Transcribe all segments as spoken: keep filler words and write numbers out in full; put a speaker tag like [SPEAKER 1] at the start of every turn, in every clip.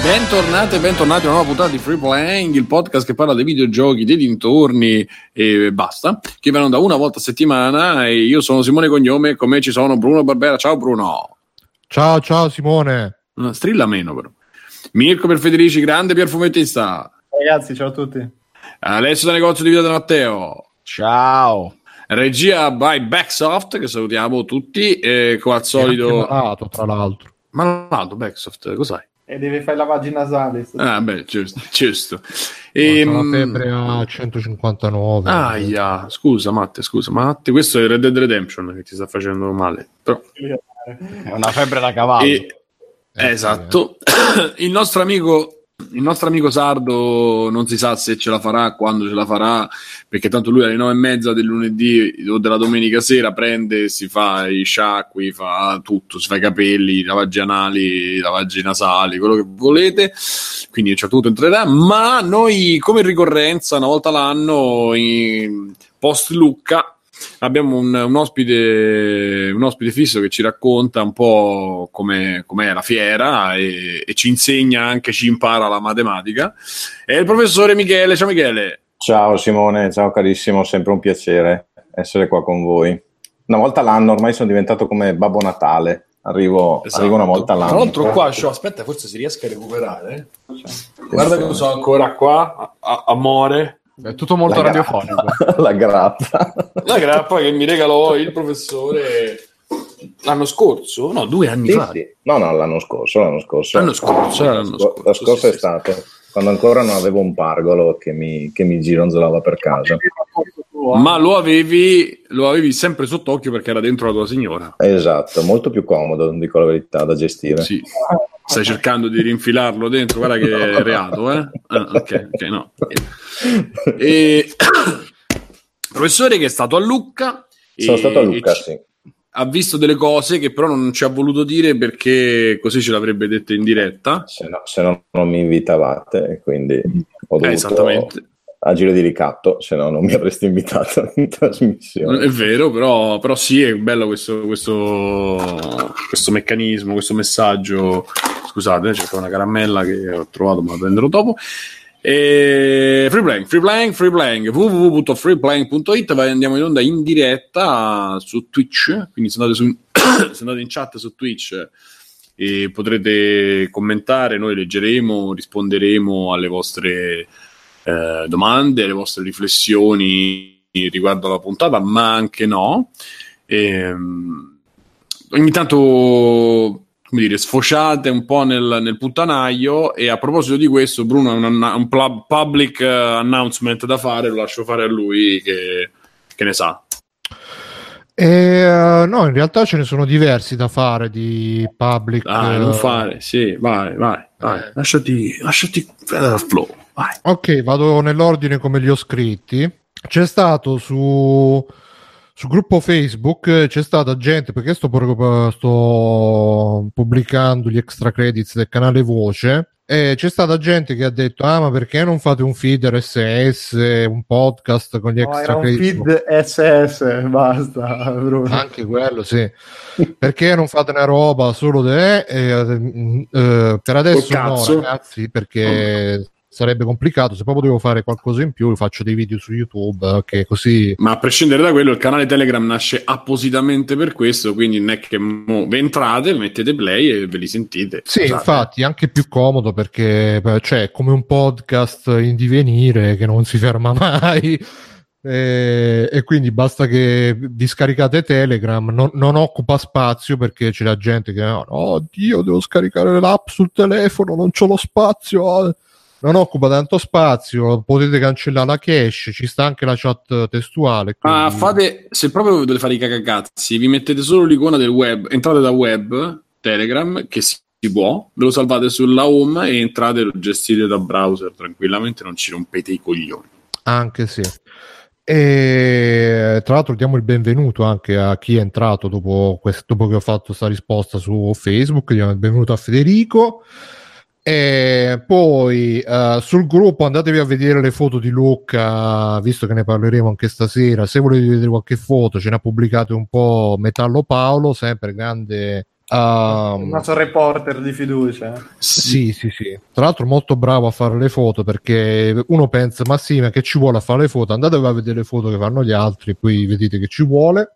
[SPEAKER 1] Bentornati e bentornati a una nuova puntata di Free Playing, il podcast che parla dei videogiochi, dei dintorni e basta, che vanno da una volta a settimana. E io sono Simone Cognome e con me ci sono Bruno Barbera. Ciao Bruno.
[SPEAKER 2] Ciao ciao Simone.
[SPEAKER 1] No, strilla meno però. Mirko per Federici, grande Pierfumettista.
[SPEAKER 3] Ragazzi, ciao a tutti.
[SPEAKER 1] Alessio da negozio di Via da Matteo.
[SPEAKER 4] Ciao.
[SPEAKER 1] Regia by Backsoft, che salutiamo tutti, e come al solito...
[SPEAKER 2] Malato, tra l'altro.
[SPEAKER 1] Malato, Backsoft, cos'hai?
[SPEAKER 3] E deve fare i lavaggi nasali.
[SPEAKER 1] Ah, beh, giusto, giusto.
[SPEAKER 2] E,
[SPEAKER 1] E,
[SPEAKER 2] la febbre a centocinquantanove.
[SPEAKER 1] Aia, scusa Matte, scusa Matte, questo è Red Dead Redemption che ti sta facendo male. Però...
[SPEAKER 4] È una febbre da cavallo.
[SPEAKER 1] E, eh, esatto. Eh. Il nostro amico... Il nostro amico sardo non si sa se ce la farà, quando ce la farà, perché tanto lui alle nove e mezza del lunedì o della domenica sera prende, si fa i sciacqui, fa tutto, si fa i capelli, i lavaggi anali, i lavaggi nasali, quello che volete, quindi a un certo punto entrerà, ma noi come ricorrenza una volta l'anno in post Lucca abbiamo un, un ospite un ospite fisso che ci racconta un po' come com'è la fiera e, e ci insegna anche, ci impara la matematica. È il professore Michele. Ciao Michele.
[SPEAKER 5] Ciao Simone, ciao carissimo, sempre un piacere essere qua con voi. Una volta l'anno, ormai sono diventato come Babbo Natale. Arrivo, esatto. arrivo una volta all'anno.
[SPEAKER 1] Tra l'altro qua, cioè, aspetta, forse si riesca a recuperare. Guarda che sono ancora qua, a, a, amore.
[SPEAKER 4] È tutto molto
[SPEAKER 5] la
[SPEAKER 4] radiofonico.
[SPEAKER 5] Grappa. La grappa.
[SPEAKER 1] La grappa che mi regalò il professore l'anno scorso? No, due anni
[SPEAKER 5] sì,
[SPEAKER 1] fa.
[SPEAKER 5] Sì. No, no, l'anno scorso. L'anno scorso,
[SPEAKER 1] l'anno scorso, l'anno scorso,
[SPEAKER 5] la scorsa
[SPEAKER 1] sì,
[SPEAKER 5] estate, sì. Quando ancora non avevo un pargolo che mi, che mi gironzolava per casa.
[SPEAKER 1] Ma lo avevi, lo avevi sempre sott'occhio perché era dentro la tua signora.
[SPEAKER 5] Esatto, molto più comodo, dico la verità, da gestire.
[SPEAKER 1] Sì. Stai cercando di rinfilarlo dentro, guarda che è reato, eh? Ah, ok, ok, no. E... professore che è stato a Lucca.
[SPEAKER 5] Sono
[SPEAKER 1] e...
[SPEAKER 5] stato a Lucca,
[SPEAKER 1] c-
[SPEAKER 5] sì.
[SPEAKER 1] Ha visto delle cose che però non ci ha voluto dire perché così ce l'avrebbe dette in diretta.
[SPEAKER 5] Se no, se no non mi invitavate, quindi ho dovuto...
[SPEAKER 1] Eh, esattamente.
[SPEAKER 5] A giro di ricatto, se no non mi avreste invitato in trasmissione.
[SPEAKER 1] È vero, però, però sì, è bello questo, questo, questo meccanismo, questo messaggio. Scusate, c'è una caramella che ho trovato, ma la prenderò dopo. E Free Playing, Free Playing, Free Playing, w w w punto free playing punto i t. Andiamo in onda in diretta su Twitch, quindi se andate, su, se andate in chat su Twitch e potrete commentare, noi leggeremo, risponderemo alle vostre eh, domande, alle vostre riflessioni riguardo alla puntata, ma anche no. E, ogni tanto, come dire, sfociate un po' nel, nel puttanaio. E a proposito di questo, Bruno ha un, un public announcement da fare, lo lascio fare a lui che, che ne sa.
[SPEAKER 2] E, uh, no, in realtà ce ne sono diversi da fare di public.
[SPEAKER 1] Ah, uh... non fare, sì, vai, vai, vai. Eh. lasciati, lasciati uh, flow, vai.
[SPEAKER 2] Ok, vado nell'ordine come li ho scritti. C'è stato su sul gruppo Facebook, c'è stata gente, perché sto, sto pubblicando gli extra credits del canale Voce, e c'è stata gente che ha detto: ah, ma perché non fate un feed R S S, un podcast con gli
[SPEAKER 3] no,
[SPEAKER 2] extra
[SPEAKER 3] era
[SPEAKER 2] credits?
[SPEAKER 3] Un feed S S, basta, Bruno.
[SPEAKER 2] Anche quello, sì. Perché non fate una roba solo de, eh, eh, per adesso no, ragazzi, perché sarebbe complicato. Se proprio devo fare qualcosa in più, faccio dei video su YouTube, che così.
[SPEAKER 1] Ma a prescindere da quello, il canale Telegram nasce appositamente per questo, quindi non è che mo, vi entrate, mettete play e ve li sentite.
[SPEAKER 2] Sì,
[SPEAKER 1] Scusate.
[SPEAKER 2] Infatti, anche più comodo, perché cioè, come un podcast in divenire che non si ferma mai. E, e quindi basta che vi scaricate Telegram, non, non occupa spazio, perché c'è la gente che oh, oddio, devo scaricare l'app sul telefono, non c'ho lo spazio. Non occupa tanto spazio, potete cancellare la cache, ci sta anche la chat testuale. Quindi...
[SPEAKER 1] Ah, fate, se proprio volete fare i cagacazzi, vi mettete solo l'icona del web, entrate da web, Telegram, che si può, ve lo salvate sulla home e entrate e lo gestite da browser tranquillamente, non ci rompete i coglioni.
[SPEAKER 2] Anche sì. E tra l'altro diamo il benvenuto anche a chi è entrato dopo, questo, dopo che ho fatto questa risposta su Facebook. Diamo il benvenuto a Federico. E poi uh, sul gruppo andatevi a vedere le foto di Lucca, visto che ne parleremo anche stasera. Se volete vedere qualche foto, ce ne ha pubblicate un po' Metallo Paolo, sempre grande Um,
[SPEAKER 3] il nostro reporter di fiducia.
[SPEAKER 2] Sì, sì, sì. Tra l'altro molto bravo a fare le foto, perché uno pensa, ma sì, ma che ci vuole a fare le foto? Andate a vedere le foto che fanno gli altri, poi vedete che ci vuole.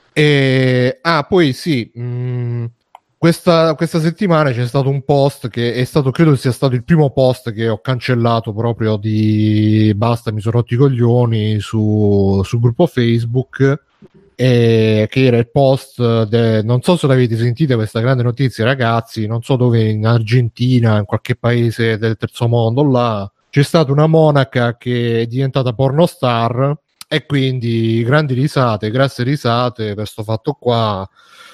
[SPEAKER 2] E ah, poi sì, mh, questa, questa settimana c'è stato un post che è stato, credo sia stato il primo post che ho cancellato proprio di basta, mi sono rotti i coglioni su, sul gruppo Facebook. E che era il post de... non so se l'avete sentita questa grande notizia, ragazzi, non so dove, in Argentina, in qualche paese del terzo mondo, là c'è stata una monaca che è diventata pornostar, e quindi grandi risate, grasse risate per sto fatto qua.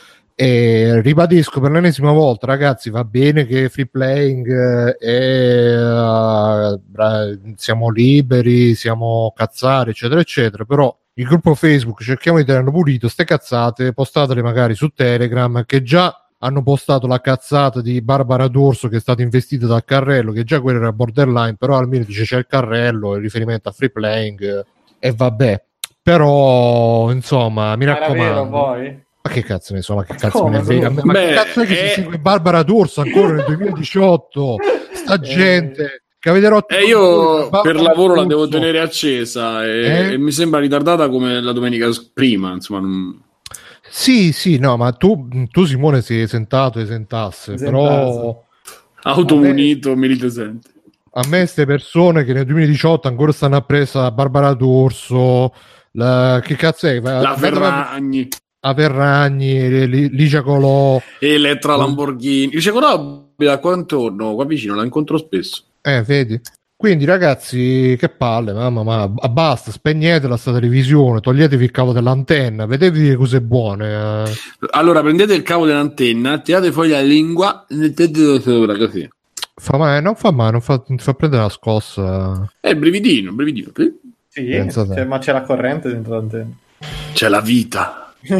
[SPEAKER 2] E ribadisco per l'ennesima volta, ragazzi, va bene che free playing e uh, siamo liberi, siamo cazzari, eccetera eccetera, però il gruppo Facebook cerchiamo di tenerlo pulito, ste cazzate postatele magari su Telegram, che già hanno postato la cazzata di Barbara D'Urso che è stata investita dal carrello, che già quello era borderline, però almeno dice c'è il carrello, il riferimento a free playing, e vabbè, però insomma mi raccomando.
[SPEAKER 3] Era vero poi?
[SPEAKER 2] Ma che cazzo ne so, ma che cazzo
[SPEAKER 3] Come?
[SPEAKER 2] me ne frega? Ma
[SPEAKER 1] Beh,
[SPEAKER 2] che cazzo è che
[SPEAKER 1] eh...
[SPEAKER 2] si segue Barbara D'Urso ancora nel duemiladiciotto? Sta gente che avete rotto.
[SPEAKER 1] E io per lavoro la devo
[SPEAKER 2] D'Urso.
[SPEAKER 1] tenere accesa e,
[SPEAKER 2] Eh?
[SPEAKER 1] e mi sembra ritardata come la domenica prima, insomma. Non...
[SPEAKER 2] Sì, sì, no, ma tu, tu Simone sei esentato, esentasse,
[SPEAKER 3] Esentasse.
[SPEAKER 2] però
[SPEAKER 1] Automunito, militesente.
[SPEAKER 2] a me queste persone che nel duemiladiciotto ancora stanno appresa Barbara D'Urso, la, che cazzo è?
[SPEAKER 1] La Ferragni.
[SPEAKER 2] A Ferragni, Ligia Colò,
[SPEAKER 1] Elettra Lamborghini. Licia Colò da qua intorno, qua vicino, la incontro spesso.
[SPEAKER 2] Eh, vedi? Quindi ragazzi, che palle, mamma, ma basta, spegnetela sta televisione, toglietevi il cavo dell'antenna, vedevi le cose buone. Eh.
[SPEAKER 1] Allora prendete il cavo dell'antenna, tirate fuori la lingua e mettetelo sopra così.
[SPEAKER 2] Fa male, non fa male, non fa, non fa prendere la scossa.
[SPEAKER 1] È eh, brividino, brividino.
[SPEAKER 3] Sì,
[SPEAKER 2] Pensate.
[SPEAKER 3] c'è, ma c'è la corrente dentro l'antenna.
[SPEAKER 1] C'è la vita.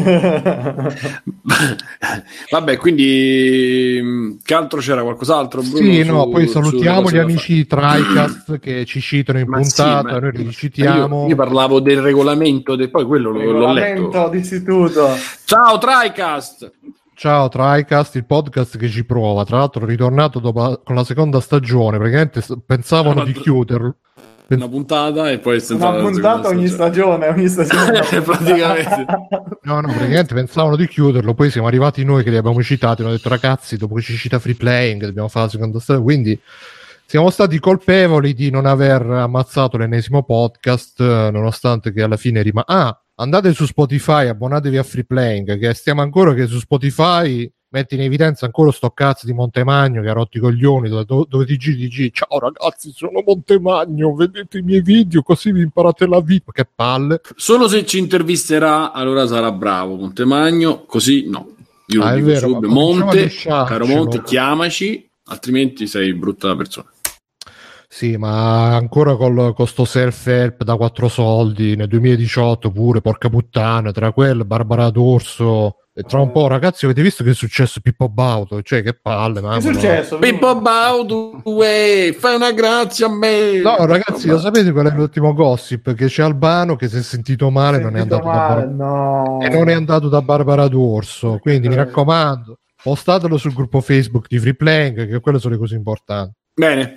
[SPEAKER 1] Vabbè, quindi che altro c'era? Qualcos'altro? Bruno,
[SPEAKER 2] sì,
[SPEAKER 1] su,
[SPEAKER 2] no, poi salutiamo gli amici di TriCast che ci citano in
[SPEAKER 1] ma
[SPEAKER 2] puntata,
[SPEAKER 1] sì, ma...
[SPEAKER 2] noi li citiamo.
[SPEAKER 1] Io, io parlavo del regolamento, de... poi quello
[SPEAKER 3] regolamento
[SPEAKER 1] l'ho letto.
[SPEAKER 3] d'istituto.
[SPEAKER 1] Ciao TriCast!
[SPEAKER 2] Ciao TriCast, il podcast che ci prova, tra l'altro ritornato dopo la, con la seconda stagione, praticamente pensavano
[SPEAKER 1] Ah,
[SPEAKER 2] di chiuderlo.
[SPEAKER 1] Una puntata e poi
[SPEAKER 3] una puntata ogni stagione, ogni stagione.
[SPEAKER 1] praticamente.
[SPEAKER 2] No, no, praticamente pensavano di chiuderlo, poi siamo arrivati noi che li abbiamo citati, hanno detto ragazzi, dopo che ci cita Free Playing dobbiamo fare la seconda stagione, quindi siamo stati colpevoli di non aver ammazzato l'ennesimo podcast, nonostante che alla fine rimane... Ah, andate su Spotify, abbonatevi a Free Playing, che stiamo ancora che su Spotify metti in evidenza ancora sto cazzo di Montemagno che ha rotto i coglioni, dove, dove ti giri, ti giri, ciao ragazzi, sono Montemagno, vedete i miei video così vi imparate la vita, che palle.
[SPEAKER 1] Solo se ci intervisterà allora sarà bravo Montemagno, così no. Io lo
[SPEAKER 2] ah,
[SPEAKER 1] dico
[SPEAKER 2] vero,
[SPEAKER 1] subito, Monte, caro Monte,
[SPEAKER 2] no?
[SPEAKER 1] Chiamaci, altrimenti sei brutta persona.
[SPEAKER 2] Sì, ma ancora col, con sto self-help da quattro soldi nel duemiladiciotto pure, porca puttana, tra quello Barbara D'Urso e tra un po', ragazzi, avete visto che è successo Pippo Baudo? Cioè, che palle, mamma.
[SPEAKER 3] Che è successo?
[SPEAKER 1] Pippo Baudo, uè, fai una grazia a me.
[SPEAKER 2] No, ragazzi, lo sapete qual è l'ultimo gossip? Che c'è Albano che si è sentito male, non è andato
[SPEAKER 3] male,
[SPEAKER 2] da Bar-
[SPEAKER 3] no.
[SPEAKER 2] e non è andato da Barbara D'Urso, quindi mi raccomando, postatelo sul gruppo Facebook di Free Playing, che quelle sono le cose importanti.
[SPEAKER 1] Bene.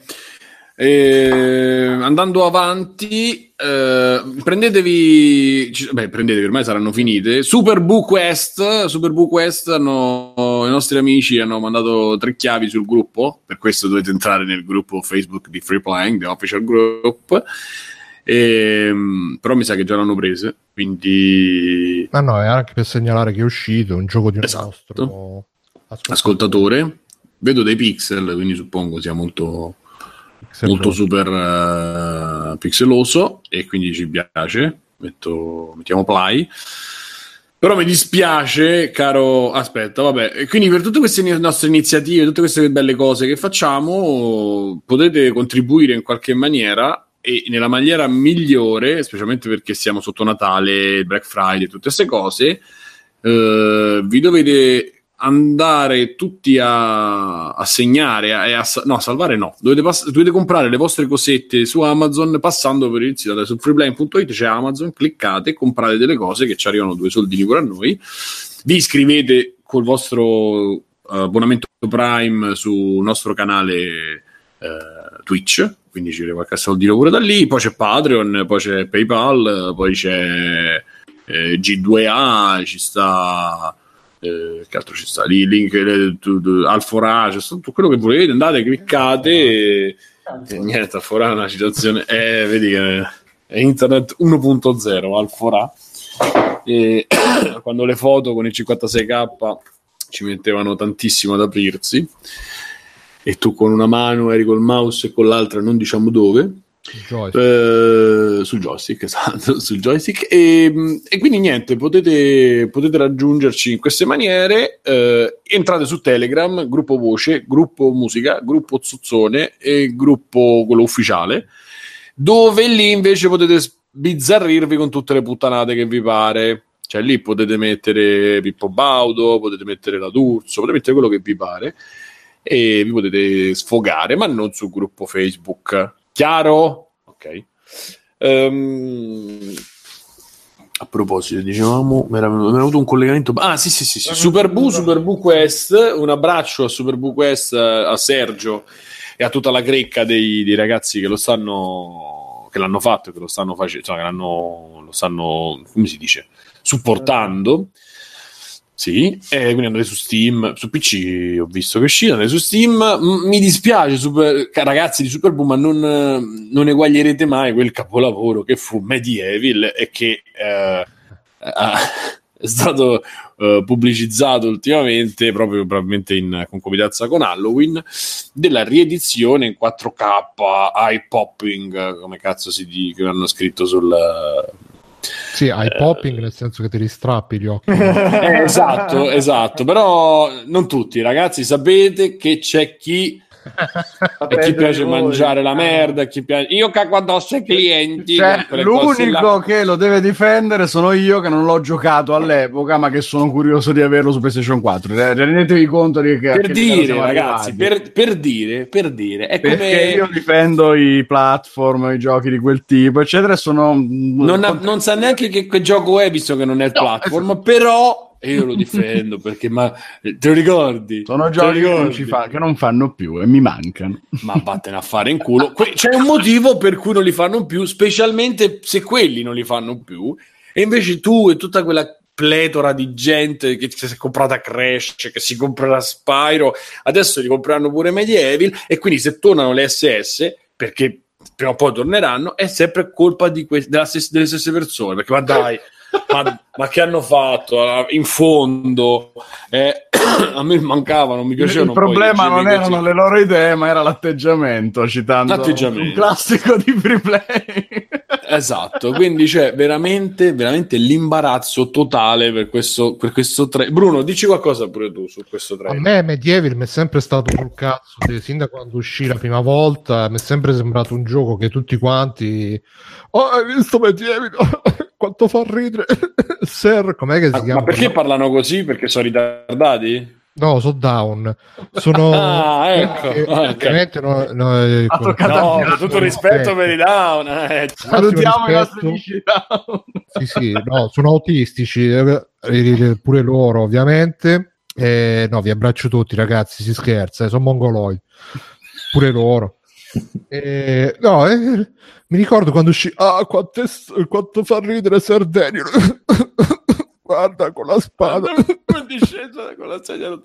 [SPEAKER 1] Eh, andando avanti, eh, prendetevi, beh, prendetevi, ormai saranno finite. Super Boo Quest, Super Boo Quest hanno, i nostri amici hanno mandato tre chiavi sul gruppo, per questo dovete entrare nel gruppo Facebook di Free Playing, the official group. E, però mi sa che già l'hanno prese, quindi.
[SPEAKER 2] Ma no, è anche per segnalare che è uscito un gioco di un
[SPEAKER 1] esatto.
[SPEAKER 2] nostro
[SPEAKER 1] ascoltatore. ascoltatore. Vedo dei pixel, quindi suppongo sia molto. molto super uh, pixeloso e quindi ci piace. Metto, mettiamo play. Però mi dispiace, caro. Aspetta, vabbè. E quindi per tutte queste nostre iniziative, tutte queste belle cose che facciamo, potete contribuire in qualche maniera e nella maniera migliore, specialmente perché siamo sotto Natale, Black Friday, tutte queste cose. Uh, vi dovete andare tutti a, a segnare e a, a no, salvare no dovete, pass- dovete comprare le vostre cosette su Amazon passando per il sito su freeplaying punto it, c'è Amazon, cliccate, comprate delle cose che ci arrivano due soldini pure a noi, vi iscrivete col vostro uh, abbonamento Prime sul nostro canale uh, Twitch, quindi ci arriva qualche soldino pure da lì, poi c'è Patreon, poi c'è PayPal, poi c'è eh, G due A, ci sta eh, che altro ci sta lì, link eh, tu, tu, Alfora, c'è tutto quello che volete, andate, cliccate e, e niente, Alfora è una citazione, eh, vedi che è internet uno punto zero, Alfora. E quando le foto con il cinquantasei K ci mettevano tantissimo ad aprirsi e tu con una mano eri col mouse e con l'altra non diciamo dove, joystick. Eh, sul joystick, esatto, sul joystick e, e quindi niente, potete, potete raggiungerci in queste maniere. Eh, entrate su Telegram, gruppo voce, gruppo musica, gruppo zuzzone e gruppo quello ufficiale, dove lì invece potete bizzarrirvi con tutte le puttanate che vi pare. Cioè lì potete mettere Pippo Baudo, potete mettere la D'Urso, potete mettere quello che vi pare e vi potete sfogare, ma non sul gruppo Facebook. Chiaro? Ok. Um, a proposito, dicevamo, mi era venuto un collegamento. Ah, sì, sì, sì, sì. Superboo, Superboo Quest. Un abbraccio a Superboo Quest, a Sergio e a tutta la crecca dei, dei ragazzi che lo stanno, che l'hanno fatto, che lo stanno facendo, cioè, che l'hanno, lo stanno, come si dice, supportando. Sì, e quindi andate su Steam, su P C ho visto che è uscito, andate su Steam. M- mi dispiace, super, ragazzi di Superboo, ma non, non eguaglierete mai quel capolavoro che fu Medieval e che eh, è stato eh, pubblicizzato ultimamente, proprio probabilmente in concomitanza con Halloween, della riedizione in quattro K eye popping, come cazzo si dice, che hanno scritto sul...
[SPEAKER 2] Sì, eye popping, eh, nel senso che ti ristrappi gli occhi.
[SPEAKER 1] Eh, esatto, esatto, però non tutti, ragazzi, sapete che c'è chi e chi piace mangiare la merda, chi piace... io cago addosso ai clienti,
[SPEAKER 4] cioè, l'unico che lo deve difendere sono io, che non l'ho giocato all'epoca ma che sono curioso di averlo su PlayStation quattro. Rendetevi conto di che
[SPEAKER 1] per dire, ragazzi, per, per dire per dire è
[SPEAKER 4] perché
[SPEAKER 1] come...
[SPEAKER 4] io difendo i platform, i giochi di quel tipo eccetera, sono
[SPEAKER 1] non, ha, non sa neanche che, che gioco è, visto che non è il no, platform, esatto. Però e io lo difendo perché, ma te lo ricordi?
[SPEAKER 4] Sono giochi che non, ci fa, che non fanno più e mi mancano.
[SPEAKER 1] Ma vattene a fare in culo. Que- c'è un motivo per cui non li fanno più, specialmente se quelli non li fanno più, e invece tu e tutta quella pletora di gente che si è comprata Crash, che si comprerà Spyro, adesso li compreranno pure Medieval, e quindi se tornano le S S, perché prima o poi torneranno, è sempre colpa di que- della stessa, delle stesse persone, perché ma dai, ma, ma che hanno fatto in fondo? Eh, a me mancavano, mi piacevano.
[SPEAKER 4] Il problema non erano così le loro idee, ma era l'atteggiamento, citando l'atteggiamento. Un classico di free play.
[SPEAKER 1] Esatto, quindi c'è veramente, veramente l'imbarazzo totale per questo, per questo tre. Bruno, dici qualcosa pure tu su questo trailer.
[SPEAKER 2] A me Medieval mi è sempre stato sul cazzo, sin da quando uscì la prima volta, mi è sempre sembrato un gioco che tutti quanti oh, hai visto Medieval? Quanto fa ridere. Sir, com'è che si
[SPEAKER 1] ah,
[SPEAKER 2] chiama?
[SPEAKER 1] Ma perché parlano così? Perché sono ritardati?
[SPEAKER 2] No, sono down. Sono
[SPEAKER 1] ah, ecco.
[SPEAKER 2] eh,
[SPEAKER 1] ah,
[SPEAKER 2] ovviamente
[SPEAKER 1] okay.
[SPEAKER 2] no, no, eh,
[SPEAKER 1] no, con tutto rispetto per i down. Eh.
[SPEAKER 4] Salutiamo i nostri amici down.
[SPEAKER 2] Sì, sì, no, sono autistici, eh, pure loro, ovviamente. Eh, no, vi abbraccio tutti, ragazzi, si scherza, eh, sono mongoloidi. Pure loro. Eh, no, eh, mi ricordo quando uscì ah quanto, è, quanto fa ridere Sardenio. Guarda con la spada
[SPEAKER 1] con la sedia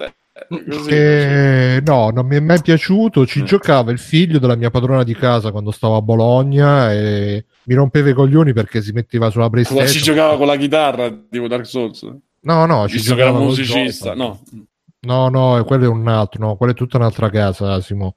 [SPEAKER 2] eh, no, non mi è mai piaciuto. Ci eh. giocava il figlio della mia padrona di casa quando stavo a Bologna e mi rompeva i coglioni perché si metteva sulla PlayStation.
[SPEAKER 1] Ci giocava con la chitarra tipo Dark Souls?
[SPEAKER 2] No, no, ci
[SPEAKER 1] visto che era musicista. No,
[SPEAKER 2] no, no, quello è un altro, no, quello è tutta un'altra casa, Asimo.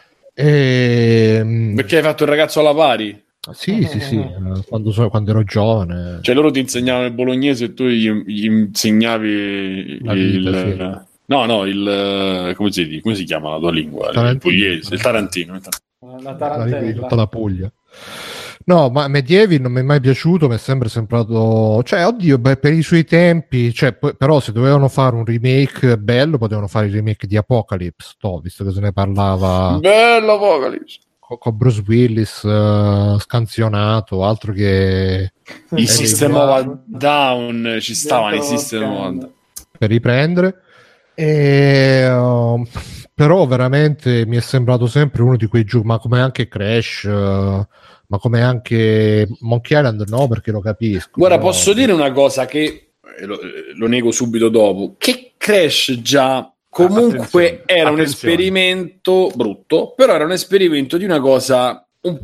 [SPEAKER 2] E...
[SPEAKER 1] perché hai fatto il ragazzo alla pari?
[SPEAKER 2] Sì, sì, sì, quando, so, quando ero giovane.
[SPEAKER 1] Cioè loro ti insegnavano il bolognese e tu gli, gli insegnavi la vita, il... Sì. No, no, il... Come si, dice? Come si chiama la tua lingua? Il, il pugliese, il tarantino. Il tarantino.
[SPEAKER 3] La tarantella.
[SPEAKER 2] Di tutta la Puglia. No, ma Medieval non mi è mai piaciuto, mi è sempre sembrato... Cioè, oddio, beh, per i suoi tempi... Cioè, p- però se dovevano fare un remake bello, potevano fare il remake di Apocalypse, no, visto che se ne parlava...
[SPEAKER 1] Bello Apocalypse!
[SPEAKER 2] Con Bruce Willis uh, scansionato, altro che
[SPEAKER 1] i System of a Down ci stavano i System of a Down
[SPEAKER 2] per riprendere. E, uh, però veramente mi è sembrato sempre uno di quei giochi, ma come anche Crash, uh, ma come anche Monkey Island, no, perché lo capisco.
[SPEAKER 1] Guarda,
[SPEAKER 2] no?
[SPEAKER 1] posso dire una cosa che lo, lo nego subito dopo, che Crash già comunque
[SPEAKER 4] attenzione,
[SPEAKER 1] era un
[SPEAKER 4] attenzione.
[SPEAKER 1] esperimento brutto, però era un esperimento di una cosa un,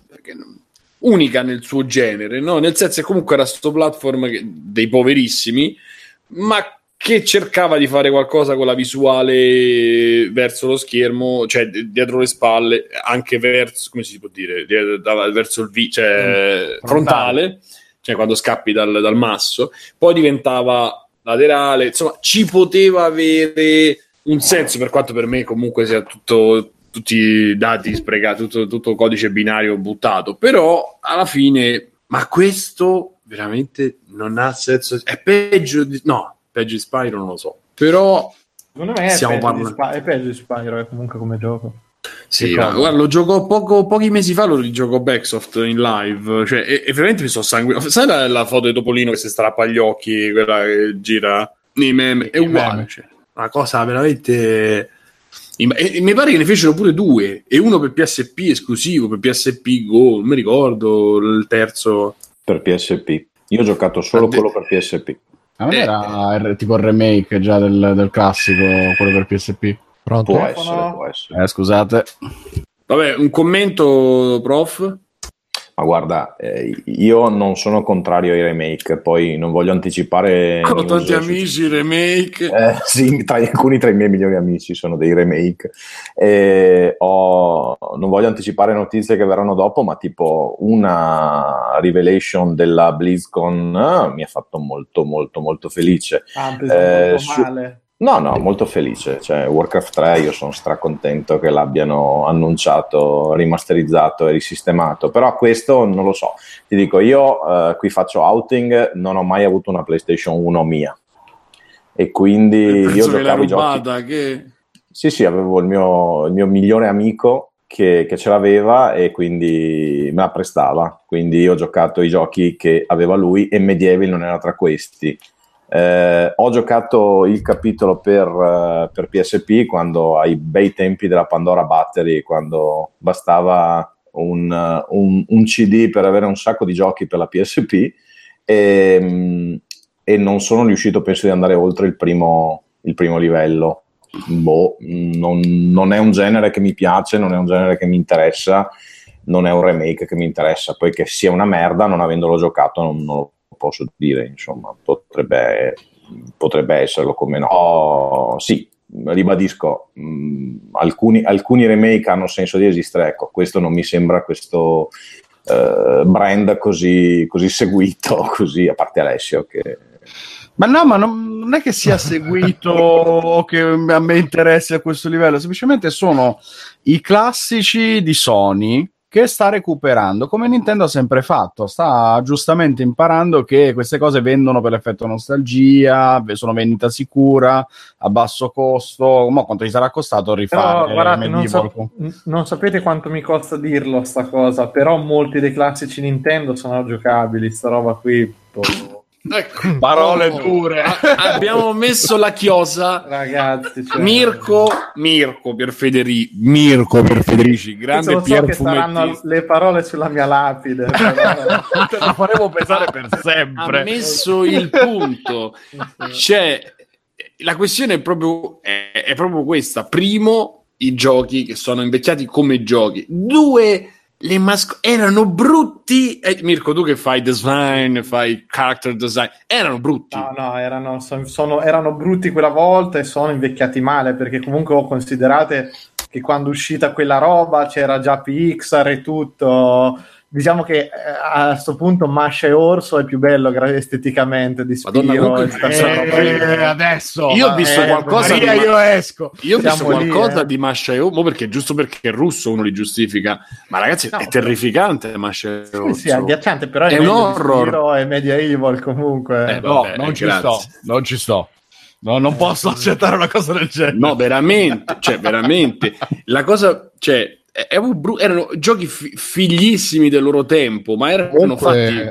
[SPEAKER 1] unica nel suo genere, no? Nel senso che comunque era sto platform che, dei poverissimi, ma che cercava di fare qualcosa con la visuale verso lo schermo, cioè dietro le spalle, anche verso, come si può dire, verso il vi- cioè,
[SPEAKER 4] mm,
[SPEAKER 1] frontale, cioè quando scappi dal, dal masso, poi diventava laterale, insomma ci poteva avere un senso, per quanto per me comunque sia tutto, tutti i dati sprecati, tutto, tutto codice binario buttato, però alla fine, ma questo veramente non ha senso, è peggio di, no, peggio di Spyro non lo so, però
[SPEAKER 3] Secondo me è
[SPEAKER 1] stiamo
[SPEAKER 3] peggio,
[SPEAKER 1] parlando...
[SPEAKER 3] di Spy- è peggio di Spyro, è comunque come gioco.
[SPEAKER 1] Sì,
[SPEAKER 3] Che
[SPEAKER 1] ma,
[SPEAKER 3] cosa?
[SPEAKER 1] guarda, lo gioco poco, pochi mesi fa, lo rigioco Backsoft in live, cioè, e, e veramente mi sono sanguinato. Sai la, la foto di Topolino che si strappa gli occhi, quella che gira nei meme? È
[SPEAKER 4] I
[SPEAKER 1] uguale,
[SPEAKER 4] meme.
[SPEAKER 1] cioè, una cosa veramente... E, e mi pare che ne fecero pure due, e uno per P S P esclusivo, per P S P Go, non mi ricordo, il terzo...
[SPEAKER 5] Per P S P. Io ho giocato solo quello per P S P.
[SPEAKER 4] Ma non
[SPEAKER 1] Eh,
[SPEAKER 4] era il- tipo il remake già del, del classico, quello per P S P?
[SPEAKER 2] Pronto?
[SPEAKER 5] Può
[SPEAKER 3] Telefono.
[SPEAKER 5] essere, può essere.
[SPEAKER 4] Eh, scusate.
[SPEAKER 1] Vabbè, un commento, prof?
[SPEAKER 5] Ma guarda, eh, io non sono contrario ai remake, poi non voglio anticipare...
[SPEAKER 1] Ho
[SPEAKER 5] news
[SPEAKER 1] tanti
[SPEAKER 5] su-
[SPEAKER 1] amici, remake...
[SPEAKER 5] Eh, sì, tra, alcuni tra i miei migliori amici sono dei remake. E ho, non voglio anticipare notizie che verranno dopo, ma tipo una revelation della BlizzCon eh, mi ha fatto molto molto molto felice.
[SPEAKER 3] Ah, ha preso
[SPEAKER 5] Eh,
[SPEAKER 3] molto
[SPEAKER 5] su-
[SPEAKER 3] male.
[SPEAKER 5] No, no, molto felice. Cioè, Warcraft tre io sono stracontento che l'abbiano annunciato, rimasterizzato e risistemato, però questo non lo so. Ti dico, io eh, qui faccio outing, non ho mai avuto una PlayStation uno mia e quindi io
[SPEAKER 1] Penso che l'ha
[SPEAKER 5] giocavo i giochi.
[SPEAKER 1] rubata, che...
[SPEAKER 5] Sì, sì, avevo il mio, il mio migliore amico che, che ce l'aveva e quindi me la prestava. Quindi io ho giocato i giochi che aveva lui e Medieval non era tra questi. Eh, ho giocato il capitolo per, uh, per P S P quando ai bei tempi della Pandora Battery, quando bastava un, uh, un, un C D per avere un sacco di giochi per la P S P e, um, e non sono riuscito, penso, di andare oltre il primo, il primo livello. Boh, non, non è un genere che mi piace, non è un genere che mi interessa, non è un remake che mi interessa. Poi che sia una merda, non avendolo giocato, non, non lo posso dire, insomma, potrebbe, potrebbe esserlo, come no. Oh, sì, ribadisco, mh, alcuni, alcuni remake hanno senso di esistere, ecco, questo non mi sembra questo uh, brand così, così seguito, così, a parte Alessio che...
[SPEAKER 4] Ma no, ma non, non è che sia seguito o che a me interessi a questo livello, semplicemente sono i classici di Sony che sta recuperando, come Nintendo ha sempre fatto, sta giustamente imparando che queste cose vendono per l'effetto nostalgia, sono vendita sicura, a basso costo, ma quanto gli sarà costato rifare
[SPEAKER 3] Però guardate, non,
[SPEAKER 4] Medieval?
[SPEAKER 3] sa- non sapete quanto mi costa dirlo sta cosa, però molti dei classici Nintendo sono giocabili, sta roba qui. boh.
[SPEAKER 1] Ecco.
[SPEAKER 4] Parole
[SPEAKER 1] Oh,
[SPEAKER 4] dure.
[SPEAKER 1] a- abbiamo messo la chiosa.
[SPEAKER 3] Ragazzi, cioè,
[SPEAKER 1] Mirko, Mirko per Federici, Mirko per Federici,
[SPEAKER 3] io
[SPEAKER 1] grande
[SPEAKER 3] lo so
[SPEAKER 1] Pier
[SPEAKER 3] che saranno
[SPEAKER 1] fumettista.
[SPEAKER 3] le parole sulla mia lapide, però-
[SPEAKER 4] Te lo faremo pesare per
[SPEAKER 1] Ha
[SPEAKER 4] sempre.
[SPEAKER 1] messo il punto. Cioè, la questione è proprio, è, è proprio questa. Primo, i giochi che sono invecchiati come giochi. Due, le mascotte erano brutti. Eh, Mirko, tu che fai design, fai character design, erano brutti.
[SPEAKER 3] No, no, erano, son- sono, erano brutti quella volta e sono invecchiati male, perché comunque ho considerate che quando è uscita quella roba c'era già Pixar e tutto. Diciamo che eh, a questo punto Masha e Orso è più bello gra- esteticamente di Spiro.
[SPEAKER 1] Madonna, comunque,
[SPEAKER 3] e tutta sta roba lì.
[SPEAKER 4] Eh, adesso
[SPEAKER 1] Io ho visto
[SPEAKER 3] eh,
[SPEAKER 1] qualcosa
[SPEAKER 4] Maria,
[SPEAKER 1] di...
[SPEAKER 4] io esco.
[SPEAKER 1] Io ho visto
[SPEAKER 3] Siamo lì,
[SPEAKER 1] qualcosa
[SPEAKER 3] eh.
[SPEAKER 1] di Masha e Orso, perché giusto perché è russo uno li giustifica, ma ragazzi
[SPEAKER 3] No,
[SPEAKER 1] è terrificante Masha e
[SPEAKER 3] Sì,
[SPEAKER 1] Orso.
[SPEAKER 3] sì, è agghiacciante, però
[SPEAKER 1] È
[SPEAKER 3] è,
[SPEAKER 1] un
[SPEAKER 3] meglio di
[SPEAKER 1] horror.
[SPEAKER 3] Spiro e Medieval comunque.
[SPEAKER 1] Eh,
[SPEAKER 4] No,
[SPEAKER 1] vabbè,
[SPEAKER 4] non ci
[SPEAKER 1] grazie.
[SPEAKER 4] sto, non ci sto. No, non posso accettare una cosa del genere.
[SPEAKER 1] No, veramente, cioè veramente. La cosa, cioè, è- è un bru- erano giochi fi- figlissimi del loro tempo, ma erano
[SPEAKER 2] Comunque,
[SPEAKER 1] fatti...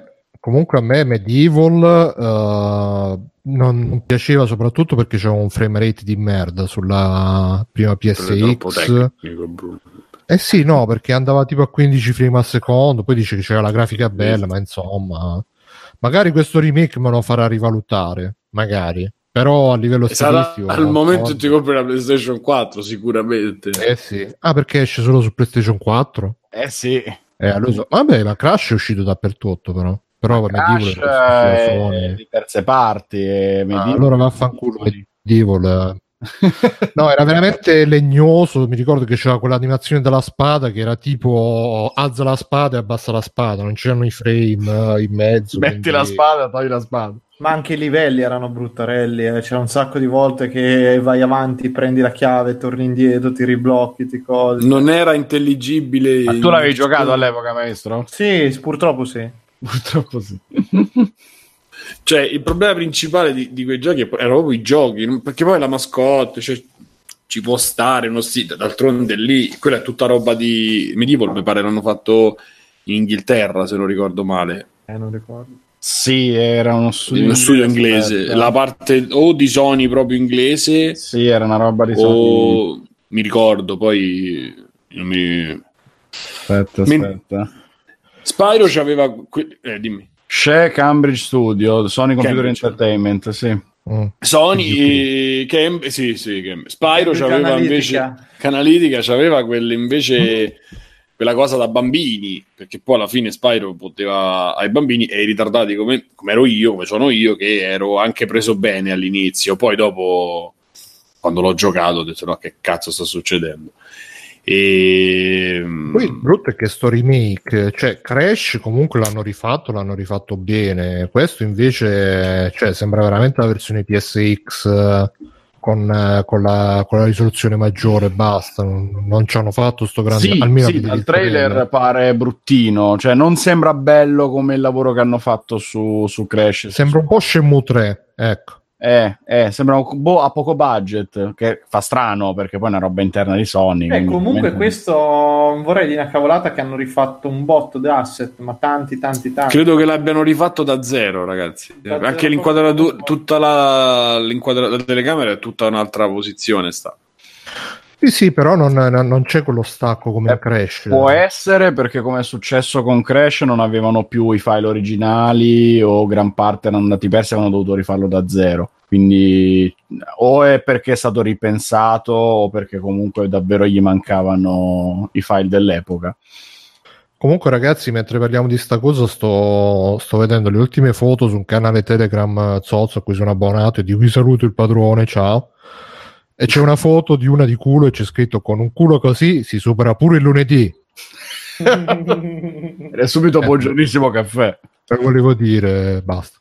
[SPEAKER 2] Comunque a me Medieval uh, non, non piaceva, soprattutto perché c'era un frame rate di merda sulla prima P S X. Eh sì, no, perché andava tipo a quindici frame al secondo, poi dice che c'era la grafica bella, ma insomma, magari questo remake me lo farà rivalutare, magari. Però a livello stilistico
[SPEAKER 1] al momento so. Ti compri la PlayStation quattro sicuramente.
[SPEAKER 2] Eh sì. Ah, perché esce solo su PlayStation quattro?
[SPEAKER 4] Eh sì.
[SPEAKER 2] Eh, allora so. Vabbè, la Crash è uscito dappertutto però. Però
[SPEAKER 4] Crash è di terze parti. E
[SPEAKER 2] ah, allora vaffanculo Medieval. No, era veramente legnoso. Mi ricordo che c'era quell'animazione della spada che era tipo alza la spada e abbassa la spada, non c'erano i frame in mezzo.
[SPEAKER 4] Metti quindi... la spada, togli la spada.
[SPEAKER 3] Ma anche i livelli erano bruttarelli, eh. C'era un sacco di volte che vai avanti, prendi la chiave, torni indietro, ti riblocchi, ti cose.
[SPEAKER 1] Non era intelligibile.
[SPEAKER 4] Ma tu l'avevi giocato all'epoca, maestro?
[SPEAKER 3] Sì, purtroppo sì.
[SPEAKER 4] Purtroppo sì.
[SPEAKER 1] Cioè, il problema principale di, di quei giochi erano proprio i giochi, perché poi la mascotte, cioè, ci può stare uno stile, d'altronde lì, quella è tutta roba di Medieval, mi pare l'hanno fatto in Inghilterra, se non ricordo male.
[SPEAKER 3] Eh, non ricordo.
[SPEAKER 4] Sì, era uno studio,
[SPEAKER 1] uno studio inglese, inglese. La parte o di Sony proprio inglese.
[SPEAKER 4] Sì, era una roba di
[SPEAKER 1] o...
[SPEAKER 4] Sony.
[SPEAKER 1] Mi ricordo, poi non mi...
[SPEAKER 4] Aspetta, aspetta.
[SPEAKER 1] Mi... Spyro c'aveva... Que... Eh, dimmi.
[SPEAKER 4] C'è Cambridge Studio, Sony Computer Cambridge. Entertainment, sì.
[SPEAKER 1] Mm. Sony, Cam... sì, sì, Cam... Spyro
[SPEAKER 3] Cambridge
[SPEAKER 1] c'aveva
[SPEAKER 3] Analytica.
[SPEAKER 1] invece... Canalitica c'aveva quelle invece... Mm. Quella cosa da bambini, perché poi alla fine Spyro poteva ai bambini e ai ritardati come, come ero io, come sono io, che ero anche preso bene all'inizio, poi dopo quando l'ho giocato ho detto no, che cazzo sta succedendo. E
[SPEAKER 2] poi il brutto è che sto remake, cioè Crash comunque l'hanno rifatto, l'hanno rifatto bene, questo invece cioè, sembra veramente la versione P S X Con, con, la, con la risoluzione maggiore, basta, non, non ci hanno fatto sto grande.
[SPEAKER 4] Sì,
[SPEAKER 2] almeno
[SPEAKER 4] sì, dal trailer, trailer pare bruttino, cioè non sembra bello come il lavoro che hanno fatto su, su Crash.
[SPEAKER 2] Sembra un po' Shenmue tre, ecco.
[SPEAKER 4] Eh, eh, sembra un, boh, a poco budget, che fa strano perché poi è una roba interna di Sony.
[SPEAKER 3] Eh, comunque mentre... questo vorrei dire una cavolata che hanno rifatto un botto di asset, ma tanti, tanti, tanti.
[SPEAKER 1] Credo che l'abbiano rifatto da zero, ragazzi. Da Anche zero l'inquadratura, tutta la, l'inquadratura, la telecamera è tutta un'altra posizione sta.
[SPEAKER 2] Sì, sì, però non, non c'è quello stacco come
[SPEAKER 4] eh,
[SPEAKER 2] Crash.
[SPEAKER 4] Può essere perché come è successo con Crash non avevano più i file originali o gran parte erano andati persi e avevano dovuto rifarlo da zero. Quindi o è perché è stato ripensato o perché comunque davvero gli mancavano i file dell'epoca.
[SPEAKER 2] Comunque ragazzi, mentre parliamo di sta cosa sto, sto vedendo le ultime foto su un canale Telegram Zozzo a cui sono abbonato e di cui saluto il padrone, ciao. E c'è una foto di una di culo e c'è scritto: con un culo così si supera pure il lunedì.
[SPEAKER 4] Ed è subito buongiornissimo caffè.
[SPEAKER 2] Lo volevo dire, basta.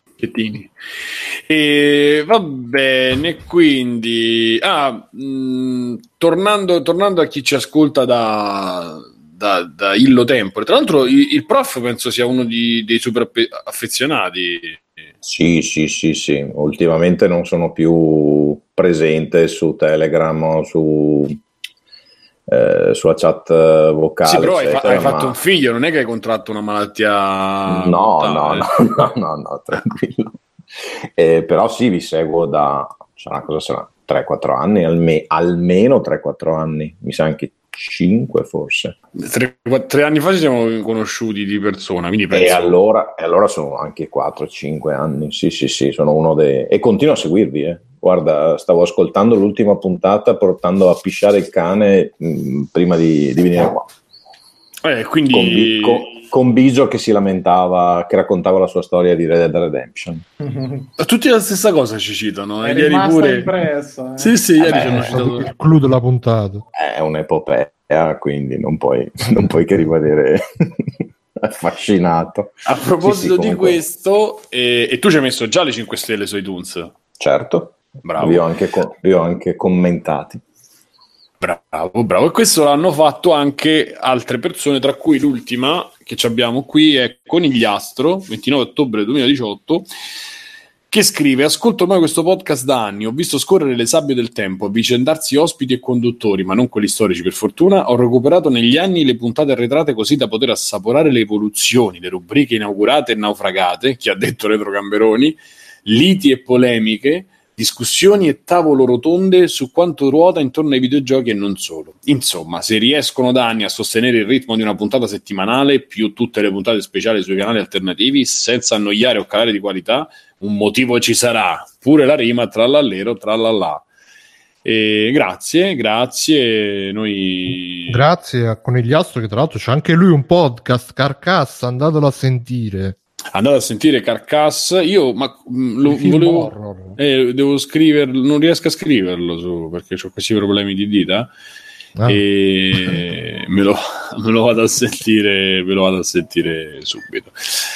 [SPEAKER 1] E va bene, quindi ah, mh, tornando, tornando a chi ci ascolta da, da, da Illo Tempore, tra l'altro il, il prof penso sia uno di, dei super affezionati.
[SPEAKER 5] Sì, sì, sì, sì. Ultimamente non sono più presente su Telegram o su eh, sulla chat vocale.
[SPEAKER 1] Sì, però
[SPEAKER 5] eccetera,
[SPEAKER 1] hai, fa- hai
[SPEAKER 5] ma...
[SPEAKER 1] fatto un figlio, non è che hai contratto una malattia.
[SPEAKER 5] No, no, no, no, no, no, tranquillo. Eh, però sì, vi seguo da sarà cosa sarà tre quattro anni, alme- almeno tre quattro anni, mi sa anche cinque forse.
[SPEAKER 1] Tre, tre anni fa ci siamo conosciuti di persona, quindi penso...
[SPEAKER 5] e, allora, e allora sono anche quattro cinque anni, sì sì sì, sono uno dei... e continuo a seguirvi, eh. Guarda, stavo ascoltando l'ultima puntata portando a pisciare il cane mh, prima di, di venire qua.
[SPEAKER 1] Eh, quindi...
[SPEAKER 5] Con, Bi- con, con Biggio che si lamentava, che raccontava la sua storia di Red Dead Redemption.
[SPEAKER 1] Tutti la stessa cosa ci citano.
[SPEAKER 3] È
[SPEAKER 1] eh, ieri pure...
[SPEAKER 3] impresso. Eh.
[SPEAKER 1] Sì, sì, ieri
[SPEAKER 5] eh
[SPEAKER 1] ci hanno
[SPEAKER 5] beh,
[SPEAKER 1] citato.
[SPEAKER 2] Il clou della puntata.
[SPEAKER 5] È un'epopea, quindi non puoi, non puoi che rimanere affascinato.
[SPEAKER 1] A proposito
[SPEAKER 5] sì, sì,
[SPEAKER 1] di questo, eh, e tu ci hai messo già le cinque stelle su iTunes?
[SPEAKER 5] Certo.
[SPEAKER 1] Bravo.
[SPEAKER 5] Li ho anche, li ho anche commentati.
[SPEAKER 1] Bravo, bravo. E questo l'hanno fatto anche altre persone, tra cui l'ultima che abbiamo qui è Conigliastro, ventinove ottobre duemiladiciotto, che scrive: ascolto ormai questo podcast da anni, ho visto scorrere le sabbie del tempo, avvicendarsi ospiti e conduttori, ma non quelli storici per fortuna. Ho recuperato negli anni le puntate arretrate così da poter assaporare le evoluzioni, le rubriche inaugurate e naufragate, chi ha detto Retro Gamberoni, liti e polemiche, discussioni e tavolo rotonde su quanto ruota intorno ai videogiochi e non solo. Insomma, se riescono da anni a sostenere il ritmo di una puntata settimanale più tutte le puntate speciali sui canali alternativi senza annoiare o calare di qualità, un motivo ci sarà, pure la rima trallallero trallallà. E grazie, grazie. Noi
[SPEAKER 2] grazie a Conigliastro, che tra l'altro c'è anche lui un podcast, Carcassa, andatelo a sentire.
[SPEAKER 1] Andate a sentire Carcass. Io ma lo volevo eh, devo scriverlo, non riesco a scriverlo su, perché ho questi problemi di dita. Ah. E me lo, me lo vado a sentire, me lo vado a sentire subito.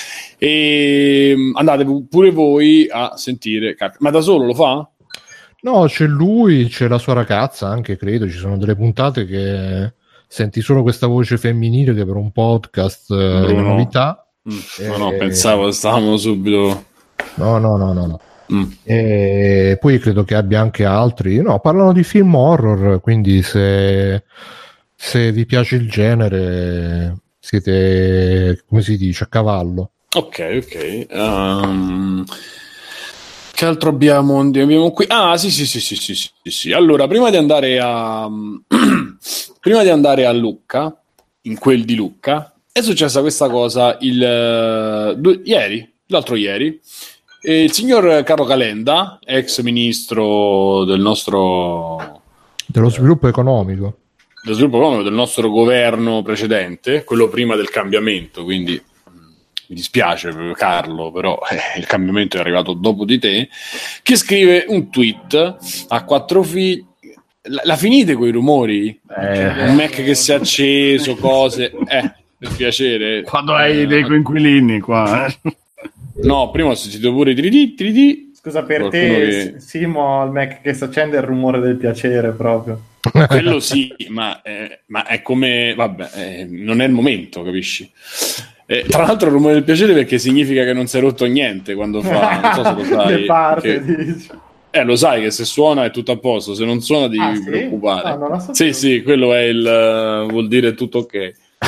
[SPEAKER 1] E andate pure voi a sentire Car- ma da solo lo fa?
[SPEAKER 2] No, c'è lui, c'è la sua ragazza anche, credo. Ci sono delle puntate che senti solo questa voce femminile che per un podcast è una novità.
[SPEAKER 1] Mm. E... no no pensavo stavamo subito
[SPEAKER 2] no no no no, no.
[SPEAKER 1] Mm.
[SPEAKER 2] E poi credo che abbia anche altri, no, parlano di film horror, quindi se se vi piace il genere siete, come si dice, a cavallo.
[SPEAKER 1] Ok, ok. Um, che altro abbiamo? Abbiamo qui. Ah, sì, sì, sì, sì, sì, sì, sì. Allora, prima di andare a prima di andare a Lucca, in quel di Lucca, è successa questa cosa il due, ieri, l'altro ieri. E il signor Carlo Calenda, ex ministro del nostro
[SPEAKER 2] dello sviluppo economico,
[SPEAKER 1] dello sviluppo economico del nostro governo precedente, quello prima del cambiamento, quindi mi dispiace Carlo, però eh, il cambiamento è arrivato dopo di te, che scrive un tweet a quattro figli. La, la finite quei rumori? Eh. Un Mac che si è acceso, cose, eh, per piacere.
[SPEAKER 4] Quando hai eh, dei coinquilini qua, eh.
[SPEAKER 1] No, prima ho sentito pure tridì, tridì.
[SPEAKER 3] Scusa, per te, che... Simo, il Mac che si accende è il rumore del piacere proprio.
[SPEAKER 1] Quello sì, ma, eh, ma è come, vabbè, eh, non è il momento, capisci? Eh, tra l'altro il rumore del piacere perché significa che non si è rotto niente quando fa, non so se lo sai.
[SPEAKER 3] Le parte,
[SPEAKER 1] che... Eh, lo sai che se suona è tutto a posto, se non suona devi
[SPEAKER 3] ah, sì?
[SPEAKER 1] preoccupare.
[SPEAKER 3] No, non so
[SPEAKER 1] sì, sì, quello è il uh, vuol dire tutto ok.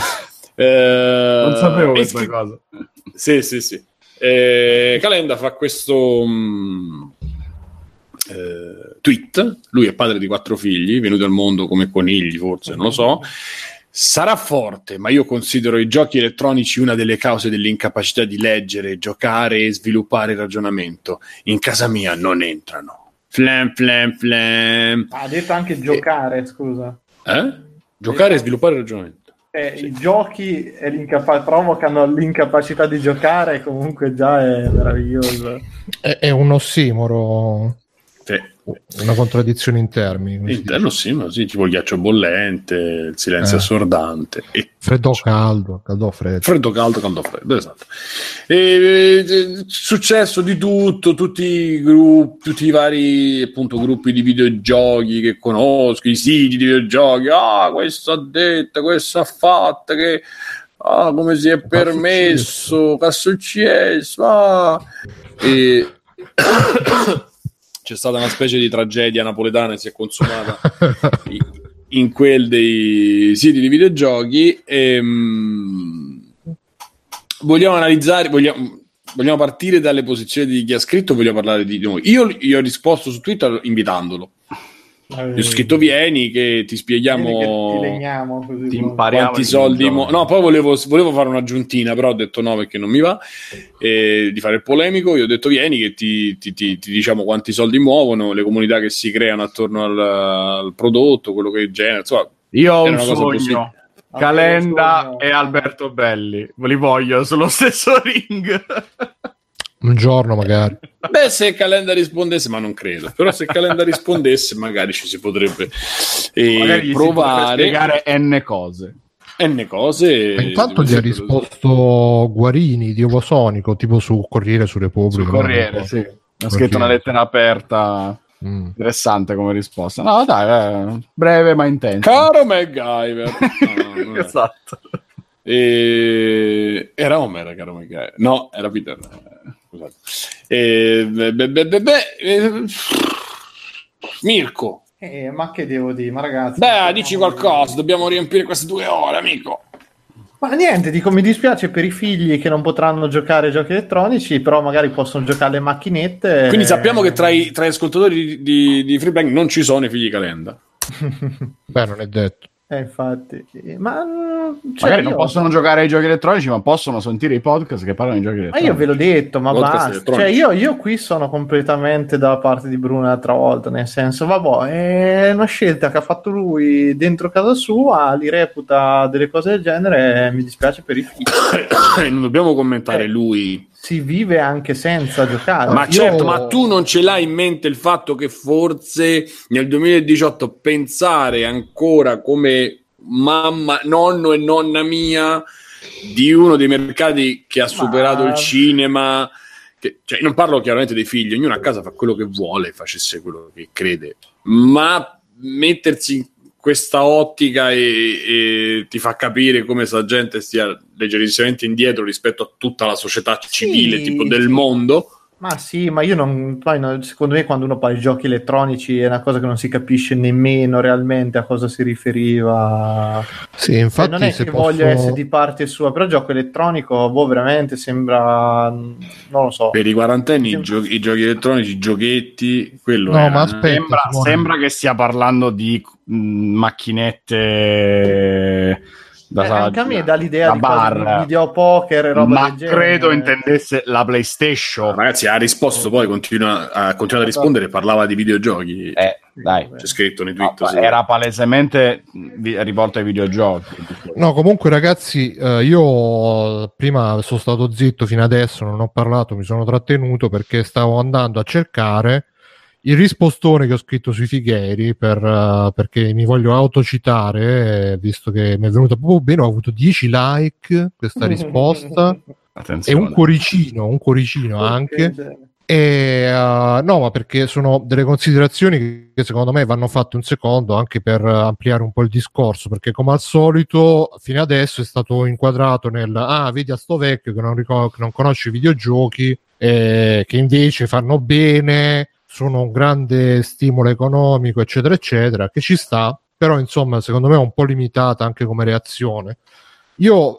[SPEAKER 1] eh,
[SPEAKER 4] non sapevo questa
[SPEAKER 1] scri-
[SPEAKER 4] cosa.
[SPEAKER 1] Sì, sì, sì. Eh, Calenda fa questo um, eh, tweet. Lui è padre di quattro figli, venuti al mondo come conigli, forse, non lo so. Sarà forte, ma io considero i giochi elettronici una delle cause dell'incapacità di leggere, giocare e sviluppare il ragionamento. In casa mia non entrano. Flam, flam, flam.
[SPEAKER 3] Ha detto anche giocare, eh, scusa.
[SPEAKER 1] Eh? Giocare e sviluppare il ragionamento.
[SPEAKER 3] Eh, sì. I giochi e l'incapa- provocano l'incapacità di giocare, comunque già è meraviglioso.
[SPEAKER 2] È, è un ossimoro.
[SPEAKER 1] Sì.
[SPEAKER 2] Una contraddizione in termini.
[SPEAKER 1] Interno sì, ma sì, tipo il ghiaccio bollente, il silenzio eh. assordante. E...
[SPEAKER 2] freddo caldo, caldo freddo.
[SPEAKER 1] Freddo caldo, caldo freddo, esatto. E, e, successo di tutto, tutti i gruppi, tutti i vari appunto gruppi di videogiochi che conosco, i siti di videogiochi, ah, questo ha detto, questo ha fatto, che ah, come si è permesso, cazzo C S, ah. E c'è stata una specie di tragedia napoletana che si è consumata in, in quel dei siti di videogiochi. E, um, vogliamo analizzare, vogliamo, vogliamo partire dalle posizioni di chi ha scritto o vogliamo parlare di noi? Io gli ho risposto su Twitter invitandolo. Eh, gli ho scritto vieni che ti spieghiamo,
[SPEAKER 3] che ti legniamo, così
[SPEAKER 1] ti impariamo quanti soldi mo- no, poi volevo, volevo fare un'aggiuntina, però ho detto no perché non mi va, e di fare il polemico. Io ho detto vieni che ti, ti, ti, ti diciamo quanti soldi muovono, le comunità che si creano attorno al, al prodotto, quello che genera, insomma.
[SPEAKER 4] Io ho un sogno, Calenda e Alberto Belli, ve li voglio sullo stesso ring.
[SPEAKER 2] Un giorno magari.
[SPEAKER 1] Beh, se Calenda rispondesse, ma non credo, però se Calenda rispondesse magari ci si potrebbe eh,
[SPEAKER 4] magari
[SPEAKER 1] provare
[SPEAKER 4] si spiegare n cose
[SPEAKER 1] n cose.
[SPEAKER 2] Ma intanto gli ha risposto Guarini di Ovosonico, tipo su Corriere su Repubblica.
[SPEAKER 4] Su Corriere, sì. Ha scritto una lettera aperta. Mm. Interessante come risposta. No, dai, eh, breve ma intensa.
[SPEAKER 1] Caro MacGyver. No,
[SPEAKER 4] esatto.
[SPEAKER 1] E... era Homer, caro MacGyver. No, era Peter. scusate. Eh, beh, beh, beh, beh, eh, Mirko.
[SPEAKER 3] Eh, ma che devo dire, ma ragazzi...
[SPEAKER 1] Beh, dici qualcosa, dobbiamo riempire queste due ore, amico.
[SPEAKER 3] Ma niente, dico, mi dispiace per i figli che non potranno giocare ai giochi elettronici, però magari possono giocare alle macchinette.
[SPEAKER 1] Quindi sappiamo che tra i, tra gli ascoltatori di, di, di Freeplank non ci sono i figli Calenda.
[SPEAKER 2] Beh, non è detto.
[SPEAKER 3] Eh, infatti, ma cioè,
[SPEAKER 4] magari
[SPEAKER 3] io...
[SPEAKER 4] non possono giocare ai giochi elettronici, ma possono sentire i podcast che parlano di giochi
[SPEAKER 3] Ma
[SPEAKER 4] elettronici.
[SPEAKER 3] io ve l'ho detto, ma
[SPEAKER 1] Podcast
[SPEAKER 3] basta. Cioè, io, io qui sono completamente dalla parte di Bruno l'altra volta, nel senso, vabbè, è una scelta che ha fatto lui dentro casa sua, li reputa delle cose del genere, e mi dispiace per i figli.
[SPEAKER 1] Non dobbiamo commentare
[SPEAKER 3] Eh.
[SPEAKER 1] lui.
[SPEAKER 3] Si vive anche senza giocare.
[SPEAKER 1] Ma
[SPEAKER 3] Io-
[SPEAKER 1] certo, ma tu non ce l'hai in mente il fatto che forse nel duemiladiciotto pensare ancora come mamma, nonno e nonna mia di uno dei mercati che ha superato
[SPEAKER 3] Ma-
[SPEAKER 1] il cinema, che, cioè, non parlo chiaramente dei figli, ognuno a casa fa quello che vuole, facesse quello che crede, ma mettersi in questa ottica e, e ti fa capire come sta gente stia leggerissimamente indietro rispetto a tutta la società civile,
[SPEAKER 3] Sì,
[SPEAKER 1] tipo del
[SPEAKER 3] sì.
[SPEAKER 1] mondo.
[SPEAKER 3] Ma sì, ma io non, poi no, secondo me quando uno parla di giochi elettronici è una cosa che non si capisce nemmeno realmente a cosa si riferiva.
[SPEAKER 2] Sì,
[SPEAKER 3] Cioè,
[SPEAKER 2] infatti
[SPEAKER 3] non è
[SPEAKER 2] se
[SPEAKER 3] che
[SPEAKER 2] posso...
[SPEAKER 3] voglia essere di parte sua, però gioco elettronico, boh, veramente sembra, non lo so.
[SPEAKER 1] Per i quarantenni i,
[SPEAKER 3] Sì.
[SPEAKER 1] gio- i giochi elettronici, i giochetti, quello
[SPEAKER 2] No,
[SPEAKER 1] era,
[SPEAKER 2] ma
[SPEAKER 1] eh.
[SPEAKER 2] aspetta.
[SPEAKER 4] Sembra,
[SPEAKER 2] Simone.
[SPEAKER 4] sembra che stia parlando di mh, macchinette da,
[SPEAKER 3] Eh, anche a me dà l'idea
[SPEAKER 4] da
[SPEAKER 3] di quasi
[SPEAKER 4] bar,
[SPEAKER 3] videopoker e roba
[SPEAKER 4] ma
[SPEAKER 3] del genere.
[SPEAKER 4] credo intendesse la PlayStation.
[SPEAKER 1] Ragazzi, ha risposto, poi continua a, continua a rispondere, parlava di videogiochi.
[SPEAKER 4] Eh, dai.
[SPEAKER 1] C'è scritto nei
[SPEAKER 4] No,
[SPEAKER 1] tweet. sì.
[SPEAKER 4] era palesemente vi- rivolto ai videogiochi.
[SPEAKER 2] No, comunque ragazzi, eh, io prima sono stato zitto fino adesso, non ho parlato, mi sono trattenuto perché stavo andando a cercare il rispostone che ho scritto sui Fighieri per, eh, perché mi voglio autocitare, eh, visto che mi è venuta proprio bene, ho avuto dieci like questa risposta e
[SPEAKER 4] Attenzione.
[SPEAKER 2] un cuoricino, un cuoricino anche. E, uh, no, ma perché sono delle considerazioni che secondo me vanno fatte un secondo anche per uh, ampliare un po' il discorso, perché come al solito fino adesso è stato inquadrato nel ah, vedi a sto vecchio che non, ricor- che non conosce i videogiochi, eh, che invece fanno bene, sono un grande stimolo economico, eccetera eccetera, che ci sta, però insomma secondo me è un po' limitata anche come reazione. Io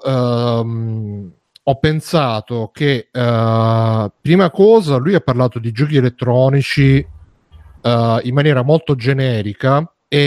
[SPEAKER 2] um, ho pensato che uh, prima cosa lui ha parlato di giochi elettronici uh, in maniera molto generica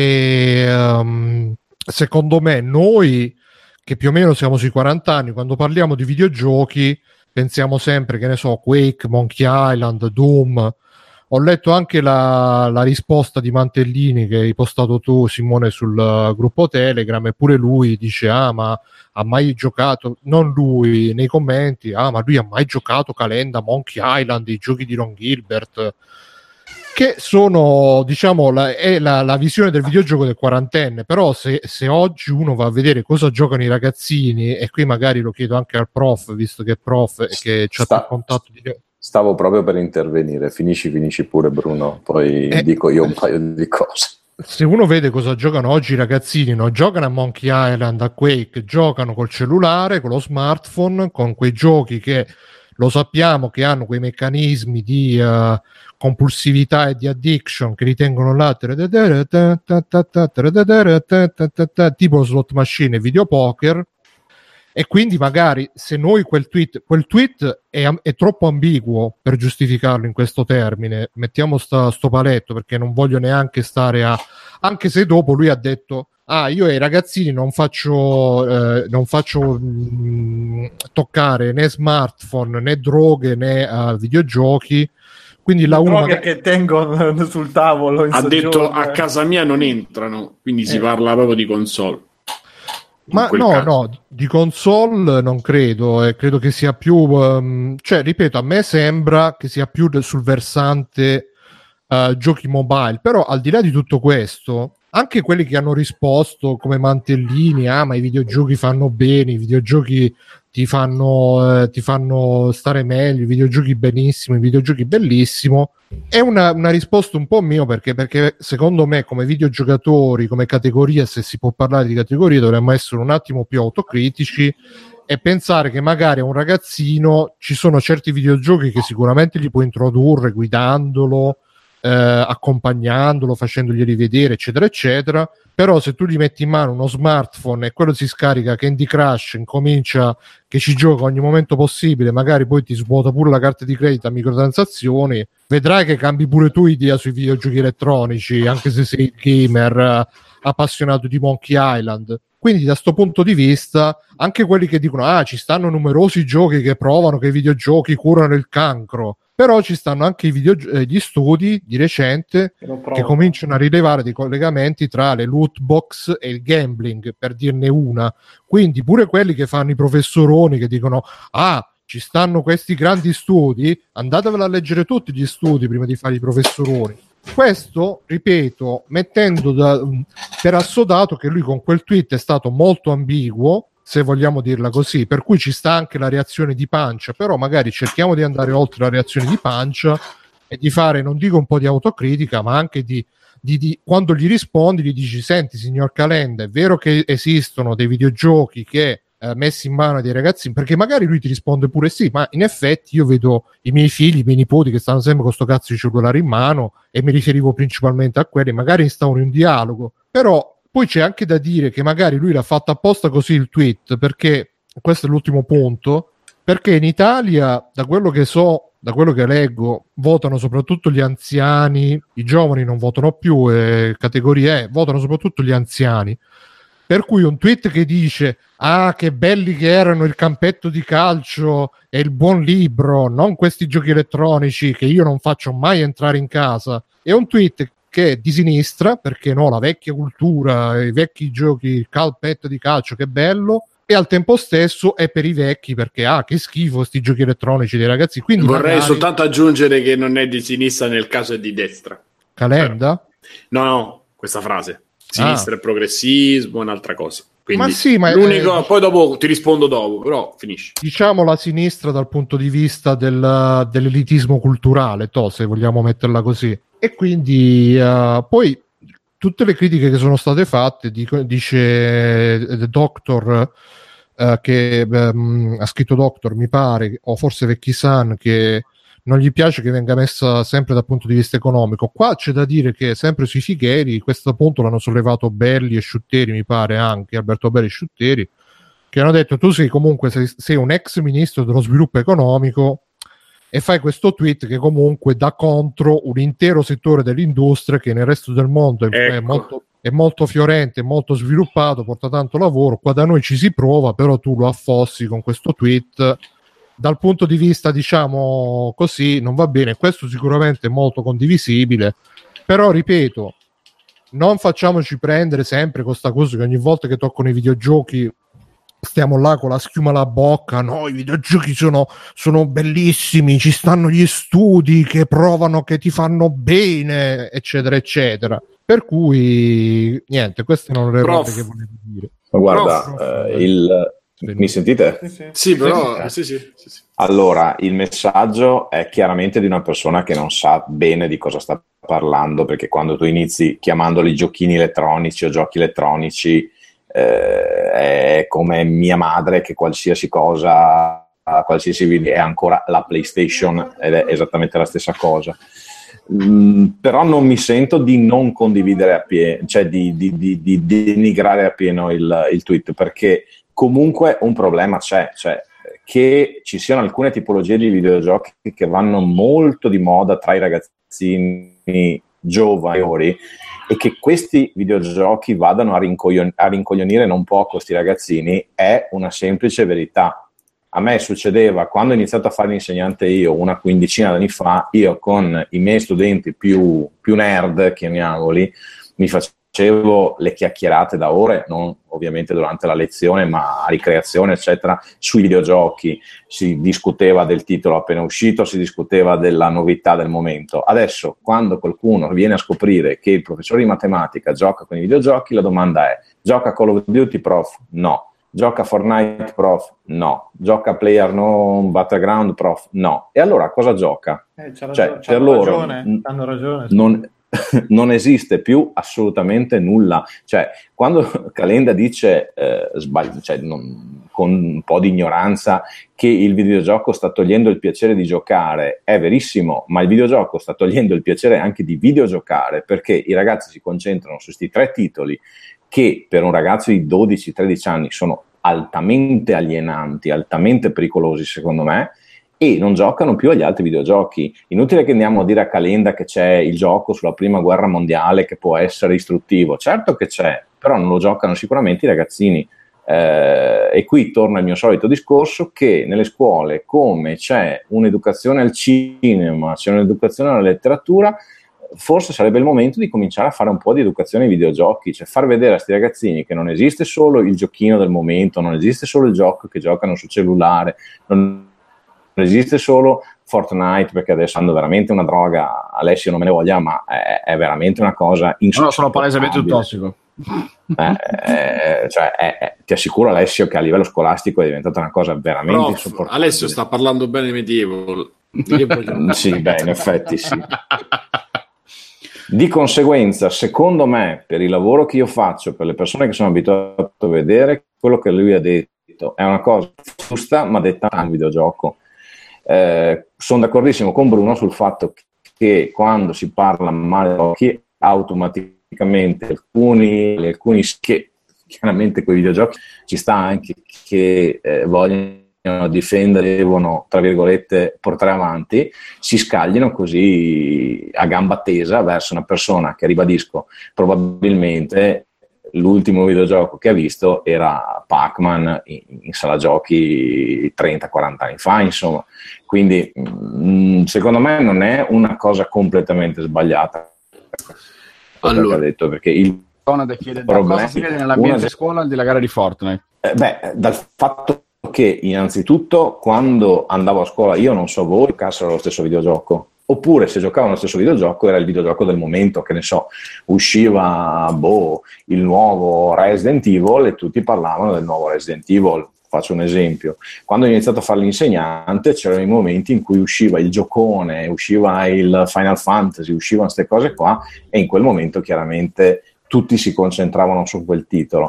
[SPEAKER 2] e um, secondo me noi che più o meno siamo sui quaranta anni, quando parliamo di videogiochi pensiamo sempre, che ne so, Quake, Monkey Island, Doom. Ho letto anche la, la risposta di Mantellini che hai postato tu, Simone, sul uh, gruppo Telegram, e pure lui dice ah ma ha mai giocato, non lui, nei commenti, ah ma lui ha mai giocato Calenda, Monkey Island, i giochi di Ron Gilbert, che sono, diciamo, la, è la, la visione del videogioco del quarantenne. Però se, se oggi uno va a vedere cosa giocano i ragazzini, e qui magari lo chiedo anche al prof, visto che è prof e che c'ha
[SPEAKER 5] Sta-
[SPEAKER 2] più contatto di...
[SPEAKER 5] Stavo proprio per intervenire, finisci, finisci pure Bruno, poi
[SPEAKER 2] Eh,
[SPEAKER 5] dico io un paio di cose.
[SPEAKER 2] Se uno vede cosa giocano oggi i ragazzini, no? Giocano a Monkey Island, a Quake, giocano col cellulare, con lo smartphone, con quei giochi che lo sappiamo che hanno quei meccanismi di uh, compulsività e di addiction che li tengono là tipo slot machine e videopoker. E quindi magari se noi quel tweet quel tweet è, è troppo ambiguo per giustificarlo in questo termine, mettiamo sta, sto paletto, perché non voglio neanche stare a, anche se dopo lui ha detto ah io ai ragazzini non faccio eh, non faccio mh, toccare né smartphone né droghe né uh, videogiochi, quindi la uno
[SPEAKER 3] droghe
[SPEAKER 2] magari...
[SPEAKER 3] che tengo sul tavolo in
[SPEAKER 1] Ha detto
[SPEAKER 3] soggiorno,
[SPEAKER 1] a
[SPEAKER 3] eh.
[SPEAKER 1] casa mia non entrano, quindi si
[SPEAKER 3] Eh.
[SPEAKER 1] parla proprio di console. In
[SPEAKER 2] Ma
[SPEAKER 1] quel
[SPEAKER 2] no,
[SPEAKER 1] caso.
[SPEAKER 2] no, di console non credo, eh, credo che sia più, um, cioè ripeto, a me sembra che sia più de- sul versante uh, giochi mobile, però al di là di tutto questo, anche quelli che hanno risposto come Mantellini, ah ma i videogiochi fanno bene, i videogiochi ti fanno, eh, ti fanno stare meglio, i videogiochi benissimo, i videogiochi bellissimo, è una, una risposta un po' mio, perché, perché secondo me come videogiocatori, come categoria, se si può parlare di categorie, dovremmo essere un attimo più autocritici e pensare che magari a un ragazzino ci sono certi videogiochi che sicuramente gli puoi introdurre guidandolo, eh, accompagnandolo, facendogli rivedere, eccetera, eccetera. Però se tu gli metti in mano uno smartphone e quello si scarica Candy Crush, incomincia che ci gioca ogni momento possibile, magari poi ti svuota pure la carta di credito a microtransazioni, vedrai che cambi pure tu idea sui videogiochi elettronici, anche se sei gamer eh, appassionato di Monkey Island. Quindi da sto punto di vista anche quelli che dicono ah ci stanno numerosi giochi che provano che i videogiochi curano il cancro, però ci stanno anche i video, eh, gli studi di recente che, che cominciano a rilevare dei collegamenti tra le loot box e il gambling, per dirne una. Quindi pure quelli che fanno i professoroni che dicono ah ci stanno questi grandi studi, andatevela a leggere tutti gli studi prima di fare i professoroni. Questo, ripeto, mettendo da, per assodato che lui con quel tweet è stato molto ambiguo, se vogliamo dirla così, per cui ci sta anche la reazione di pancia, però magari cerchiamo di andare oltre la reazione di pancia e di fare, non dico un po' di autocritica, ma anche di, di, di quando gli rispondi, gli dici senti signor Calenda, è vero che esistono dei videogiochi che messi in mano dei ragazzini, perché magari lui ti risponde pure sì, ma in effetti io vedo i miei figli, i miei nipoti che stanno sempre con sto cazzo di cellulare in mano e mi riferivo principalmente a quelli, magari instauri un dialogo, però poi c'è anche da dire che magari lui l'ha fatto apposta così il tweet, perché questo è l'ultimo punto, perché in Italia, da quello che so, da quello che leggo, votano soprattutto gli anziani, i giovani non votano più, eh, categorie E, votano soprattutto gli anziani. Per cui un tweet che dice ah che belli che erano il campetto di calcio e il buon libro, non questi giochi elettronici che io non faccio mai entrare in casa, è un tweet che è di sinistra, perché no, la vecchia cultura, i vecchi giochi, il campetto di calcio, che bello, e al tempo stesso è per i vecchi perché ah che schifo sti giochi elettronici dei ragazzi. Quindi
[SPEAKER 1] vorrei
[SPEAKER 2] magari...
[SPEAKER 1] soltanto aggiungere che non è di sinistra nel caso è di destra.
[SPEAKER 2] Calenda?
[SPEAKER 1] No, no, questa frase. Sinistra ah. e progressismo è un'altra cosa. Quindi
[SPEAKER 2] ma sì, ma
[SPEAKER 1] l'unico,
[SPEAKER 2] eh,
[SPEAKER 1] poi dopo ti rispondo dopo, però finisci.
[SPEAKER 2] Diciamo la sinistra dal punto di vista del, dell'elitismo culturale, to, se vogliamo metterla così. E quindi uh, poi tutte le critiche che sono state fatte, dico, dice The Doctor, uh, che um, ha scritto Doctor, mi pare, o forse Vecchi-san, che non gli piace che venga messa sempre dal punto di vista economico. Qua c'è da dire che sempre sui Fighieri questo punto l'hanno sollevato Belli e Sciutteri, mi pare anche Alberto Belli e Sciutteri, che hanno detto tu sei comunque sei, sei un ex ministro dello sviluppo economico e fai questo tweet che comunque dà contro un intero settore dell'industria che nel resto del mondo è,
[SPEAKER 1] ecco.
[SPEAKER 2] è molto è molto fiorente, è molto sviluppato, porta tanto lavoro, qua da noi ci si prova, però tu lo affossi con questo tweet. Dal punto di vista, diciamo così, non va bene. Questo sicuramente è molto condivisibile, però ripeto, non facciamoci prendere sempre con sta cosa che ogni volta che toccano i videogiochi stiamo là con la schiuma alla bocca. No, i videogiochi sono, sono bellissimi, ci stanno gli studi che provano che ti fanno bene, eccetera eccetera. Per cui niente, queste non le cose che volevo dire.
[SPEAKER 5] Ma guarda, Prof, eh, il mi sentite?
[SPEAKER 1] Sì, sì. Sì, però sì, sì, sì, sì.
[SPEAKER 5] Allora, il messaggio è chiaramente di una persona che non sa bene di cosa sta parlando, perché quando tu inizi chiamandoli giochini elettronici o giochi elettronici eh, è come mia madre che qualsiasi cosa, qualsiasi video è ancora la PlayStation ed è esattamente la stessa cosa. Mm, però non mi sento di non condividere appieno, cioè di, di, di, di denigrare appieno il, il tweet, perché comunque un problema c'è, cioè che ci siano alcune tipologie di videogiochi che vanno molto di moda tra i ragazzini giovani e che questi videogiochi vadano a, rincoglion- a rincoglionire non poco questi ragazzini è una semplice verità. A me succedeva quando ho iniziato a fare l'insegnante io una quindicina d'anni fa, io con i miei studenti più, più nerd, chiamiamoli, mi facevo le chiacchierate da ore, non ovviamente durante la lezione, ma a ricreazione, eccetera, sui videogiochi. Si discuteva del titolo appena uscito, si discuteva della novità del momento. Adesso, quando qualcuno viene a scoprire che il professore di matematica gioca con i videogiochi, la domanda è: gioca Call of Duty, prof? No. Gioca Fortnite, prof? No. Gioca PlayerUnknown's Battleground, prof? No. E allora cosa gioca?
[SPEAKER 3] Eh, c'ha
[SPEAKER 5] cioè,
[SPEAKER 3] ragione,
[SPEAKER 5] per loro ragione,
[SPEAKER 3] hanno ragione.
[SPEAKER 5] Non, non esiste più assolutamente nulla. Cioè, quando Calenda dice eh, sbagli, cioè, non, con un po' di ignoranza che il videogioco sta togliendo il piacere di giocare. È verissimo, ma il videogioco sta togliendo il piacere anche di videogiocare, perché i ragazzi si concentrano su questi tre titoli che per un ragazzo di dodici tredici anni sono altamente alienanti, altamente pericolosi secondo me, e non giocano più agli altri videogiochi. Inutile che andiamo a dire a Calenda che c'è il gioco sulla prima guerra mondiale che può essere istruttivo, certo che c'è, però non lo giocano sicuramente i ragazzini. Eh, e qui torna il mio solito discorso che nelle scuole, come c'è un'educazione al cinema, c'è un'educazione alla letteratura, forse sarebbe il momento di cominciare a fare un po' di educazione ai videogiochi, cioè far vedere a questi ragazzini che non esiste solo il giochino del momento, non esiste solo il gioco che giocano sul cellulare, non non esiste solo Fortnite, perché adesso hanno veramente una droga, Alessio non me ne voglia, ma è, è veramente una cosa insopportabile.
[SPEAKER 4] No, sono palesemente un tossico.
[SPEAKER 5] Eh, eh, cioè, è, è, ti assicuro, Alessio, che a livello scolastico è diventata una cosa veramente
[SPEAKER 1] Prof,
[SPEAKER 5] insopportabile.
[SPEAKER 1] Alessio sta parlando bene Medieval.
[SPEAKER 5] Sì, beh, in effetti sì. Di conseguenza, secondo me, per il lavoro che io faccio, per le persone che sono abituate a vedere, quello che lui ha detto è una cosa giusta, ma detta al videogioco. Eh, sono d'accordissimo con Bruno sul fatto che quando si parla male di giochi, automaticamente alcuni, alcuni che chiaramente quei videogiochi ci sta anche che eh, vogliono difendere, devono tra virgolette portare avanti, si scaglino così a gamba tesa verso una persona che, ribadisco, probabilmente l'ultimo videogioco che ha visto era Pac-Man in, in sala giochi trenta quaranta anni fa, insomma. Quindi mh, secondo me non è una cosa completamente sbagliata.
[SPEAKER 1] Allora,
[SPEAKER 5] ha detto, perché il
[SPEAKER 4] Conad chiede
[SPEAKER 5] problema,
[SPEAKER 4] cosa si vede nell'ambiente
[SPEAKER 5] una...
[SPEAKER 4] scuola di gara di Fortnite.
[SPEAKER 5] Eh, beh, dal fatto che innanzitutto quando andavo a scuola, io non so voi, giocassero lo stesso videogioco. Oppure se giocavano lo stesso videogioco era il videogioco del momento, che ne so, usciva boh, il nuovo Resident Evil e tutti parlavano del nuovo Resident Evil. Faccio un esempio: quando ho iniziato a fare l'insegnante c'erano i momenti in cui usciva il giocone, usciva il Final Fantasy, uscivano queste cose qua, e in quel momento chiaramente tutti si concentravano su quel titolo.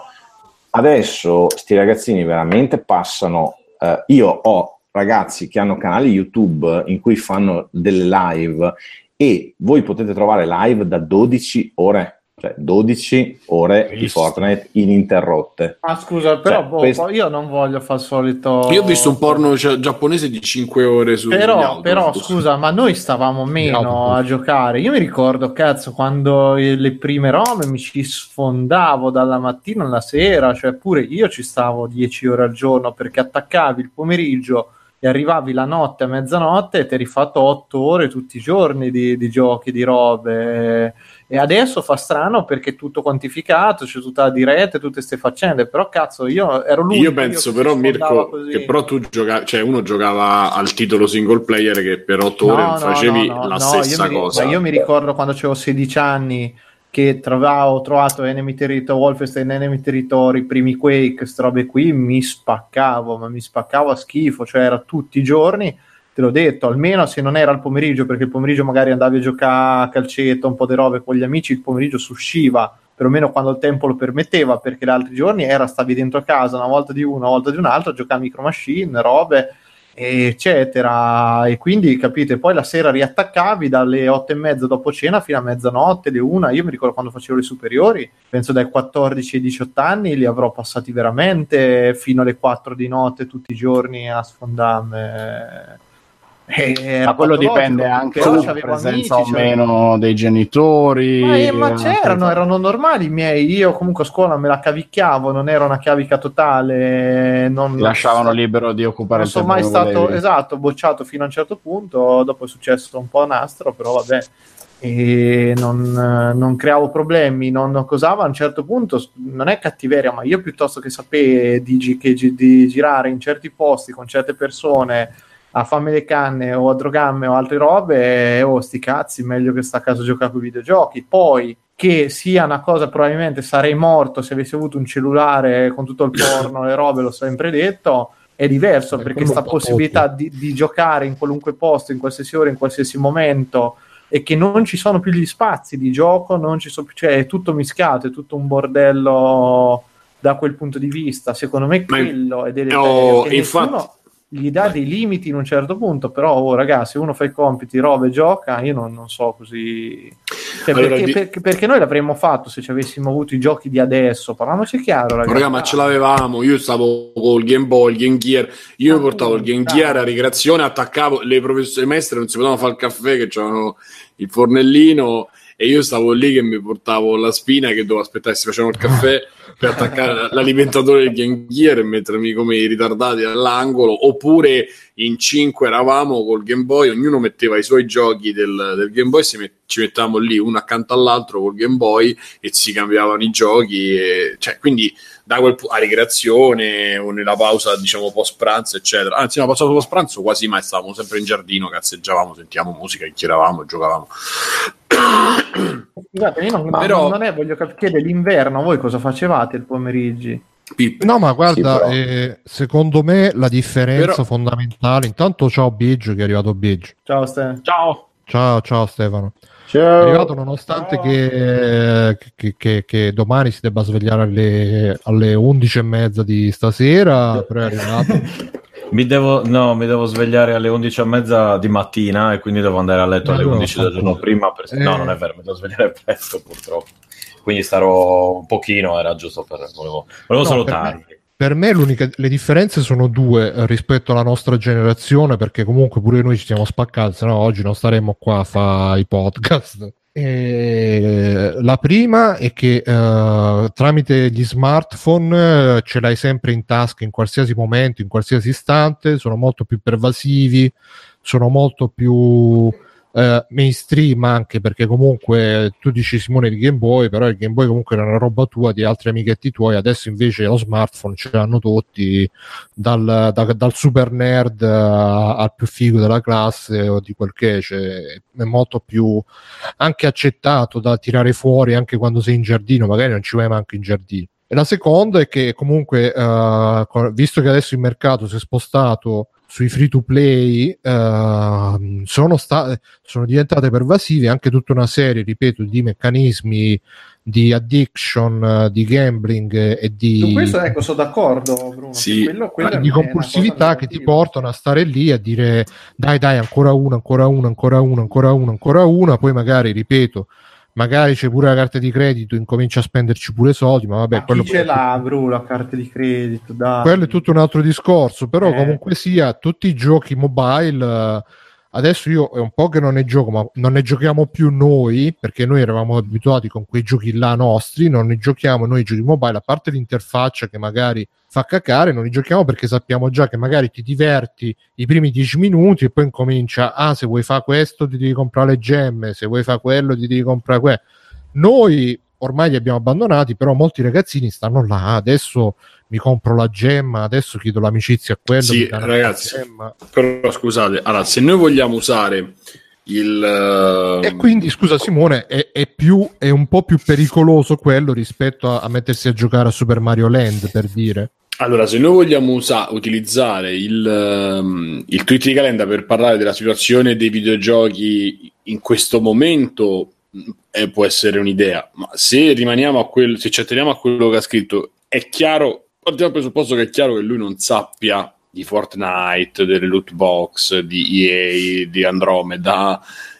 [SPEAKER 5] Adesso sti ragazzini veramente passano, eh, io ho ragazzi che hanno canali YouTube in cui fanno delle live e voi potete trovare live da dodici ore, cioè dodici ore di Fortnite ininterrotte.
[SPEAKER 3] Ah scusa, però
[SPEAKER 5] cioè,
[SPEAKER 3] boh,
[SPEAKER 5] questo...
[SPEAKER 3] io non voglio fare il solito...
[SPEAKER 1] Io ho visto un porno giapponese di cinque ore su
[SPEAKER 3] Però, però scusa, ma noi stavamo meno a giocare. Io mi ricordo, cazzo, quando le prime robe mi ci sfondavo dalla mattina alla sera, cioè pure io ci stavo dieci ore al giorno, perché attaccavi il pomeriggio e arrivavi la notte a mezzanotte e ti eri fatto otto ore tutti i giorni di, di giochi, di robe. E adesso fa strano perché è tutto quantificato, c'è tutta la diretta e tutte queste faccende, però cazzo io ero l'unico.
[SPEAKER 1] Io penso però, Mirko, così. Che però tu giocavi, cioè uno giocava al titolo single player che per otto ore
[SPEAKER 3] no, no,
[SPEAKER 1] facevi
[SPEAKER 3] no, no,
[SPEAKER 1] la
[SPEAKER 3] no,
[SPEAKER 1] stessa
[SPEAKER 3] io mi,
[SPEAKER 1] cosa.
[SPEAKER 3] Ma io mi ricordo quando avevo sedici anni che trovavo, ho trovato Enemy Territory, Wolfenstein Enemy Territory, i primi Quake, queste robe qui, mi spaccavo, ma mi spaccavo a schifo, cioè era tutti i giorni, te l'ho detto, almeno se non era il pomeriggio, perché il pomeriggio magari andavi a giocare a calcetto, un po' di robe con gli amici, il pomeriggio si usciva, perlomeno quando il tempo lo permetteva, perché gli altri giorni era stavi dentro a casa una volta di uno, una volta di un altro, giocavi a Micro Machine, robe, eccetera, e quindi capite, poi la sera riattaccavi dalle otto e mezza dopo cena fino a mezzanotte, le una. Io mi ricordo quando facevo le superiori, penso dai quattordici ai diciotto anni li avrò passati veramente fino alle quattro di notte tutti i giorni a sfondarmi.
[SPEAKER 4] Ma quello dipende anche dalla presenza amici, o meno cioè... dei genitori.
[SPEAKER 3] Ma, eh, ma c'erano, erano normali i miei. Io comunque a scuola me la cavicchiavo, non era una cavica totale. Non
[SPEAKER 4] ti lasciavano so, libero di occupare
[SPEAKER 3] non
[SPEAKER 4] il tempo.
[SPEAKER 3] Non sono mai stato volevi. esatto, bocciato fino a un certo punto. Dopo è successo un po' a nastro, però vabbè. E non, non creavo problemi, non cosava. A un certo punto non è cattiveria, ma io piuttosto che sapere di, che, di girare in certi posti con certe persone a farmi le canne o a drogarmi o altre robe, oh sti cazzi, meglio che sta a casa a giocare con i videogiochi. Poi che sia una cosa, probabilmente sarei morto se avessi avuto un cellulare con tutto il porno e robe, l'ho sempre detto, è diverso, perché questa possibilità di, di giocare in qualunque posto, in qualsiasi ora, in qualsiasi momento, e che non ci sono più gli spazi di gioco, non ci sono più, cioè è tutto mischiato, è tutto un bordello da quel punto di vista. Secondo me quello è delle
[SPEAKER 1] oh,
[SPEAKER 3] che
[SPEAKER 1] infatti
[SPEAKER 3] nessuno gli dà dei limiti in un certo punto, però oh, ragazzi, se uno fa i compiti, robe, gioca, io non, non so così, cioè,
[SPEAKER 1] allora,
[SPEAKER 3] perché,
[SPEAKER 1] di...
[SPEAKER 3] perché, perché noi l'avremmo fatto se ci avessimo avuto i giochi di adesso, parliamoci chiaro, ragazzi.
[SPEAKER 1] Raga, ma ce l'avevamo, io stavo col Game Boy, il Game Gear, io ah, portavo il Game dai. Gear a ricreazione, attaccavo, le professori maestre non si potevano fare il caffè, che c'erano il fornellino, e io stavo lì che mi portavo la spina che dovevo aspettare che si facevano il caffè per attaccare l'alimentatore del Game Gear e mettermi come i ritardati all'angolo, oppure in cinque eravamo col Game Boy, ognuno metteva i suoi giochi del, del Game Boy, si met- ci mettavamo lì uno accanto all'altro col Game Boy e si cambiavano i giochi, e, cioè, quindi da quel pu- a ricreazione o nella pausa, diciamo, post pranzo, eccetera. Anzi, nella pausa post pranzo quasi mai, stavamo sempre in giardino, cazzeggiavamo, sentivamo musica, chiacchieravamo, giocavamo.
[SPEAKER 3] Scusate, io non,
[SPEAKER 1] Però...
[SPEAKER 3] non è, voglio chiedere, l'inverno voi cosa facevate il pomeriggi?
[SPEAKER 1] Pip.
[SPEAKER 2] No, ma guarda,
[SPEAKER 5] sì,
[SPEAKER 2] eh, secondo me la differenza
[SPEAKER 1] però...
[SPEAKER 2] fondamentale, intanto ciao Biggio, che è arrivato Biggio.
[SPEAKER 3] Ciao Stefano.
[SPEAKER 4] Ciao.
[SPEAKER 2] Ciao, ciao Stefano.
[SPEAKER 5] Ciao.
[SPEAKER 2] È arrivato nonostante che, che, che, che domani si debba svegliare alle, alle undici e mezza di stasera, però è arrivato.
[SPEAKER 6] Mi devo, no, mi devo svegliare alle undici e mezza di mattina e quindi devo andare a letto alle
[SPEAKER 2] allora,
[SPEAKER 6] undici del giorno prima. Per...
[SPEAKER 2] Eh...
[SPEAKER 6] No, non è vero, mi devo svegliare presto purtroppo. Quindi starò un pochino, era giusto per... Volevo, volevo
[SPEAKER 2] no,
[SPEAKER 6] salutarvi.
[SPEAKER 2] Per me, per me l'unica, le differenze sono due eh, rispetto alla nostra generazione, perché comunque pure noi ci siamo spaccati, se no oggi non staremmo qua a fare i podcast. E la prima è che uh, tramite gli smartphone uh, ce l'hai sempre in tasca in qualsiasi momento, in qualsiasi istante, sono molto più pervasivi, sono molto più uh, mainstream, anche perché comunque tu dici Simone di Game Boy, però il Game Boy comunque era una roba tua, di altri amichetti tuoi, adesso invece lo smartphone ce l'hanno tutti, dal, da, dal super nerd uh, al più figo della classe o di quel che c'è, è molto più anche accettato da tirare fuori anche quando sei in giardino, magari non ci vai manco in giardino. E la seconda è che comunque uh, visto che adesso il mercato si è spostato sui free to play, uh, sono, sta- sono diventate pervasive anche tutta una serie, ripeto, di meccanismi di addiction, di gambling e di...
[SPEAKER 3] Su questo ecco, sono d'accordo, Bruno.
[SPEAKER 1] Sì,
[SPEAKER 3] quello, quello
[SPEAKER 2] di compulsività che ti portano a stare lì a dire dai dai ancora una, ancora una, ancora una, ancora una, ancora una, poi magari, ripeto, magari c'è pure la carta di credito, incomincia a spenderci pure soldi, ma vabbè,
[SPEAKER 3] ma
[SPEAKER 2] quello
[SPEAKER 3] chi ce l'ha, Bruno, la carta di credito? Dai.
[SPEAKER 2] Quello è tutto un altro discorso, però
[SPEAKER 3] eh.
[SPEAKER 2] comunque sia, tutti i giochi mobile, adesso io è un po' che non ne gioco, ma non ne giochiamo più noi, perché noi eravamo abituati con quei giochi là nostri, non ne giochiamo noi i giochi mobile, a parte l'interfaccia che magari fa cacare, non li giochiamo perché sappiamo già che magari ti diverti i primi dieci minuti e poi incomincia, ah, se vuoi fare questo ti devi comprare le gemme, se vuoi fare quello ti devi comprare quello. Noi ormai li abbiamo abbandonati, però molti ragazzini stanno là, adesso mi compro la gemma, adesso chiedo l'amicizia a quello.
[SPEAKER 1] Sì, ragazzi, però scusate, allora, se noi vogliamo usare il... Uh...
[SPEAKER 2] E quindi, scusa Simone, è, è, più, è un po' più pericoloso quello rispetto a, a mettersi a giocare a Super Mario Land, per dire.
[SPEAKER 1] Allora, se noi vogliamo usa- utilizzare il, um, il tweet di Calenda per parlare della situazione dei videogiochi in questo momento, eh, può essere un'idea, ma se rimaniamo a quello, se ci atteniamo a quello che ha scritto, è chiaro, partiamo dal presupposto che è chiaro che lui non sappia di Fortnite, delle loot box, di E A, di Andromeda,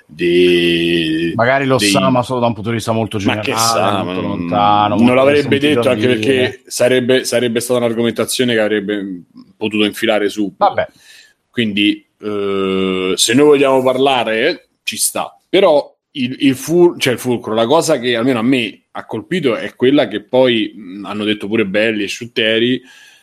[SPEAKER 1] di...
[SPEAKER 4] magari lo
[SPEAKER 1] dei...
[SPEAKER 4] sa, ma solo da un punto di vista molto generale,
[SPEAKER 1] ma che sa,
[SPEAKER 4] molto
[SPEAKER 1] non,
[SPEAKER 4] lontano,
[SPEAKER 1] non
[SPEAKER 4] molto
[SPEAKER 1] l'avrebbe detto, anche
[SPEAKER 4] dire.
[SPEAKER 1] perché sarebbe, sarebbe stata un'argomentazione che avrebbe potuto infilare su.
[SPEAKER 4] Vabbè.
[SPEAKER 1] Quindi eh, se noi vogliamo parlare ci sta, però il, il, ful- cioè il fulcro, la cosa che almeno a me ha colpito è quella che poi mh, hanno detto pure Belli e Sciutteri,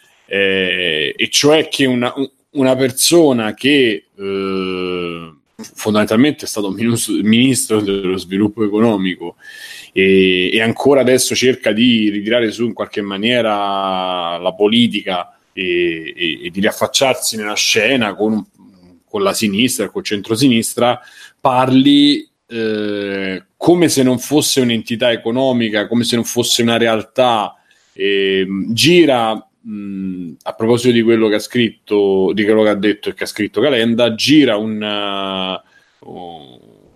[SPEAKER 1] eh, e cioè che una, una persona che eh, fondamentalmente è stato ministro, ministro dello sviluppo economico e, e ancora adesso cerca di ritirare su in qualche maniera la politica e, e, e di riaffacciarsi nella scena con, con la sinistra, col centrosinistra, parli eh, come se non fosse un'entità economica, come se non fosse una realtà, eh, gira mh, a proposito di quello che ha scritto, di quello che ha detto e che ha scritto Calenda, gira un, uh,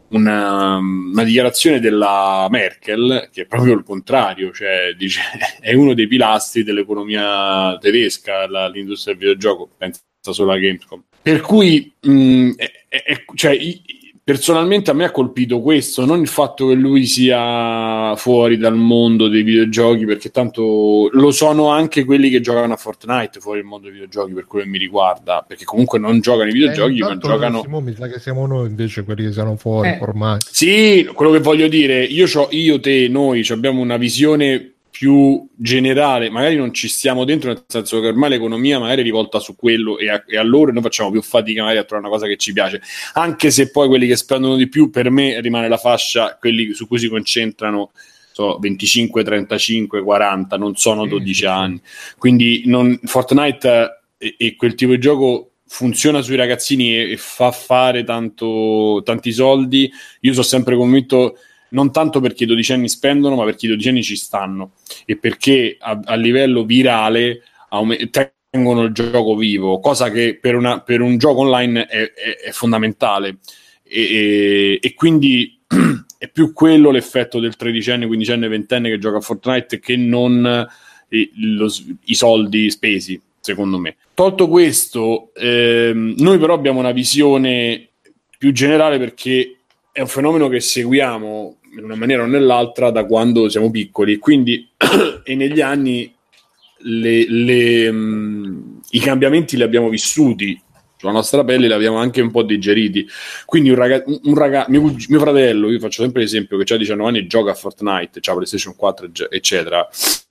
[SPEAKER 1] una, una dichiarazione della Merkel che è proprio il contrario, cioè dice è uno dei pilastri dell'economia tedesca, la, l'industria del videogioco, pensa solo alla Gamescom. Per cui mh, è, è, cioè, i, personalmente a me ha colpito questo, non il fatto che lui sia fuori dal mondo dei videogiochi, perché tanto lo sono anche quelli che giocano a Fortnite fuori dal mondo dei videogiochi, per quello che mi riguarda, perché comunque non giocano i videogiochi, eh, ma giocano...
[SPEAKER 2] Simo, mi sa che siamo noi invece quelli che sono fuori
[SPEAKER 3] eh.
[SPEAKER 2] ormai.
[SPEAKER 1] Sì, quello che voglio dire, io, c'ho, io te, noi abbiamo una visione più generale, magari non ci stiamo dentro, nel senso che ormai l'economia magari è rivolta su quello e a, e a loro noi facciamo più fatica magari a trovare una cosa che ci piace, anche se poi quelli che spendono di più per me rimane la fascia, quelli su cui si concentrano so, venticinque, trentacinque, quaranta, non sono dodici sì, anni, sì. Quindi non, Fortnite e, e quel tipo di gioco funziona sui ragazzini e, e fa fare tanto, tanti soldi. Io sono sempre convinto non tanto perché i dodicenni spendono, ma perché i dodicenni ci stanno e perché a, a livello virale aume- tengono il gioco vivo, cosa che per, una, per un gioco online è, è, è fondamentale e, e, e quindi è più quello l'effetto del tredicenne, quindicenne, ventenne che gioca a Fortnite che non i, lo, i soldi spesi, secondo me. Tolto questo, ehm, noi però abbiamo una visione più generale perché è un fenomeno che seguiamo in una maniera o nell'altra da quando siamo piccoli, quindi e negli anni le, le, mh, i cambiamenti li abbiamo vissuti sulla nostra pelle, li abbiamo anche un po' digeriti. Quindi un ragazzo, un raga- mio, mio fratello, io faccio sempre l'esempio, che ha diciannove anni e gioca a Fortnite, c'ha PlayStation quattro eccetera,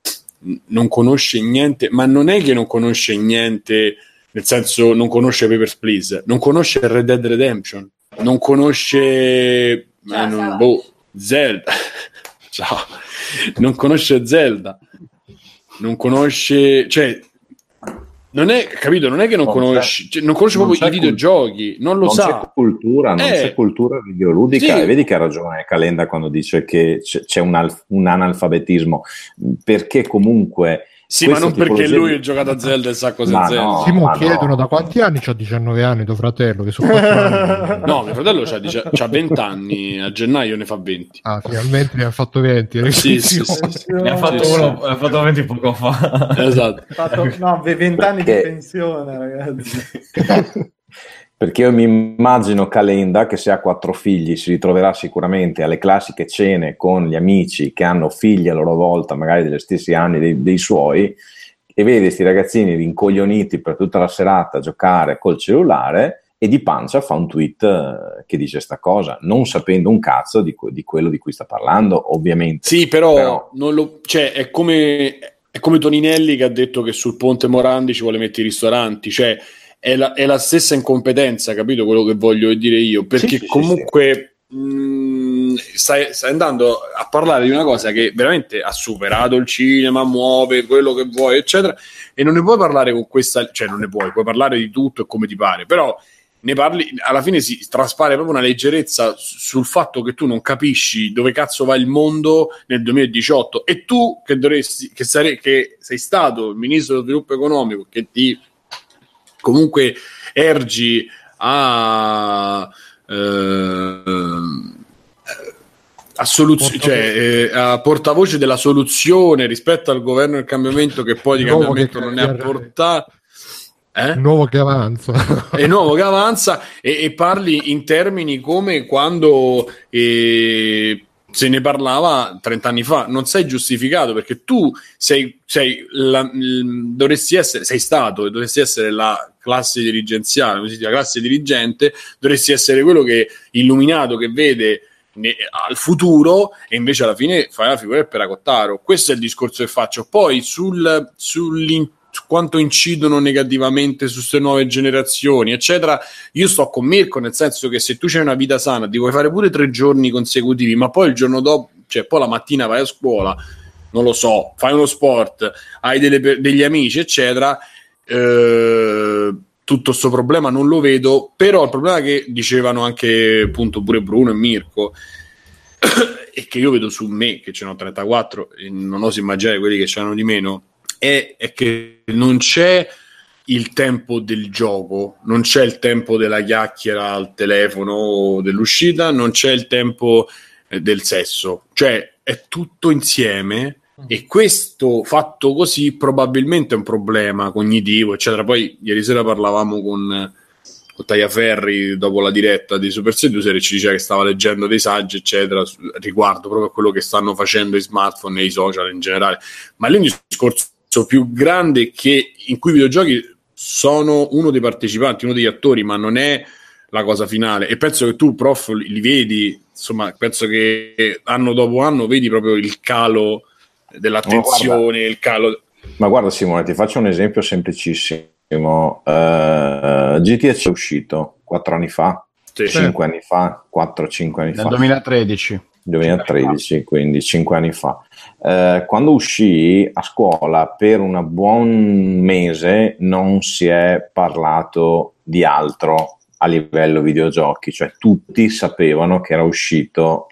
[SPEAKER 1] non conosce niente, ma non è che non conosce niente nel senso non conosce Papers, Please, non conosce Red Dead Redemption, non conosce
[SPEAKER 7] Ciao,
[SPEAKER 1] non, boh, Zelda ciao non conosce Zelda, non conosce, cioè non è capito, non è che non, non conosci, cioè, non conosce non proprio i videogiochi, non lo
[SPEAKER 5] non
[SPEAKER 1] sa.
[SPEAKER 5] C'è cultura, non eh, c'è cultura videoludica. Sì. E vedi che ha ragione Calenda quando dice che c'è, c'è un, alf, un analfabetismo, perché comunque
[SPEAKER 1] sì, ma non perché lui ha giocato a Zelda e sa cos'è Zelda.
[SPEAKER 2] No, Simo, chiedono no. Da quanti anni c'ha diciannove anni tuo fratello? Che sono anni.
[SPEAKER 1] No, mio fratello c'ha, c'ha venti anni, a gennaio ne fa venti.
[SPEAKER 2] Ah, finalmente ne ha fatto venti.
[SPEAKER 6] Sì, sì, sì, sì. Ne ha fatto, sì, uno, sì. Ha fatto venti poco fa.
[SPEAKER 1] Esatto.
[SPEAKER 3] Fatto, no, venti anni perché... di pensione, ragazzi.
[SPEAKER 5] Perché io mi immagino Calenda che se ha quattro figli si ritroverà sicuramente alle classiche cene con gli amici che hanno figli a loro volta, magari degli stessi anni dei, dei suoi, e vede questi ragazzini rincoglioniti per tutta la serata a giocare col cellulare e di pancia fa un tweet che dice sta cosa, non sapendo un cazzo di, di quello di cui sta parlando, ovviamente.
[SPEAKER 1] Sì, però, però... Non lo, cioè, è come, è come Toninelli che ha detto che sul Ponte Morandi ci vuole mettere i ristoranti, cioè È la, è la stessa incompetenza, capito quello che voglio dire io? Perché sì, comunque sì, sì. Mh, stai, stai andando a parlare di una cosa che veramente ha superato il cinema, muove quello che vuoi, eccetera, e non ne puoi parlare con questa, cioè non ne puoi, puoi parlare di tutto e come ti pare, però ne parli, alla fine si traspare proprio una leggerezza sul fatto che tu non capisci dove cazzo va il mondo nel duemiladiciotto e tu che dovresti, che, sare, che sei stato il ministro dello sviluppo economico, che ti comunque ergi a eh, a soluzione, cioè eh, a portavoce della soluzione rispetto al governo del cambiamento che poi di cambiamento non ne ha portato. Eh?
[SPEAKER 2] Nuovo che avanza
[SPEAKER 1] è nuovo che avanza e, e parli in termini come quando eh, se ne parlava trent'anni fa. Non sei giustificato perché tu sei, sei la, l, dovresti essere, sei stato e dovresti essere la classe dirigenziale, così la classe dirigente, dovresti essere quello che illuminato, che vede ne, al futuro, e invece alla fine fai la figura del peracottaro. Questo è il discorso che faccio. Poi sul, sull'in su quanto incidono negativamente su queste nuove generazioni, eccetera, io sto con Mirko, nel senso che se tu c'hai una vita sana, ti puoi fare pure tre giorni consecutivi, ma poi il giorno dopo, cioè poi la mattina vai a scuola, non lo so, fai uno sport, hai delle, degli amici, eccetera, eh, tutto sto problema non lo vedo, però il problema che dicevano anche appunto pure Bruno e Mirko e che io vedo su me, che ce ne ho trentaquattro e non oso immaginare quelli che ce l'hanno di meno, È, è che non c'è il tempo del gioco, non c'è il tempo della chiacchiera al telefono o dell'uscita, non c'è il tempo eh, del sesso, cioè è tutto insieme. E questo fatto così probabilmente è un problema cognitivo, eccetera. Poi ieri sera parlavamo con, con Tagliaferri dopo la diretta di Super Seducer e ci diceva che stava leggendo dei saggi, eccetera, riguardo proprio a quello che stanno facendo i smartphone e i social in generale. Ma lì è un discorso più grande, che in cui i videogiochi sono uno dei partecipanti, uno degli attori, ma non è la cosa finale. E penso che tu, prof, li vedi, insomma, penso che anno dopo anno vedi proprio il calo dell'attenzione,
[SPEAKER 5] ma
[SPEAKER 1] il calo.
[SPEAKER 5] Ma guarda Simone, ti faccio un esempio semplicissimo. uh, G T A è uscito quattro anni fa,
[SPEAKER 1] sì.
[SPEAKER 5] cinque anni fa, quattro cinque anni
[SPEAKER 4] nel
[SPEAKER 5] fa,
[SPEAKER 4] duemilatredici
[SPEAKER 5] duemilatredici, quindi cinque anni fa. Uh, quando uscì a scuola per un buon mese non si è parlato di altro a livello videogiochi, cioè tutti sapevano che era uscito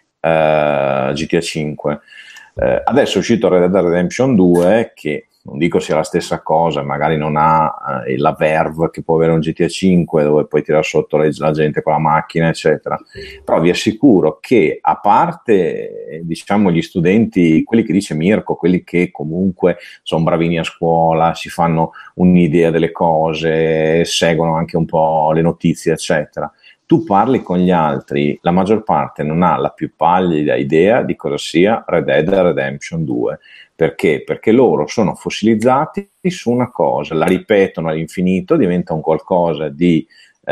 [SPEAKER 5] uh, G T A cinque. Eh, adesso è uscito Red Dead Redemption due, che non dico sia la stessa cosa, magari non ha eh, la verve che può avere un G T A cinque, dove puoi tirare sotto le, la gente con la macchina, eccetera. Però vi assicuro che, a parte eh, diciamo gli studenti, quelli che dice Mirko, quelli che comunque sono bravini a scuola, si fanno un'idea delle cose, seguono anche un po' le notizie, eccetera, tu parli con gli altri, la maggior parte non ha la più pallida idea di cosa sia Red Dead Redemption due. Perché? Perché loro sono fossilizzati su una cosa, la ripetono all'infinito, diventa un qualcosa di,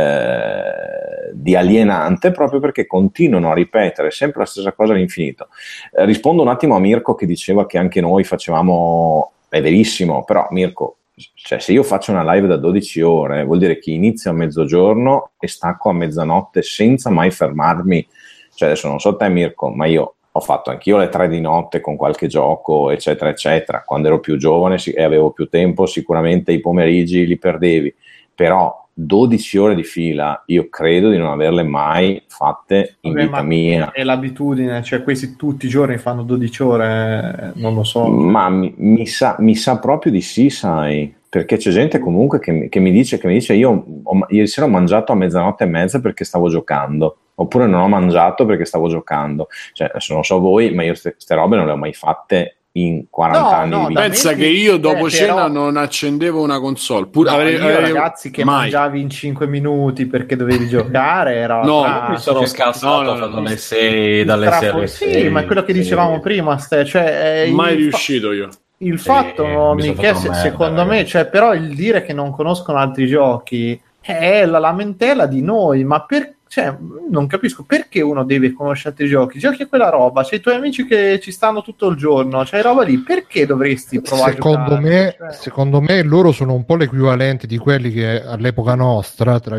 [SPEAKER 5] eh, di alienante, proprio perché continuano a ripetere sempre la stessa cosa all'infinito. Eh, rispondo un attimo a Mirko, che diceva che anche noi facevamo, è verissimo, però Mirko, cioè, se io faccio una live da dodici ore, vuol dire che inizio a mezzogiorno e stacco a mezzanotte senza mai fermarmi. Cioè, adesso non so te Mirko, ma io ho fatto anch'io le tre di notte con qualche gioco, eccetera eccetera. Quando ero più giovane e avevo più tempo, sicuramente i pomeriggi li perdevi, però dodici ore di fila io credo di non averle mai fatte in
[SPEAKER 3] Vabbè,
[SPEAKER 5] vita mia.
[SPEAKER 3] È l'abitudine, cioè questi tutti i giorni fanno dodici ore, non lo so.
[SPEAKER 5] Ma mi, mi, sa, mi sa proprio di sì, sai, perché c'è gente comunque che, che mi dice che mi dice io ho, ieri sera ho mangiato a mezzanotte e mezza perché stavo giocando, oppure non ho mangiato perché stavo giocando. Cioè, adesso non so voi, ma io queste robe non le ho mai fatte in quaranta
[SPEAKER 3] No,
[SPEAKER 5] anni
[SPEAKER 3] no,
[SPEAKER 5] di vita.
[SPEAKER 1] Pensa che io dopo
[SPEAKER 3] eh,
[SPEAKER 1] cena
[SPEAKER 3] però-
[SPEAKER 1] non accendevo una console. Pur,
[SPEAKER 3] No,
[SPEAKER 1] avrei,
[SPEAKER 3] io,
[SPEAKER 1] avrei-
[SPEAKER 3] ragazzi, che
[SPEAKER 1] mai.
[SPEAKER 3] mangiavi in cinque minuti perché dovevi giocare era
[SPEAKER 1] No,
[SPEAKER 3] tra-
[SPEAKER 6] Mi sono
[SPEAKER 3] cioè,
[SPEAKER 6] scassato
[SPEAKER 1] no, no, no,
[SPEAKER 6] dalle sei, dalle
[SPEAKER 3] tra-
[SPEAKER 6] sei alle
[SPEAKER 3] sì,
[SPEAKER 6] sei.
[SPEAKER 3] ma è quello che dicevamo prima, Ste, cioè, eh,
[SPEAKER 1] mai
[SPEAKER 3] il fa-
[SPEAKER 1] riuscito io.
[SPEAKER 3] il
[SPEAKER 6] Sì,
[SPEAKER 3] fatto, no,
[SPEAKER 6] mi sono
[SPEAKER 3] Michele,
[SPEAKER 6] fatto
[SPEAKER 3] se-
[SPEAKER 6] merda,
[SPEAKER 3] secondo me,
[SPEAKER 6] ragazzi.
[SPEAKER 3] cioè, però il dire che non conoscono altri giochi è la lamentela di noi, ma per, cioè, non capisco perché uno deve conoscere altri giochi. Giochi a quella roba, c'hai i tuoi amici che ci stanno tutto il giorno, c'hai roba lì, perché dovresti provare
[SPEAKER 2] Secondo
[SPEAKER 3] a giocare?
[SPEAKER 2] me,
[SPEAKER 3] Cioè,
[SPEAKER 2] secondo me loro sono un po' l'equivalente di quelli che all'epoca nostra, tra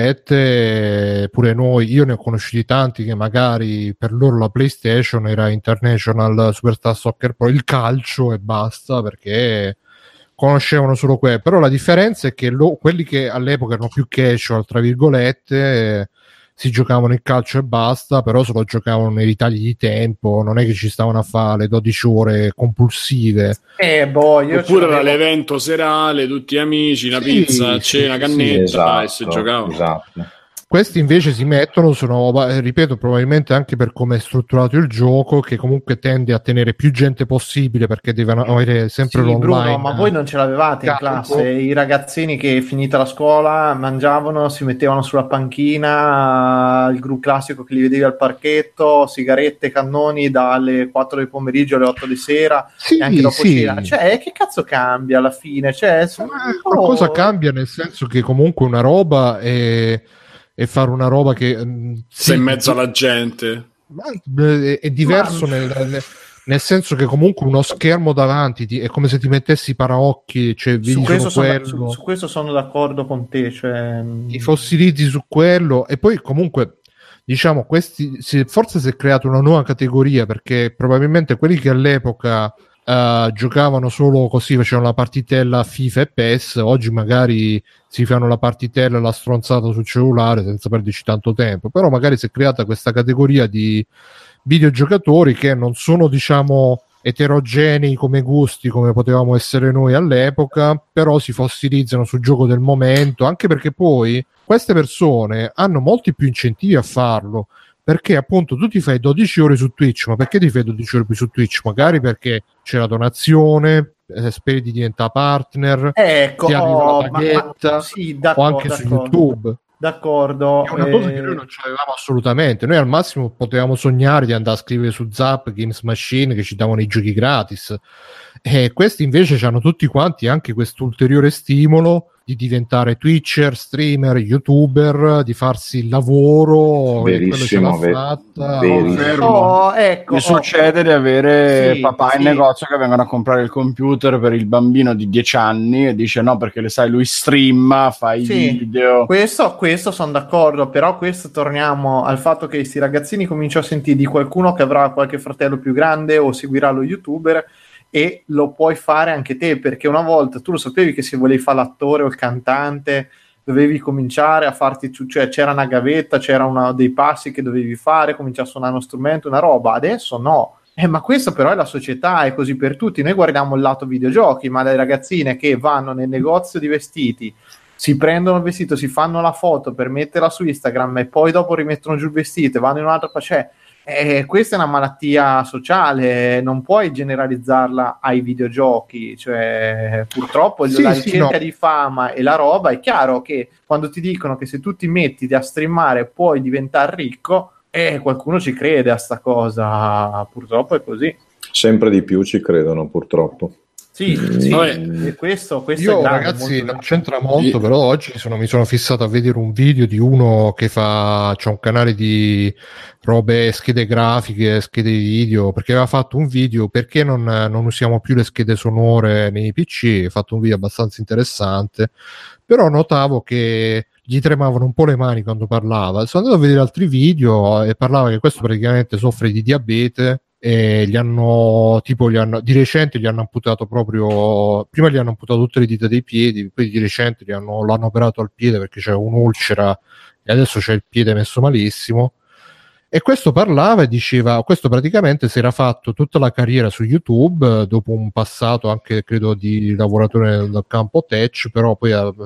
[SPEAKER 2] virgolette, pure noi, io ne ho conosciuti tanti che magari per loro la PlayStation era International Superstar Soccer Pro, il calcio e basta, perché conoscevano solo quello. Però la differenza è che lo, quelli che all'epoca erano più casual, tra virgolette, eh, si giocavano il calcio e basta, però se lo giocavano nei ritagli di tempo, non è che ci stavano a fare le dodici ore compulsive.
[SPEAKER 3] eh, boh, io ce
[SPEAKER 1] Oppure era
[SPEAKER 3] l'avevo-
[SPEAKER 1] l'evento serale, tutti amici, una
[SPEAKER 2] Sì,
[SPEAKER 1] pizza,
[SPEAKER 2] sì,
[SPEAKER 1] cena,
[SPEAKER 2] sì,
[SPEAKER 1] cannetta,
[SPEAKER 5] esatto,
[SPEAKER 1] e si giocava.
[SPEAKER 5] esatto.
[SPEAKER 2] Questi invece si mettono, sono, eh, ripeto, probabilmente anche per come è strutturato il gioco, che comunque tende a tenere più gente possibile, perché devono avere sempre
[SPEAKER 3] Sì,
[SPEAKER 2] l'online.
[SPEAKER 3] Bruno, ma voi non ce l'avevate in
[SPEAKER 2] carico.
[SPEAKER 3] classe? I ragazzini che finita la scuola mangiavano, si mettevano sulla panchina, il gruppo classico che li vedevi al parchetto, sigarette, cannoni dalle quattro del pomeriggio alle otto di sera,
[SPEAKER 2] Sì,
[SPEAKER 3] e anche dopo
[SPEAKER 2] sì.
[SPEAKER 3] cena. Cioè, che cazzo cambia alla fine? Cioè, sono
[SPEAKER 2] Ma
[SPEAKER 3] un po'-
[SPEAKER 2] qualcosa cambia, nel senso che comunque una roba è, è fare una roba che mh, sì,
[SPEAKER 1] Sei in mezzo alla gente.
[SPEAKER 2] ma, eh, è diverso
[SPEAKER 3] Ma-
[SPEAKER 2] nel, nel- nel senso che comunque uno schermo davanti ti- è come se ti mettessi i paraocchi, cioè
[SPEAKER 3] Su
[SPEAKER 2] vedi
[SPEAKER 3] questo,
[SPEAKER 2] solo
[SPEAKER 3] sono,
[SPEAKER 2] quello,
[SPEAKER 3] su, su questo sono d'accordo con te. Cioè,
[SPEAKER 2] ti fossilizzi su quello, e poi comunque diciamo questi si- forse si è creata una nuova categoria, perché probabilmente quelli che all'epoca eh, giocavano solo così, facevano la partitella FIFA e PES, oggi magari si fanno la partitella e la stronzata sul cellulare senza perderci tanto tempo, però magari si è creata questa categoria di videogiocatori che non sono, diciamo, eterogenei come gusti, come potevamo essere noi all'epoca, però si fossilizzano sul gioco del momento, anche perché poi queste persone hanno molti più incentivi a farlo, perché appunto tu ti fai dodici ore su Twitch, ma perché ti fai dodici ore più su Twitch? Magari perché c'è la donazione, eh, speri di diventare partner,
[SPEAKER 3] ecco,
[SPEAKER 2] ti arriva
[SPEAKER 3] oh,
[SPEAKER 2] la paghetta,
[SPEAKER 3] ma, ma, sì,
[SPEAKER 2] o anche su YouTube.
[SPEAKER 3] D'accordo.
[SPEAKER 2] È una cosa che noi non avevamo assolutamente. Noi al massimo potevamo sognare di andare a scrivere su Zap, Games Machine, che ci davano i giochi gratis, e questi invece hanno tutti quanti anche questo ulteriore stimolo di diventare Twitcher, streamer, YouTuber, di farsi il lavoro.
[SPEAKER 5] Verissimo,
[SPEAKER 2] e fatta.
[SPEAKER 4] Confermo.
[SPEAKER 3] Oh, ecco,
[SPEAKER 4] Mi
[SPEAKER 3] oh.
[SPEAKER 4] succede di avere
[SPEAKER 3] Sì,
[SPEAKER 4] papà
[SPEAKER 3] sì.
[SPEAKER 4] in negozio che vengono a comprare il computer per il bambino di dieci anni e dice no, perché le sai, lui streama, fa i
[SPEAKER 3] Sì,
[SPEAKER 4] video.
[SPEAKER 3] questo, questo sono d'accordo, però questo torniamo al fatto che questi ragazzini cominciano a sentire di qualcuno che avrà qualche fratello più grande o seguirà lo YouTuber, e lo puoi fare anche te, perché una volta tu lo sapevi che se volevi fare l'attore o il cantante dovevi cominciare a farti, cioè c'era una gavetta, c'era una, dei passi che dovevi fare, cominciare a suonare uno strumento, una roba. Adesso no. Eh, ma questo però è la società, è così per tutti. Noi guardiamo il lato videogiochi, ma le ragazzine che vanno nel negozio di vestiti, si prendono il vestito, si fanno la foto per metterla su Instagram e poi dopo rimettono giù il vestito e vanno in un'altra, cioè eh, questa è una malattia sociale, non puoi generalizzarla ai videogiochi, cioè purtroppo
[SPEAKER 2] Sì,
[SPEAKER 3] la
[SPEAKER 2] sì,
[SPEAKER 3] ricerca
[SPEAKER 2] no.
[SPEAKER 3] di fama e la roba, è chiaro che quando ti dicono che se tu ti metti a streamare puoi diventare ricco, eh, qualcuno ci crede a sta cosa, purtroppo è così.
[SPEAKER 5] Sempre di più ci credono, purtroppo.
[SPEAKER 3] Sì, sì.
[SPEAKER 1] Vabbè.
[SPEAKER 3] E questo, questo
[SPEAKER 2] Io
[SPEAKER 3] è grave,
[SPEAKER 2] ragazzi
[SPEAKER 3] molto
[SPEAKER 2] non
[SPEAKER 3] grave.
[SPEAKER 2] c'entra molto,
[SPEAKER 1] Io-
[SPEAKER 2] però oggi sono- mi sono fissato a vedere un video di uno che fa, c'ha un canale di robe, schede grafiche, schede video, perché aveva fatto un video perché non, non usiamo più le schede sonore nei P C, ha fatto un video abbastanza interessante, però notavo che gli tremavano un po' le mani quando parlava. Sono andato a vedere altri video e parlava che questo praticamente soffre di diabete, e gli hanno tipo gli hanno, di recente gli hanno amputato proprio, prima gli hanno amputato tutte le dita dei piedi, poi di recente gli hanno, l'hanno operato al piede perché c'è un'ulcera e adesso c'è il piede messo malissimo. E questo parlava e diceva, questo praticamente si era fatto tutta la carriera su YouTube, eh, dopo un passato anche credo di lavoratore nel, nel campo tech, però poi ha,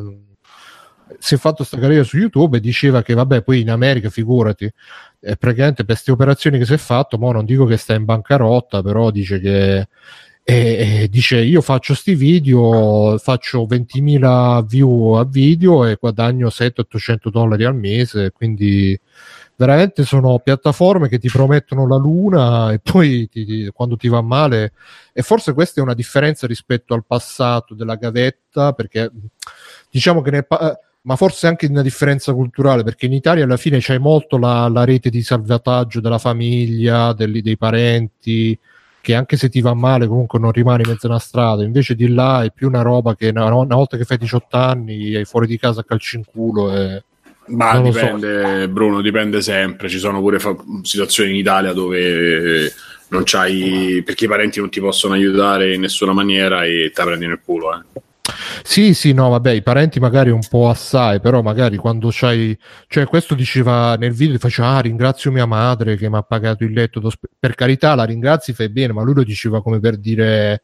[SPEAKER 2] si è fatto questa carriera su YouTube e diceva che vabbè, poi in America figurati, eh, praticamente per queste operazioni che si è fatto, mo non dico che sta in bancarotta, però dice che e, e dice io faccio sti video, faccio ventimila view a video e guadagno settecento ottocento dollari al mese, quindi veramente sono piattaforme che ti promettono la luna e poi ti, ti, quando ti va male, e forse questa è una differenza rispetto al passato della gavetta, perché diciamo che nel pa- ma forse anche una differenza culturale, perché in Italia alla fine c'è molto la, la rete di salvataggio della famiglia, dei, dei parenti, che anche se ti va male comunque non rimani in mezzo a una strada. Invece di là è più una roba che una, una volta che fai diciotto anni hai fuori di casa a calci in culo e...
[SPEAKER 1] Ma
[SPEAKER 2] non lo
[SPEAKER 1] dipende,
[SPEAKER 2] so.
[SPEAKER 1] Bruno, dipende sempre. Ci sono pure fa- situazioni in Italia dove non c'hai, perché i parenti non ti possono aiutare in nessuna maniera e te prendi nel culo, eh.
[SPEAKER 2] Sì, sì, no, vabbè, i parenti magari un po' assai, però magari quando c'hai, cioè questo diceva nel video, faceva, ah, ringrazio mia madre che mi ha pagato il letto d'osp-". Per carità, la ringrazi, fai bene, ma lui lo diceva come per dire,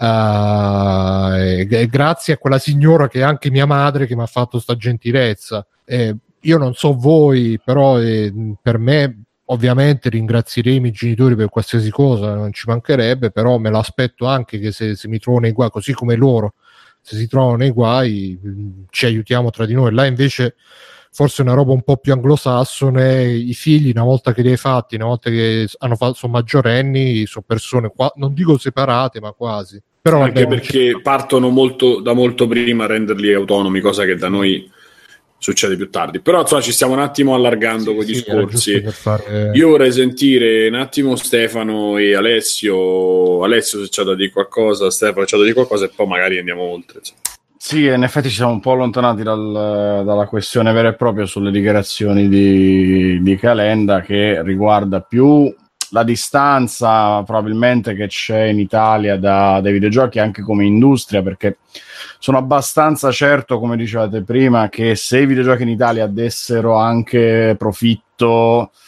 [SPEAKER 2] uh, eh, grazie a quella signora che è anche mia madre che mi ha fatto sta gentilezza. Eh, io non so voi, però eh, per me ovviamente ringrazierei i miei genitori per qualsiasi cosa, non ci mancherebbe, però me l'aspetto anche che se, se mi trovo nei guai, così come loro, se si trovano nei guai ci aiutiamo tra di noi. Là invece forse è una roba un po' più anglosassone, i figli una volta che li hai fatti, una volta che hanno fatto, sono maggiorenni, sono persone qua, non dico separate ma quasi, però
[SPEAKER 1] Anche
[SPEAKER 2] vabbè,
[SPEAKER 1] perché c'è... partono molto, da molto prima a renderli autonomi, cosa che da noi succede più tardi. Però insomma ci stiamo un attimo allargando
[SPEAKER 2] sì,
[SPEAKER 1] con gli
[SPEAKER 2] sì,
[SPEAKER 1] discorsi.
[SPEAKER 2] fare...
[SPEAKER 1] Io vorrei sentire un attimo Stefano e Alessio. Alessio se c'è da dire qualcosa, Stefano c'è da dire qualcosa, e poi magari andiamo oltre, insomma.
[SPEAKER 4] Sì, in effetti ci siamo un po' allontanati dal, dalla questione vera e propria sulle dichiarazioni di, di Calenda, che riguarda più la distanza probabilmente che c'è in Italia da, dai videogiochi anche come industria, perché sono abbastanza certo, come dicevate prima, che se i videogiochi in Italia dessero anche profitto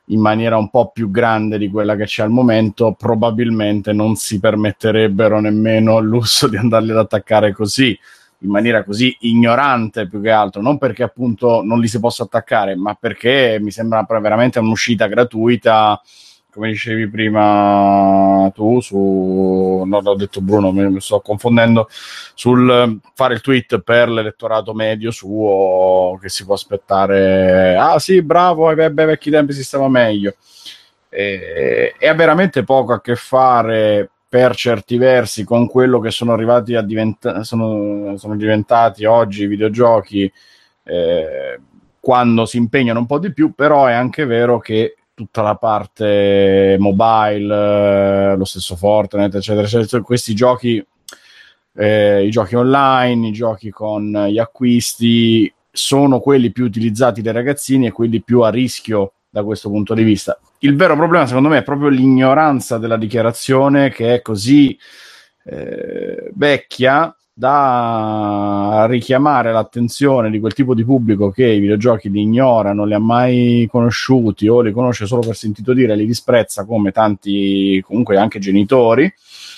[SPEAKER 4] in maniera un po' più grande di quella che c'è al momento, probabilmente non si permetterebbero nemmeno il lusso di andarli ad attaccare così, in maniera così ignorante, più che altro, non perché appunto non li si possa attaccare, ma perché mi sembra veramente un'uscita gratuita, come dicevi prima tu, su, non l'ho detto Bruno, mi, mi sto confondendo, sul fare il tweet per l'elettorato medio suo, che si può aspettare, ah sì, bravo, ai bei vecchi tempi si stava meglio, e, e ha veramente poco a che fare per certi versi con quello che sono arrivati a diventare, sono, sono diventati oggi i videogiochi, eh, quando si impegnano un po' di più. Però è anche vero che tutta la parte mobile, eh, lo stesso Fortnite, eccetera, eccetera, questi giochi, eh, i giochi online, i giochi con gli acquisti, sono quelli più utilizzati dai ragazzini e quelli più a rischio da questo punto di vista. Il vero problema, secondo me, è proprio l'ignoranza della dichiarazione, che è così eh, vecchia da richiamare l'attenzione di quel tipo di pubblico che i videogiochi li ignora, non li ha mai conosciuti o li conosce solo per sentito dire, li disprezza come tanti comunque anche genitori,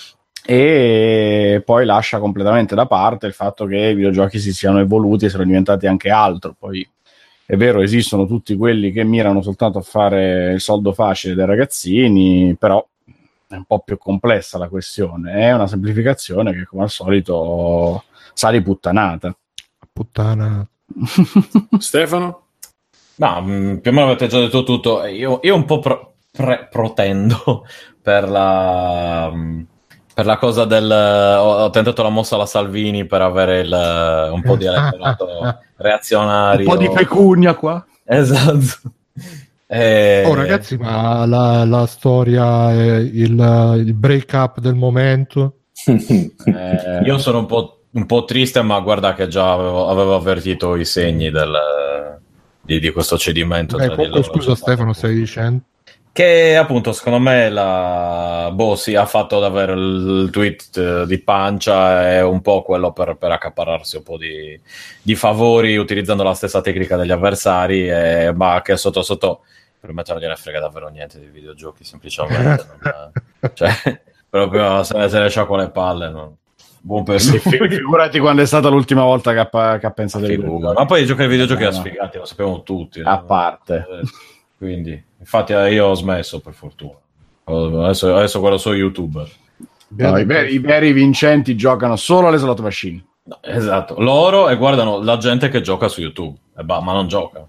[SPEAKER 4] e poi lascia completamente da parte il fatto che i videogiochi si siano evoluti e siano diventati anche altro. Poi è vero, esistono tutti quelli che mirano soltanto a fare il soldo facile dai ragazzini, però è un po' più complessa la questione, è una semplificazione che come al solito sa di puttanata.
[SPEAKER 2] Puttana.
[SPEAKER 1] Stefano?
[SPEAKER 6] No, mh, più o meno avete già detto tutto. Io, io un po' pro, pre, protendo per la mh, per la cosa del ho, ho tentato la mossa alla Salvini per avere il, un po' di elettorato reazionario,
[SPEAKER 4] un po' di pecunia qua.
[SPEAKER 6] Esatto. Eh,
[SPEAKER 2] oh ragazzi, ma la, la storia, eh, il, il break up del momento,
[SPEAKER 6] eh, io sono un po', un po' triste, ma guarda che già avevo, avevo avvertito i segni del, di, di questo cedimento.
[SPEAKER 2] Beh, comunque, scusa Stefano, stai dicendo
[SPEAKER 6] che appunto secondo me la boh sì, ha fatto davvero il tweet di pancia, è un po' quello per, per accaparrarsi un po' di, di favori utilizzando la stessa tecnica degli avversari, e, ma che sotto sotto per me non gliene frega davvero niente dei videogiochi, semplicemente non, cioè proprio se ne, se ne sciacqua le palle, no? Buon per
[SPEAKER 4] sì, figurati quando è stata l'ultima volta che ha, che ha pensato di
[SPEAKER 6] figura. Ma poi giocare ai videogiochi era sfigati, lo sappiamo tutti,
[SPEAKER 4] a
[SPEAKER 6] no?
[SPEAKER 4] parte,
[SPEAKER 6] quindi infatti io ho smesso, per fortuna. Adesso, adesso quello so youtuber.
[SPEAKER 4] No, i, veri, i veri vincenti giocano solo alle slot machine.
[SPEAKER 6] No, esatto, loro e guardano la gente che gioca su YouTube, e bah, ma non gioca.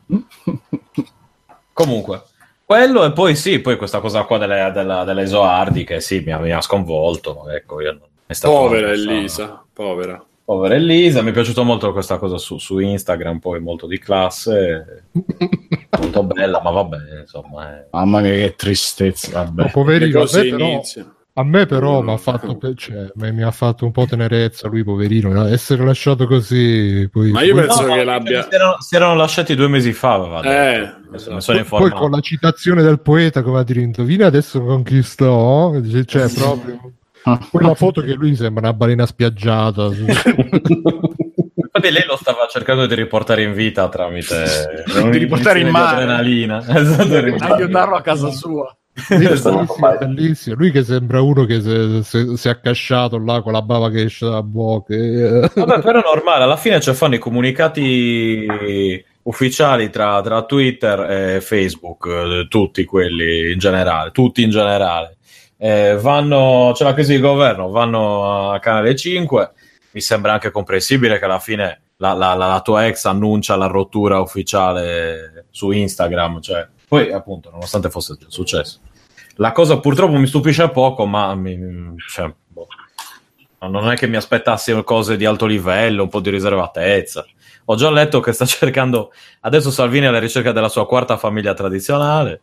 [SPEAKER 6] Comunque, quello, e poi sì, poi questa cosa qua delle, della, delle Esoardi che sì, mi ha, mi ha sconvolto. Ecco, io non, è stato
[SPEAKER 1] povera Elisa, povera.
[SPEAKER 6] Povera Elisa, mi è piaciuta molto questa cosa su, su Instagram, poi molto di classe, molto bella, ma vabbè, insomma. È...
[SPEAKER 4] Mamma mia, che tristezza, vabbè.
[SPEAKER 2] No, poverino, a me però,
[SPEAKER 1] inizia.
[SPEAKER 2] a me però mi ha fatto, cioè, mi ha fatto un po' tenerezza lui, poverino, essere lasciato così. Poi,
[SPEAKER 1] ma io
[SPEAKER 2] poi,
[SPEAKER 1] penso
[SPEAKER 6] no,
[SPEAKER 1] che
[SPEAKER 6] no,
[SPEAKER 1] l'abbia.
[SPEAKER 6] Si erano, si erano lasciati due mesi fa, aveva detto.
[SPEAKER 1] Eh, esatto.
[SPEAKER 6] Mi sono
[SPEAKER 2] poi, poi con la citazione del poeta, come ha detto, indovina adesso conquistò, cioè proprio. Quella foto che lui sembra una balena spiaggiata.
[SPEAKER 6] Infatti lei lo stava cercando di riportare in vita tramite
[SPEAKER 4] di riportare in mare,
[SPEAKER 6] adrenalina, esatto,
[SPEAKER 4] aiutarlo a casa sua.
[SPEAKER 2] Bellissimo, bellissimo. Lui che sembra uno che si, si, si è accasciato là con la bava che esce da bocca.
[SPEAKER 6] Vabbè, però è normale, alla fine cioè, fanno i comunicati ufficiali tra, tra Twitter e Facebook, eh, tutti quelli in generale, tutti in generale. Eh, vanno, c'è la crisi di governo, vanno a Canale cinque. Mi sembra anche comprensibile che alla fine la, la, la, la tua ex annuncia la rottura ufficiale su Instagram, cioè, poi appunto nonostante fosse già successo, la cosa purtroppo mi stupisce poco, ma mi, cioè, boh, non è che mi aspettassi cose di alto livello, un po' di riservatezza. Ho già letto che sta cercando adesso Salvini alla ricerca della sua quarta famiglia tradizionale.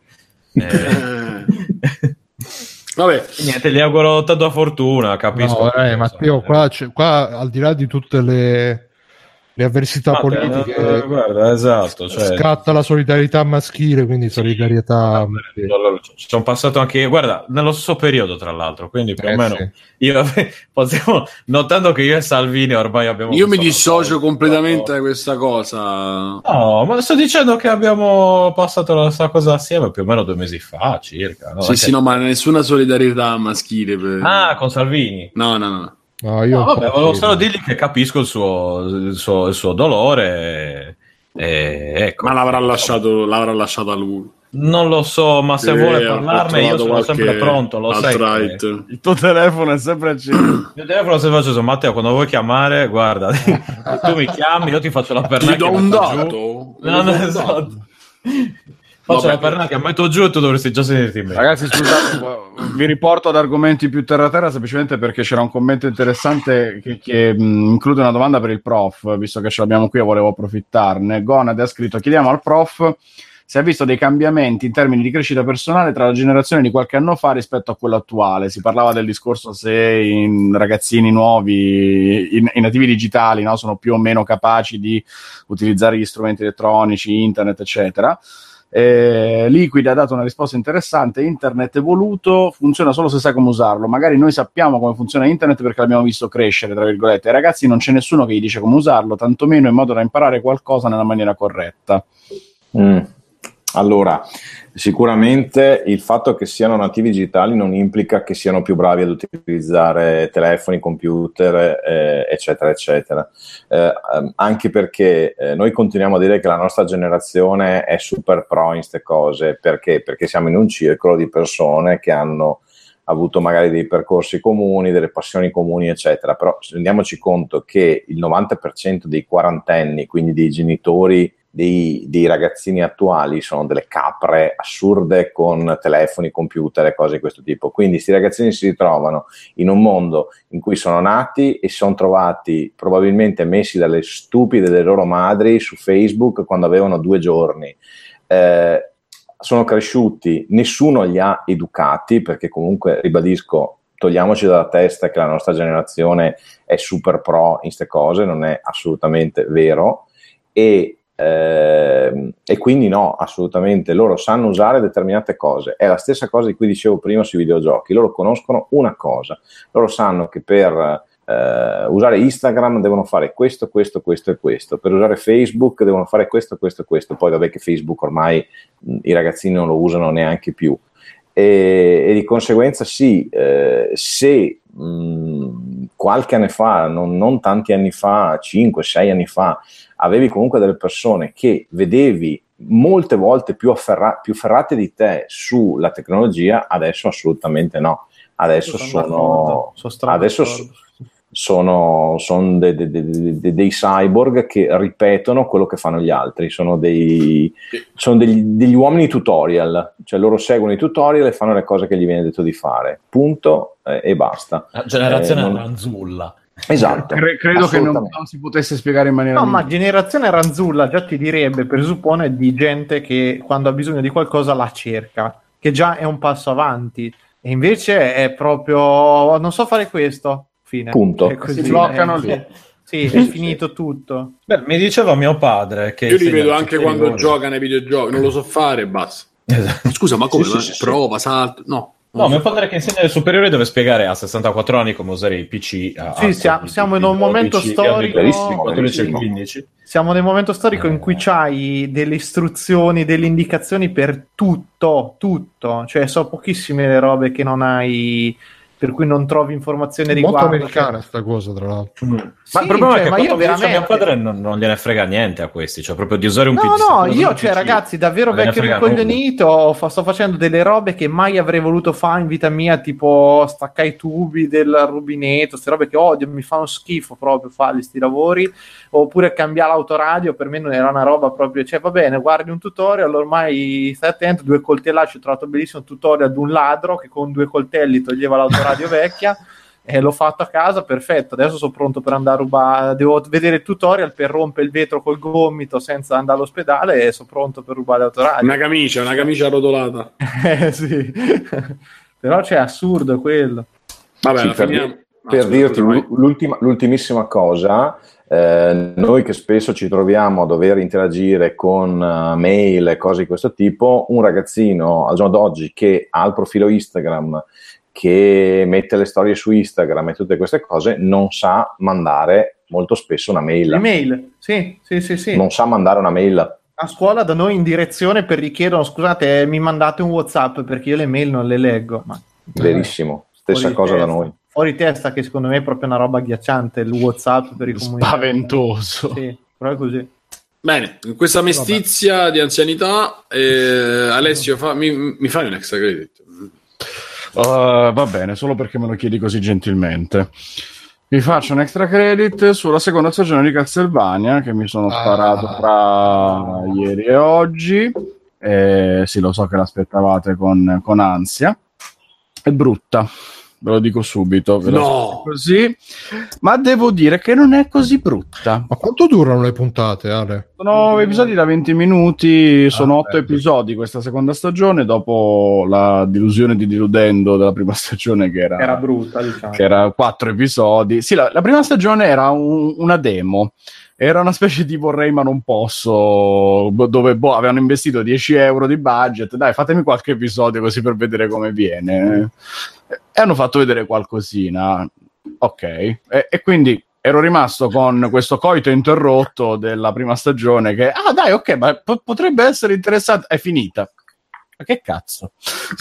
[SPEAKER 6] eh.
[SPEAKER 1] Vabbè,
[SPEAKER 6] Niente, gli auguro tanta fortuna, capisco.
[SPEAKER 2] No, eh, Matteo, qua, qua al di là di tutte le le avversità
[SPEAKER 6] Ah,
[SPEAKER 2] politiche,
[SPEAKER 6] eh, guarda, esatto, cioè...
[SPEAKER 2] scatta la solidarietà maschile, quindi solidarietà.
[SPEAKER 6] Sì. Ci sono passato anche io, guarda, nello stesso periodo tra l'altro, quindi più
[SPEAKER 2] Eh,
[SPEAKER 6] o meno
[SPEAKER 2] sì.
[SPEAKER 6] io possiamo, notando che io e Salvini ormai abbiamo
[SPEAKER 1] Io mi
[SPEAKER 6] questo
[SPEAKER 1] dissocio
[SPEAKER 6] rapporto-
[SPEAKER 1] completamente da questa cosa.
[SPEAKER 6] No, ma sto dicendo che abbiamo passato la stessa cosa assieme più o meno due mesi fa circa, no?
[SPEAKER 1] Sì,
[SPEAKER 6] Perché-
[SPEAKER 1] sì, no, ma nessuna solidarietà maschile. Per...
[SPEAKER 6] Ah, con Salvini.
[SPEAKER 1] No, no, no.
[SPEAKER 2] No, io
[SPEAKER 6] No,
[SPEAKER 2] un
[SPEAKER 6] vabbè,
[SPEAKER 2] po'
[SPEAKER 6] volevo
[SPEAKER 2] sì.
[SPEAKER 6] solo dirgli che capisco il suo, il suo, il suo dolore e, e ecco.
[SPEAKER 1] Ma l'avrà lasciato, l'avrà lasciata lui.
[SPEAKER 6] Non lo so, ma se
[SPEAKER 1] Eh,
[SPEAKER 6] vuole
[SPEAKER 1] ha
[SPEAKER 6] parlarne io
[SPEAKER 1] trovato
[SPEAKER 6] sono
[SPEAKER 1] qualche
[SPEAKER 6] sempre pronto, lo sai.
[SPEAKER 1] alt-right.
[SPEAKER 6] che-
[SPEAKER 4] Il tuo telefono è sempre acceso.
[SPEAKER 6] Il mio telefono è sempre acceso, Matteo, quando vuoi chiamare, guarda, tu mi chiami, io ti faccio la
[SPEAKER 1] Ti
[SPEAKER 6] pernacchia.
[SPEAKER 1] do un
[SPEAKER 6] metto
[SPEAKER 1] dato?
[SPEAKER 6] giù.
[SPEAKER 1] Ti
[SPEAKER 6] No,
[SPEAKER 1] do
[SPEAKER 6] no,
[SPEAKER 1] un
[SPEAKER 6] esatto.
[SPEAKER 1] dato.
[SPEAKER 6] Faccio
[SPEAKER 1] Vabbè.
[SPEAKER 6] la pernacchia, metto giù e tu dovresti già sentirti me.
[SPEAKER 4] Ragazzi, scusate, vi riporto ad argomenti più terra-terra semplicemente perché c'era un commento interessante che, che mh, include una domanda per il prof, visto che ce l'abbiamo qui e volevo approfittarne. Gonad ha scritto: chiediamo al prof se ha visto dei cambiamenti in termini di crescita personale tra la generazione di qualche anno fa rispetto a quella attuale. Si parlava del discorso se i ragazzini nuovi, i, i nativi digitali, no, sono più o meno capaci di utilizzare gli strumenti elettronici, internet, eccetera. Eh, Liquid ha dato una risposta interessante: internet evoluto funziona solo se sai come usarlo. Magari noi sappiamo come funziona internet perché l'abbiamo visto crescere, tra virgolette. Ai ragazzi non c'è nessuno che gli dice come usarlo, tantomeno in modo da imparare qualcosa nella maniera corretta.
[SPEAKER 5] Mm. Allora, sicuramente il fatto che siano nativi digitali non implica che siano più bravi ad utilizzare telefoni, computer, eh, eccetera, eccetera. Eh, anche perché eh, noi continuiamo a dire che la nostra generazione è super pro in queste cose. Perché? Perché siamo in un circolo di persone che hanno avuto magari dei percorsi comuni, delle passioni comuni, eccetera. Però rendiamoci conto che il novanta per cento dei quarantenni, quindi dei genitori Dei, dei ragazzini attuali, sono delle capre assurde con telefoni, computer e cose di questo tipo. Quindi questi ragazzini si ritrovano in un mondo in cui sono nati e si sono trovati probabilmente messi dalle stupide delle loro madri su Facebook quando avevano due giorni. Eh, sono cresciuti, nessuno li ha educati, perché comunque, ribadisco, togliamoci dalla testa che la nostra generazione è super pro in queste cose, non è assolutamente vero. E Eh, e quindi no, assolutamente, loro sanno usare determinate cose. È la stessa cosa di cui dicevo prima sui videogiochi. Loro conoscono una cosa, loro sanno che per eh, usare Instagram devono fare questo, questo, questo e questo, per usare Facebook devono fare questo, questo e questo. Poi vabbè che Facebook ormai mh, i ragazzini non lo usano neanche più, e, e di conseguenza sì, eh, se mh, qualche anno fa, non, non tanti anni fa, cinque sei anni fa, avevi comunque delle persone che vedevi molte volte più, afferra- più ferrate di te sulla tecnologia, adesso assolutamente no. Adesso
[SPEAKER 3] Sono
[SPEAKER 5] sono,
[SPEAKER 3] sono
[SPEAKER 5] adesso so- sono, sono de- de- de- de- dei cyborg che ripetono quello che fanno gli altri, sono dei sono degli, degli uomini tutorial, cioè loro seguono i tutorial e fanno le cose che gli viene detto di fare, punto, eh, e basta.
[SPEAKER 6] La generazione
[SPEAKER 5] Eh, non-
[SPEAKER 6] ranzulla.
[SPEAKER 5] Esatto.
[SPEAKER 4] Cre- credo che non,
[SPEAKER 5] assolutamente.
[SPEAKER 4] non si potesse spiegare in maniera
[SPEAKER 3] No, ma
[SPEAKER 4] migliore.
[SPEAKER 3] generazione ranzulla già ti direbbe, presuppone di gente che quando ha bisogno di qualcosa la cerca, che già è un passo avanti, e invece è proprio non so fare questo, fine.
[SPEAKER 5] Punto.
[SPEAKER 3] È così,
[SPEAKER 4] Si bloccano
[SPEAKER 3] è-
[SPEAKER 4] lì.
[SPEAKER 3] Sì, è finito tutto.
[SPEAKER 6] Beh, mi diceva mio padre che
[SPEAKER 1] Io li
[SPEAKER 6] insegna
[SPEAKER 1] vedo
[SPEAKER 6] ai
[SPEAKER 1] anche
[SPEAKER 6] superiori.
[SPEAKER 1] quando gioca nei videogiochi, non lo so fare e basta.
[SPEAKER 6] Esatto.
[SPEAKER 1] Scusa, ma come?
[SPEAKER 5] Sì,
[SPEAKER 1] Ma
[SPEAKER 5] sì, sì,
[SPEAKER 1] prova, salta. No.
[SPEAKER 6] No, mio padre che insegna alle superiori deve spiegare a sessantaquattro anni come usare i P C. A,
[SPEAKER 3] Sì,
[SPEAKER 6] a
[SPEAKER 3] siamo-
[SPEAKER 6] quattordici,
[SPEAKER 3] siamo in un momento
[SPEAKER 6] dodici,
[SPEAKER 3] storico-
[SPEAKER 5] Verissimo,
[SPEAKER 6] quattordici e
[SPEAKER 5] verissimo.
[SPEAKER 6] quindici.
[SPEAKER 3] Siamo nel momento storico in cui c'hai delle istruzioni, delle indicazioni per tutto, tutto. Cioè, sono pochissime le robe che non hai, per cui non trovi informazioni
[SPEAKER 2] Molto
[SPEAKER 3] riguardo.
[SPEAKER 2] americana sta cosa, tra l'altro.
[SPEAKER 6] Ma
[SPEAKER 3] Sì,
[SPEAKER 6] il problema
[SPEAKER 3] cioè,
[SPEAKER 6] è che
[SPEAKER 3] ma
[SPEAKER 6] quando
[SPEAKER 3] io
[SPEAKER 6] mi dice
[SPEAKER 3] veramente-
[SPEAKER 6] mio padre non, non gliene frega niente a questi, cioè proprio di usare un
[SPEAKER 3] No,
[SPEAKER 6] P C.
[SPEAKER 3] no,
[SPEAKER 6] usare
[SPEAKER 3] io,
[SPEAKER 6] un
[SPEAKER 3] cioè,
[SPEAKER 6] P C,
[SPEAKER 3] ragazzi, davvero
[SPEAKER 6] non gliene
[SPEAKER 3] vecchio
[SPEAKER 6] frega
[SPEAKER 3] rincoglionito, fa- sto facendo delle robe che mai avrei voluto fare in vita mia, tipo staccare i tubi del rubinetto, queste robe che odio, mi fanno schifo proprio farli sti lavori, oppure cambiare l'autoradio, per me non era una roba proprio, cioè va bene, guardi un tutorial, ormai stai attento, due coltellacci, ho trovato bellissimo un tutorial di un ladro che con due coltelli toglieva l'autoradio vecchia. E l'ho fatto a casa, perfetto, adesso sono pronto per andare a rubare, devo vedere il tutorial per rompere il vetro col gomito senza andare all'ospedale e sono pronto per rubare l'autoradio.
[SPEAKER 1] Una camicia, una camicia arrotolata.
[SPEAKER 3] Eh sì, però c'è assurdo quello.
[SPEAKER 1] Vabbè,
[SPEAKER 5] Sì,
[SPEAKER 1] la
[SPEAKER 5] per
[SPEAKER 1] finiamo.
[SPEAKER 5] per ah, dirti l'ultima, l'ultimissima cosa, eh, noi che spesso ci troviamo a dover interagire con uh, mail e cose di questo tipo, un ragazzino al giorno d'oggi che ha il profilo Instagram, che mette le storie su Instagram e tutte queste cose, non sa mandare molto spesso una mail.
[SPEAKER 3] L'email, sì, sì, sì, sì.
[SPEAKER 5] Non sa mandare una mail.
[SPEAKER 3] A scuola da noi in direzione per richiedono, scusate, eh, mi mandate un WhatsApp perché io le mail non le leggo. Ma...
[SPEAKER 5] Verissimo, stessa cosa
[SPEAKER 3] testa.
[SPEAKER 5] da noi.
[SPEAKER 3] Fuori testa, che secondo me è proprio una roba agghiacciante, il WhatsApp per i comunicati.
[SPEAKER 4] Spaventoso.
[SPEAKER 3] Sì, però è così.
[SPEAKER 1] Bene, in questa mestizia Vabbè. di anzianità, eh, Alessio, fa, mi, mi fai un extra credit?
[SPEAKER 4] Uh, va bene, solo perché me lo chiedi così gentilmente. Vi faccio un extra credit sulla seconda stagione di Castlevania, che mi sono sparato ah. tra ieri e oggi. Eh, sì, lo so che l'aspettavate con, con ansia. È brutta. Ve lo dico subito, ve lo
[SPEAKER 1] no.
[SPEAKER 4] così, ma devo dire che non è così brutta.
[SPEAKER 2] Ma quanto durano le puntate, Ale?
[SPEAKER 4] Sono episodi da venti minuti, sono
[SPEAKER 2] ah,
[SPEAKER 4] otto eh. episodi questa seconda stagione, dopo la delusione di Diludendo della prima stagione che era,
[SPEAKER 3] era brutta, diciamo.
[SPEAKER 4] Che era quattro episodi. Sì, la, la prima stagione era un, una demo. Era una specie di vorrei ma non posso, dove boh, avevano investito dieci euro di budget, dai fatemi qualche episodio così per vedere come viene, e hanno fatto vedere qualcosina, ok, e, e quindi ero rimasto con questo coito interrotto della prima stagione che, ah dai ok, ma p- potrebbe essere interessante, è finita, ma che cazzo?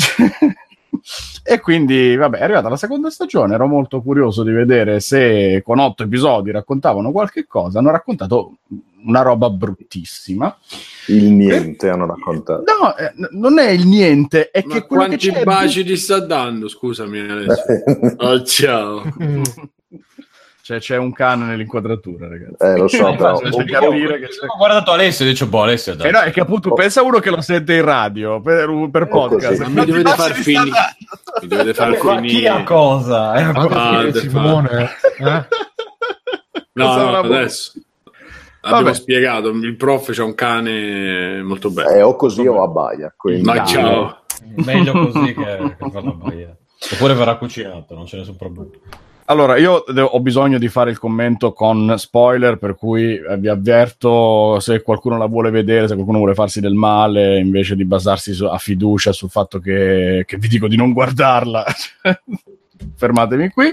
[SPEAKER 4] E quindi vabbè, è arrivata la seconda stagione, ero molto curioso di vedere se con otto episodi raccontavano qualche cosa. Hanno raccontato una roba bruttissima,
[SPEAKER 5] il niente, hanno raccontato.
[SPEAKER 4] No, eh, non è il niente, è
[SPEAKER 1] ma
[SPEAKER 4] che quello
[SPEAKER 1] quanti
[SPEAKER 4] che c'è
[SPEAKER 1] baci ti sta dando, scusami adesso. Oh, ciao.
[SPEAKER 4] Cioè, c'è un cane nell'inquadratura, ragazzi.
[SPEAKER 5] Eh, lo so, però.
[SPEAKER 6] Cioè, capire che c'è... Ho guardato Alessio e dice, boh, Alessio, dai.
[SPEAKER 4] Eh no, è che appunto, pensa uno che lo sente in radio, per, per podcast.
[SPEAKER 1] Ma mi dovete far finire. Mi dovete far finire.
[SPEAKER 6] Chi ha cosa?
[SPEAKER 2] Eh, ah, Simone. Eh?
[SPEAKER 1] No, no, adesso. Abbiamo Vabbè. spiegato, il prof c'ha un cane molto bello.
[SPEAKER 5] Eh, o così o abbaia. Quindi...
[SPEAKER 1] Ma ciao.
[SPEAKER 6] Meglio così che, che farlo abbaia. Oppure verrà cucinato, non c'è nessun problema.
[SPEAKER 4] Allora, io ho bisogno di fare il commento con spoiler, per cui vi avverto, se qualcuno la vuole vedere, se qualcuno vuole farsi del male, invece di basarsi su, a fiducia sul fatto che, che vi dico di non guardarla, fermatemi qui.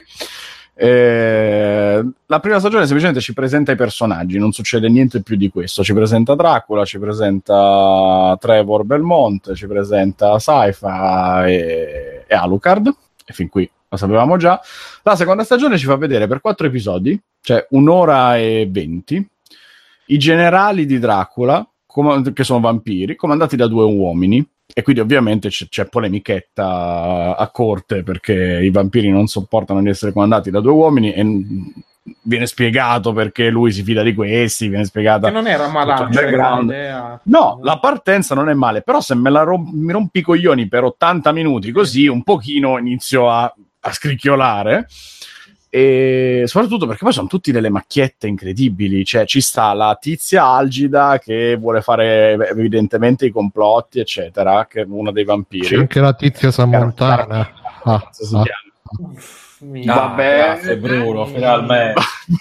[SPEAKER 4] Eh, la prima stagione semplicemente ci presenta i personaggi, non succede niente più di questo. Ci presenta Dracula, ci presenta Trevor Belmont, ci presenta Sypha e, e Alucard, e fin qui lo sapevamo già. La seconda stagione ci fa vedere per quattro episodi, cioè un'ora e venti, i generali di Dracula, com- che sono vampiri, comandati da due uomini, e quindi ovviamente c- c'è polemichetta a corte perché i vampiri non sopportano di essere comandati da due uomini, e n- viene spiegato perché lui si fida di questi, viene spiegata...
[SPEAKER 3] Che non era malaccio.
[SPEAKER 4] No, la partenza non è male, però se me la rom- mi rompi i coglioni per ottanta minuti così, un pochino inizio a a scricchiolare, e soprattutto perché poi sono tutti delle macchiette incredibili, cioè ci sta la tizia algida che vuole fare evidentemente i complotti eccetera, che è una dei vampiri,
[SPEAKER 2] c'è anche la tizia Sammontana, ah,
[SPEAKER 4] si
[SPEAKER 2] ah.
[SPEAKER 4] chiama.
[SPEAKER 6] No, vabbè, è Bruno, finalmente.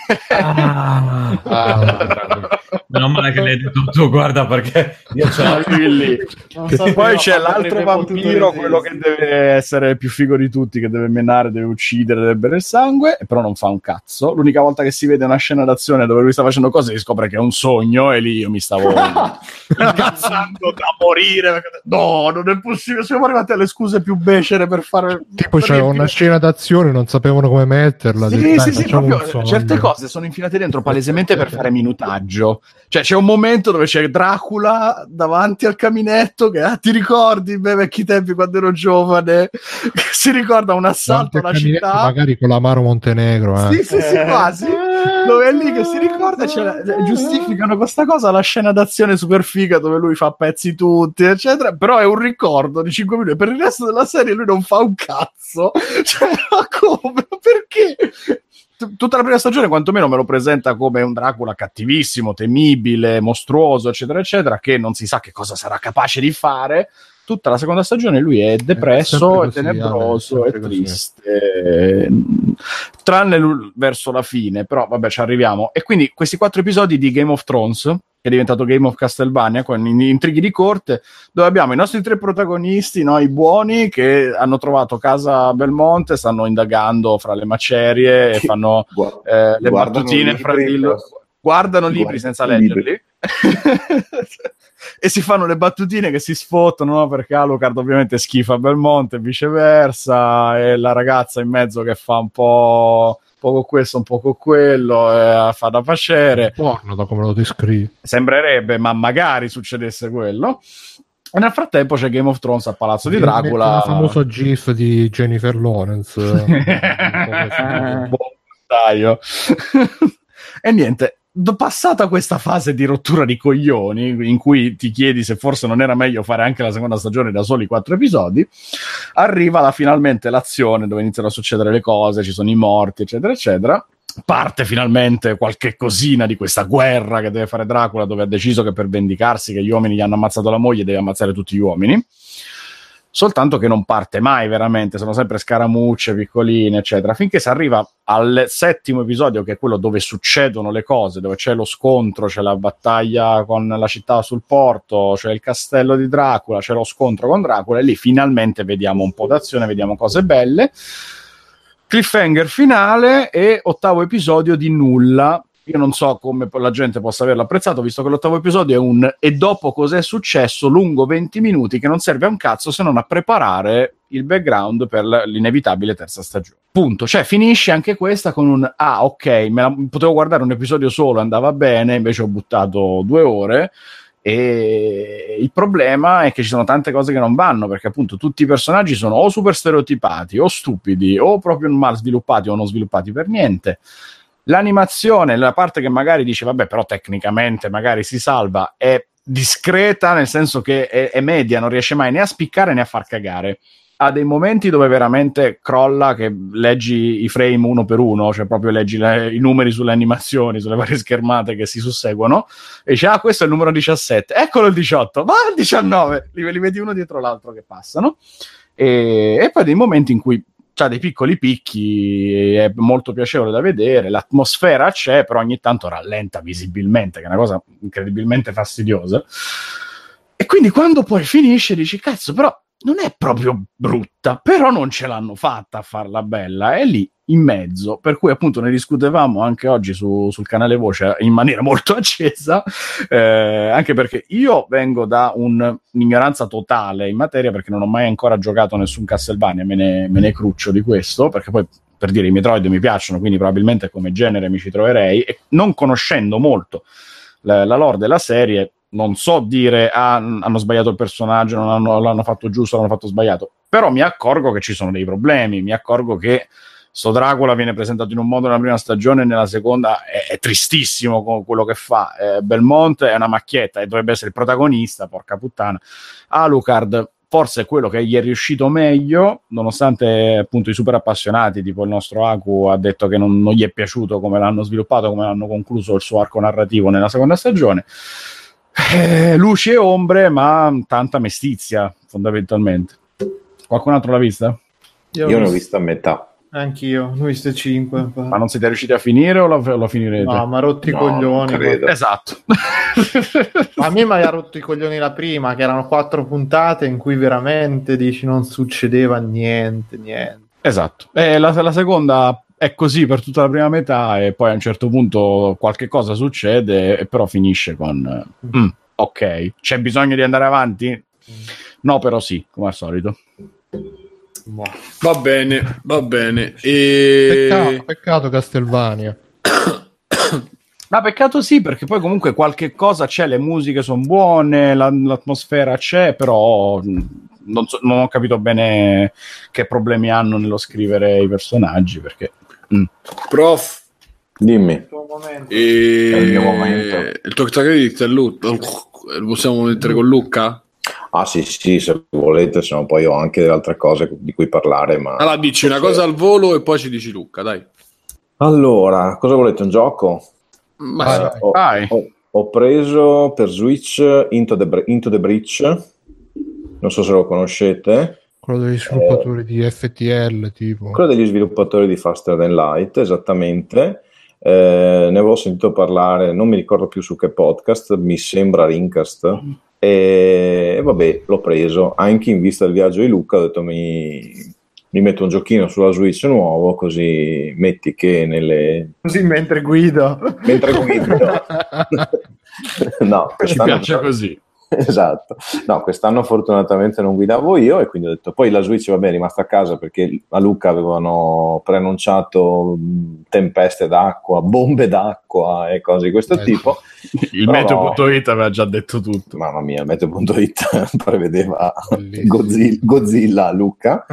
[SPEAKER 6] Ah, ah, meno male che l'hai detto tu, guarda, perché io ce l'avevo lì.
[SPEAKER 4] So, poi c'è l'altro vampiro, quello che deve essere più figo di tutti, che deve menare, deve uccidere, deve bere il sangue, però non fa un cazzo. L'unica volta che si vede una scena d'azione dove lui sta facendo cose, si scopre che è un sogno, e lì io mi stavo incazzando da morire. No, non è possibile, siamo arrivati alle scuse più becere per fare...
[SPEAKER 2] Tipo c'è una scena d'azione, non sapevano come metterla.
[SPEAKER 4] Sì,
[SPEAKER 2] dai,
[SPEAKER 4] sì, sì, proprio, certe cose sono infilate dentro palesemente per fare minutaggio. Cioè c'è un momento dove c'è Dracula davanti al caminetto che ah, ti ricordi i bei vecchi tempi quando ero giovane, che si ricorda un assalto alla città,
[SPEAKER 2] magari con l'amaro Montenegro, eh.
[SPEAKER 4] sì sì sì quasi, dove è lì che si ricorda, cioè, giustificano questa cosa, la scena d'azione super figa dove lui fa pezzi tutti eccetera, però è un ricordo di cinque minuti, per il resto della serie lui non fa un cazzo, cioè ma come, perché? Tutta la prima stagione quantomeno me lo presenta come un Dracula cattivissimo, temibile, mostruoso, eccetera, eccetera, che non si sa che cosa sarà capace di fare, tutta la seconda stagione lui è depresso, è
[SPEAKER 2] così,
[SPEAKER 4] tenebroso,
[SPEAKER 2] Ale,
[SPEAKER 4] è triste, tranne l- verso la fine, però vabbè ci arriviamo. E quindi questi quattro episodi di Game of Thrones, che è diventato Game of Castlevania, con intrighi di corte, dove abbiamo i nostri tre protagonisti, no, i buoni, che hanno trovato casa a Belmonte, stanno indagando fra le macerie e fanno eh, le battutine fra di loro, guardano libri senza leggerli e si fanno le battutine che si sfottano, no? Perché Alucard ovviamente schifa Belmonte e viceversa, e la ragazza in mezzo che fa un po' poco questo, un poco quello, eh, fa da facere.
[SPEAKER 2] Buono da come lo descrivi.
[SPEAKER 4] Sembrerebbe, ma magari succedesse quello. E nel frattempo c'è Game of Thrones a Palazzo di Dracula.
[SPEAKER 2] Il famoso gif di Jennifer Lawrence.
[SPEAKER 4] Buon taglio. E niente, passata questa fase di rottura di coglioni, in cui ti chiedi se forse non era meglio fare anche la seconda stagione da soli quattro episodi, arriva la, finalmente l'azione dove iniziano a succedere le cose, ci sono i morti, eccetera, eccetera. Parte finalmente qualche cosina di questa guerra che deve fare Dracula, dove ha deciso che per vendicarsi che gli uomini gli hanno ammazzato la moglie deve ammazzare tutti gli uomini. Soltanto che non parte mai veramente, sono sempre scaramucce piccoline, eccetera, finché si arriva al settimo episodio, che è quello dove succedono le cose, dove c'è lo scontro, c'è la battaglia con la città sul porto, c'è il castello di Dracula, c'è lo scontro con Dracula, e lì finalmente vediamo un po' d'azione, vediamo cose belle. Cliffhanger finale e ottavo episodio di nulla. Io non so come la gente possa averlo apprezzato, visto che l'ottavo episodio è un e dopo cos'è successo lungo venti minuti, che non serve a un cazzo se non a preparare il background per l'inevitabile terza stagione. Punto. Cioè finisce anche questa con un ah ok, me la, potevo guardare un episodio solo, andava bene, invece ho buttato due ore. E il problema è che ci sono tante cose che non vanno, perché appunto tutti i personaggi sono o super stereotipati o stupidi o proprio mal sviluppati o non sviluppati per niente. L'animazione, la parte che magari dice vabbè però tecnicamente magari si salva, è discreta, nel senso che è, è media, non riesce mai né a spiccare né a far cagare. Ha dei momenti dove veramente crolla, che leggi i frame uno per uno, cioè proprio leggi le, i numeri sulle animazioni, sulle varie schermate che si susseguono, e dici ah questo è il numero diciassette, eccolo il diciotto, va il diciannove, li, li vedi uno dietro l'altro che passano, e, e poi dei momenti in cui c'ha dei piccoli picchi, è molto piacevole da vedere, l'atmosfera c'è, però ogni tanto rallenta visibilmente, che è una cosa incredibilmente fastidiosa. E quindi quando poi finisce dici cazzo, però non è proprio brutta, però non ce l'hanno fatta a farla bella, è lì in mezzo, per cui appunto ne discutevamo anche oggi su, sul canale Voce in maniera molto accesa, eh, anche perché io vengo da un, un'ignoranza totale in materia, perché non ho mai ancora giocato nessun Castlevania, me ne, me ne cruccio di questo, perché poi per dire i Metroid mi piacciono, quindi probabilmente come genere mi ci troverei, e non conoscendo molto la, la lore della serie non so dire ah, hanno sbagliato il personaggio, non hanno, l'hanno fatto giusto, l'hanno fatto sbagliato, però mi accorgo che ci sono dei problemi, mi accorgo che sto Dracula viene presentato in un modo nella prima stagione e nella seconda è, è tristissimo con quello che fa. eh, Belmonte è una macchietta e dovrebbe essere il protagonista, porca puttana. Alucard forse è quello che gli è riuscito meglio, nonostante appunto i super appassionati tipo il nostro Aku ha detto che non, non gli è piaciuto come l'hanno sviluppato, come hanno concluso il suo arco narrativo nella seconda stagione. Eh, luci e ombre, ma tanta mestizia fondamentalmente. Qualcun altro l'ha vista?
[SPEAKER 5] Io, Io l'ho vista a metà.
[SPEAKER 3] Anch'io, ne ho viste cinque.
[SPEAKER 4] Ma non siete riusciti a finire o lo, lo finirete?
[SPEAKER 3] No, ma rotti i
[SPEAKER 5] no,
[SPEAKER 3] coglioni.
[SPEAKER 4] Esatto.
[SPEAKER 3] A me mi ha rotto i coglioni la prima, che erano quattro puntate in cui veramente dici non succedeva niente, niente.
[SPEAKER 4] Esatto. E la, la seconda è così per tutta la prima metà e poi a un certo punto qualche cosa succede e però finisce con mm, ok, c'è bisogno di andare avanti? No, però sì, come al solito.
[SPEAKER 1] Va bene, va bene. E...
[SPEAKER 2] Peccato, peccato Castlevania.
[SPEAKER 4] Ma peccato sì, perché poi comunque qualche cosa c'è, le musiche sono buone, la, l'atmosfera c'è, però non, so, non ho capito bene che problemi hanno nello scrivere i personaggi, perché... Mm.
[SPEAKER 1] Prof,
[SPEAKER 5] dimmi.
[SPEAKER 1] E...
[SPEAKER 5] È il mio momento.
[SPEAKER 1] Il tuo credit è Lu- lo possiamo mettere con Luca?
[SPEAKER 5] Ah sì sì, se volete, se no poi ho anche delle altre cose di cui parlare, ma...
[SPEAKER 1] Allora dici una cosa al volo e poi ci dici Luca, dai.
[SPEAKER 5] Allora, cosa volete, un gioco?
[SPEAKER 1] Ma
[SPEAKER 5] Eh,
[SPEAKER 1] sì.
[SPEAKER 5] ho,
[SPEAKER 4] Vai.
[SPEAKER 5] ho, ho preso per Switch Into the, Bre- Into the Breach, non so se lo conoscete.
[SPEAKER 2] Quello degli sviluppatori eh, di F T L, tipo.
[SPEAKER 5] Quello degli sviluppatori di Faster Than Light, esattamente. Eh, ne avevo sentito parlare, non mi ricordo più su che podcast, mi sembra Rincast. E, e vabbè, l'ho preso. Anche in vista del viaggio di Luca, ho detto mi, mi metto un giochino sulla Switch nuovo, così metti che nelle...
[SPEAKER 3] Così mentre guido.
[SPEAKER 5] Mentre guido. No,
[SPEAKER 1] ci piace così.
[SPEAKER 5] Esatto, no, quest'anno fortunatamente non guidavo io e quindi ho detto, poi la Switch vabbè è rimasta a casa perché a Lucca avevano preannunciato tempeste d'acqua, bombe d'acqua e cose di questo eh, tipo.
[SPEAKER 1] Il Meteo.it aveva già detto tutto.
[SPEAKER 5] Mamma mia, il Meteo.it prevedeva Godzilla, Godzilla a Lucca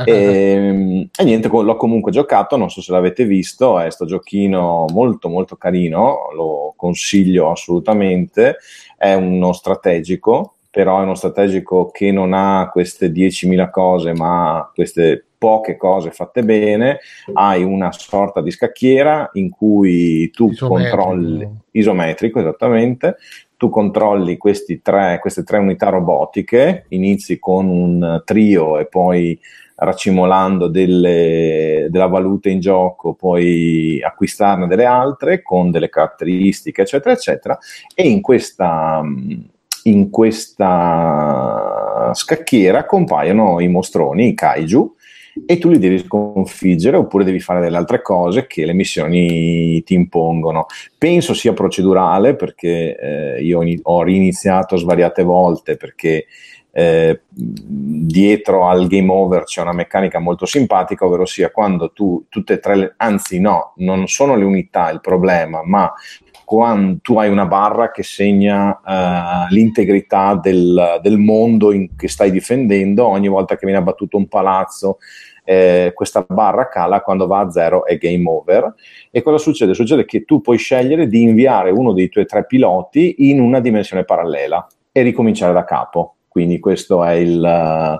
[SPEAKER 5] e, e niente, l'ho comunque giocato, non so se l'avete visto, è sto giochino molto molto carino, lo consiglio assolutamente. È uno strategico, però è uno strategico che non ha queste diecimila cose, ma queste poche cose fatte bene. Hai una sorta di scacchiera in cui tu isometrico. controlli, isometrico esattamente, tu controlli questi tre, queste tre unità robotiche, inizi con un trio e poi racimolando delle, della valuta in gioco, puoi acquistarne delle altre con delle caratteristiche eccetera eccetera, e in questa, in questa scacchiera compaiono i mostroni, i kaiju, e tu li devi sconfiggere oppure devi fare delle altre cose che le missioni ti impongono. Penso sia procedurale perché eh, io ho riniziato svariate volte perché Eh, dietro al game over c'è una meccanica molto simpatica, ovvero sia quando tu tutte e tre le, anzi no, non sono le unità il problema, ma quando tu hai una barra che segna uh, l'integrità del, del mondo in, che stai difendendo, ogni volta che viene abbattuto un palazzo eh, questa barra cala, quando va a zero è game over. E cosa succede? Succede che tu puoi scegliere di inviare uno dei tuoi tre piloti in una dimensione parallela e ricominciare da capo. Quindi questo è il,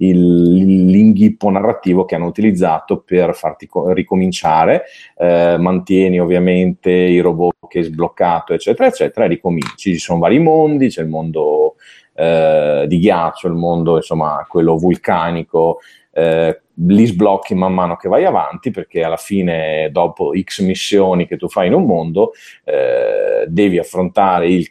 [SPEAKER 5] il, l'inghippo narrativo che hanno utilizzato per farti co- ricominciare, eh, mantieni ovviamente i robot che hai sbloccato eccetera eccetera e ricominci. Ci sono vari mondi, c'è il mondo eh, di ghiaccio, il mondo insomma quello vulcanico, eh, li sblocchi man mano che vai avanti, perché alla fine dopo X missioni che tu fai in un mondo eh, devi affrontare il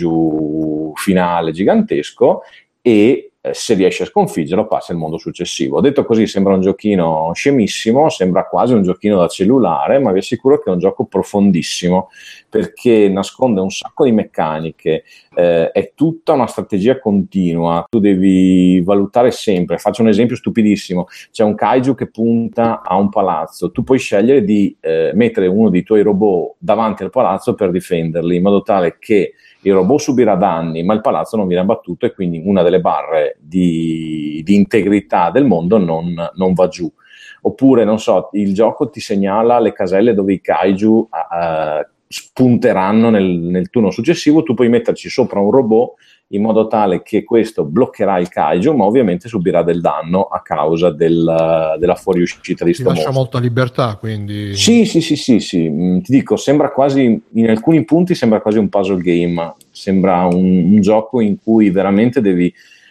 [SPEAKER 5] kaiju finale gigantesco e eh, se riesci a sconfiggerlo passa il mondo successivo. Detto così sembra un giochino scemissimo, sembra quasi un giochino da cellulare, ma vi assicuro che è un gioco profondissimo perché nasconde un sacco di meccaniche, eh, è tutta una strategia continua, tu devi valutare sempre. Faccio un esempio stupidissimo: c'è un kaiju che punta a un palazzo, tu puoi scegliere di eh, mettere uno dei tuoi robot davanti al palazzo per difenderli, in modo tale che il robot subirà danni ma il palazzo non viene abbattuto e quindi una delle barre di, di integrità del mondo non, non va giù. Oppure, non so, il gioco ti segnala le caselle dove i kaiju uh, spunteranno nel, nel turno successivo, tu puoi metterci sopra un robot in modo tale che questo bloccherà il kaiju, ma ovviamente subirà del danno a causa del, della fuoriuscita di sto
[SPEAKER 2] ti lascia
[SPEAKER 5] mostro.
[SPEAKER 2] molta libertà, quindi
[SPEAKER 5] sì sì sì sì sì mm, ti dico, sembra quasi, in alcuni punti sembra quasi un puzzle game, sembra un, un gioco in cui veramente devi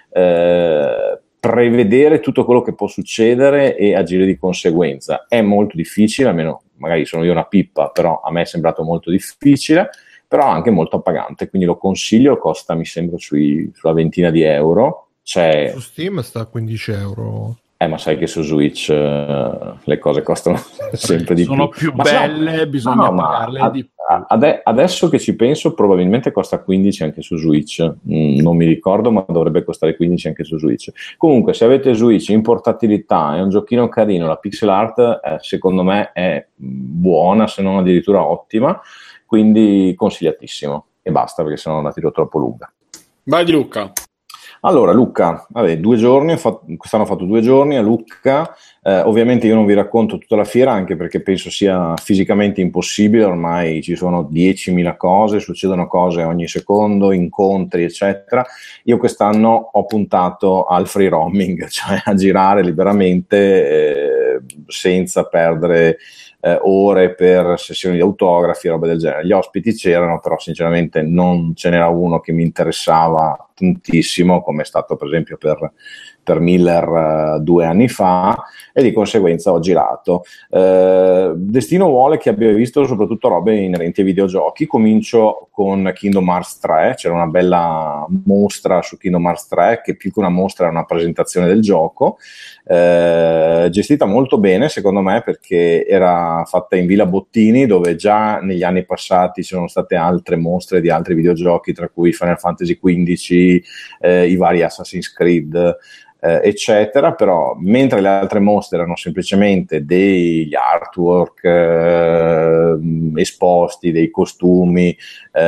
[SPEAKER 5] eh, prevedere tutto quello che può succedere e agire di conseguenza. È molto difficile, almeno magari sono io una pippa, però a me è sembrato molto difficile, però anche molto appagante, quindi lo consiglio. Costa mi sembra sui, sulla ventina di euro. C'è...
[SPEAKER 2] su Steam sta a quindici euro.
[SPEAKER 5] Eh, ma sai che su Switch uh, le cose costano sempre di
[SPEAKER 1] sono
[SPEAKER 5] più.
[SPEAKER 1] Sono più belle, no, bisogna no, pagarle ad, di più.
[SPEAKER 5] Ade- adesso che ci penso, probabilmente costa quindici anche su Switch. Mm, non mi ricordo, ma dovrebbe costare quindici anche su Switch. Comunque, se avete Switch in portatilità, è un giochino carino, la pixel art eh, secondo me è buona, se non addirittura ottima, quindi consigliatissimo. E basta, perché sennò la tiro troppo lunga.
[SPEAKER 1] Vai di Luca.
[SPEAKER 5] Allora Lucca, vabbè, due giorni, ho fatto, quest'anno ho fatto due giorni a Lucca, eh, ovviamente io non vi racconto tutta la fiera anche perché penso sia fisicamente impossibile, ormai ci sono diecimila cose, succedono cose ogni secondo, incontri eccetera. Io quest'anno ho puntato al free roaming, cioè a girare liberamente eh, senza perdere eh, ore per sessioni di autografi e roba del genere. Gli ospiti c'erano, però sinceramente non ce n'era uno che mi interessava tantissimo, come è stato per esempio per, per Miller uh, due anni fa, e di conseguenza ho girato. Uh, Destino vuole che abbia visto soprattutto robe inerenti ai videogiochi. Comincio con Kingdom Hearts tre, c'era una bella mostra su Kingdom Hearts tre, che più che una mostra era una presentazione del gioco, uh, gestita molto bene secondo me, perché era fatta in Villa Bottini, dove già negli anni passati ci sono state altre mostre di altri videogiochi, tra cui Final Fantasy quindici, eh, i vari Assassin's Creed, eh, eccetera. Però mentre le altre mostre erano semplicemente degli artwork eh, esposti, dei costumi,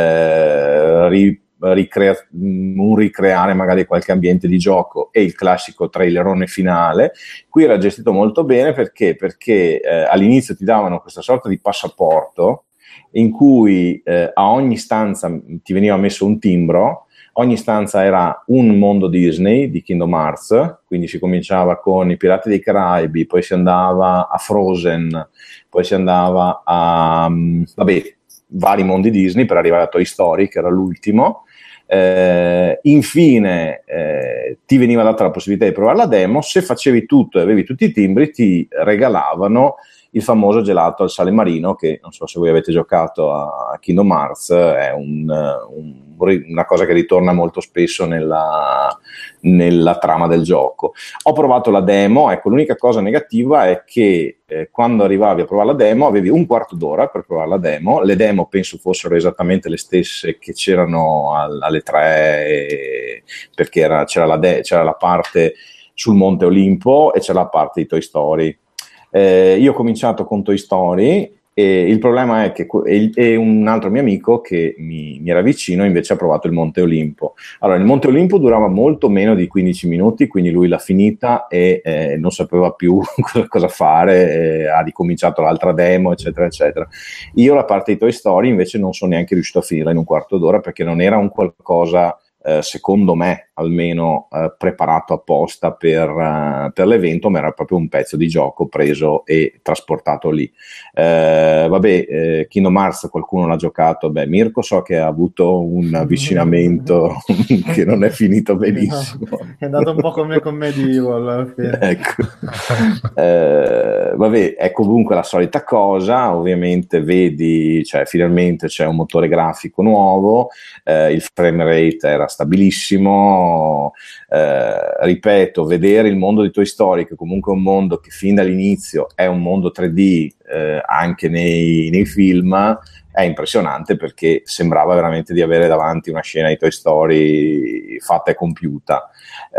[SPEAKER 5] eh, ri, ricrea- un ricreare magari qualche ambiente di gioco e il classico trailerone finale, qui era gestito molto bene. Perché? Perché eh, all'inizio ti davano questa sorta di passaporto in cui eh, a ogni stanza ti veniva messo un timbro. Ogni stanza era un mondo Disney di Kingdom Hearts, quindi si cominciava con i Pirati dei Caraibi, poi si andava a Frozen, poi si andava a vabbè, vari mondi Disney per arrivare a Toy Story, che era l'ultimo. Eh, infine eh, ti veniva data la possibilità di provare la demo. Se facevi tutto e avevi tutti i timbri, ti regalavano il famoso gelato al sale marino, che non so se voi avete giocato a Kingdom Hearts, è un, un, una cosa che ritorna molto spesso nella, nella trama del gioco. Ho provato la demo, ecco, l'unica cosa negativa è che eh, quando arrivavi a provare la demo avevi un quarto d'ora per provare la demo. Le demo penso fossero esattamente le stesse che c'erano al, alle tre, perché era, c'era, la de- c'era la parte sul Monte Olimpo e c'era la parte di Toy Story. Eh, io ho cominciato con Toy Story e il problema è che e, e un altro mio amico che mi, mi era vicino invece ha provato il Monte Olimpo. Allora, il Monte Olimpo durava molto meno di quindici minuti, quindi lui l'ha finita e eh, non sapeva più cosa fare, eh, ha ricominciato l'altra demo, eccetera eccetera. Io la parte di Toy Story invece non sono neanche riuscito a finirla in un quarto d'ora, perché non era un qualcosa, Eh, secondo me almeno, eh, preparato apposta per, uh, per l'evento, ma era proprio un pezzo di gioco preso e trasportato lì. Eh, vabbè, eh, Kingdom Hearts qualcuno l'ha giocato. Beh, Mirko so che ha avuto un avvicinamento che non è finito benissimo.
[SPEAKER 3] No, è andato un po' come con Medieval alla fine.
[SPEAKER 5] Ecco. eh, vabbè, è comunque la solita cosa. Ovviamente vedi, cioè finalmente c'è un motore grafico nuovo, eh, il frame rate era stabilissimo. Eh, ripeto, vedere il mondo di Toy Story, che comunque è un mondo che fin dall'inizio è un mondo tre D, eh, anche nei, nei film, è impressionante, perché sembrava veramente di avere davanti una scena di Toy Story fatta e compiuta.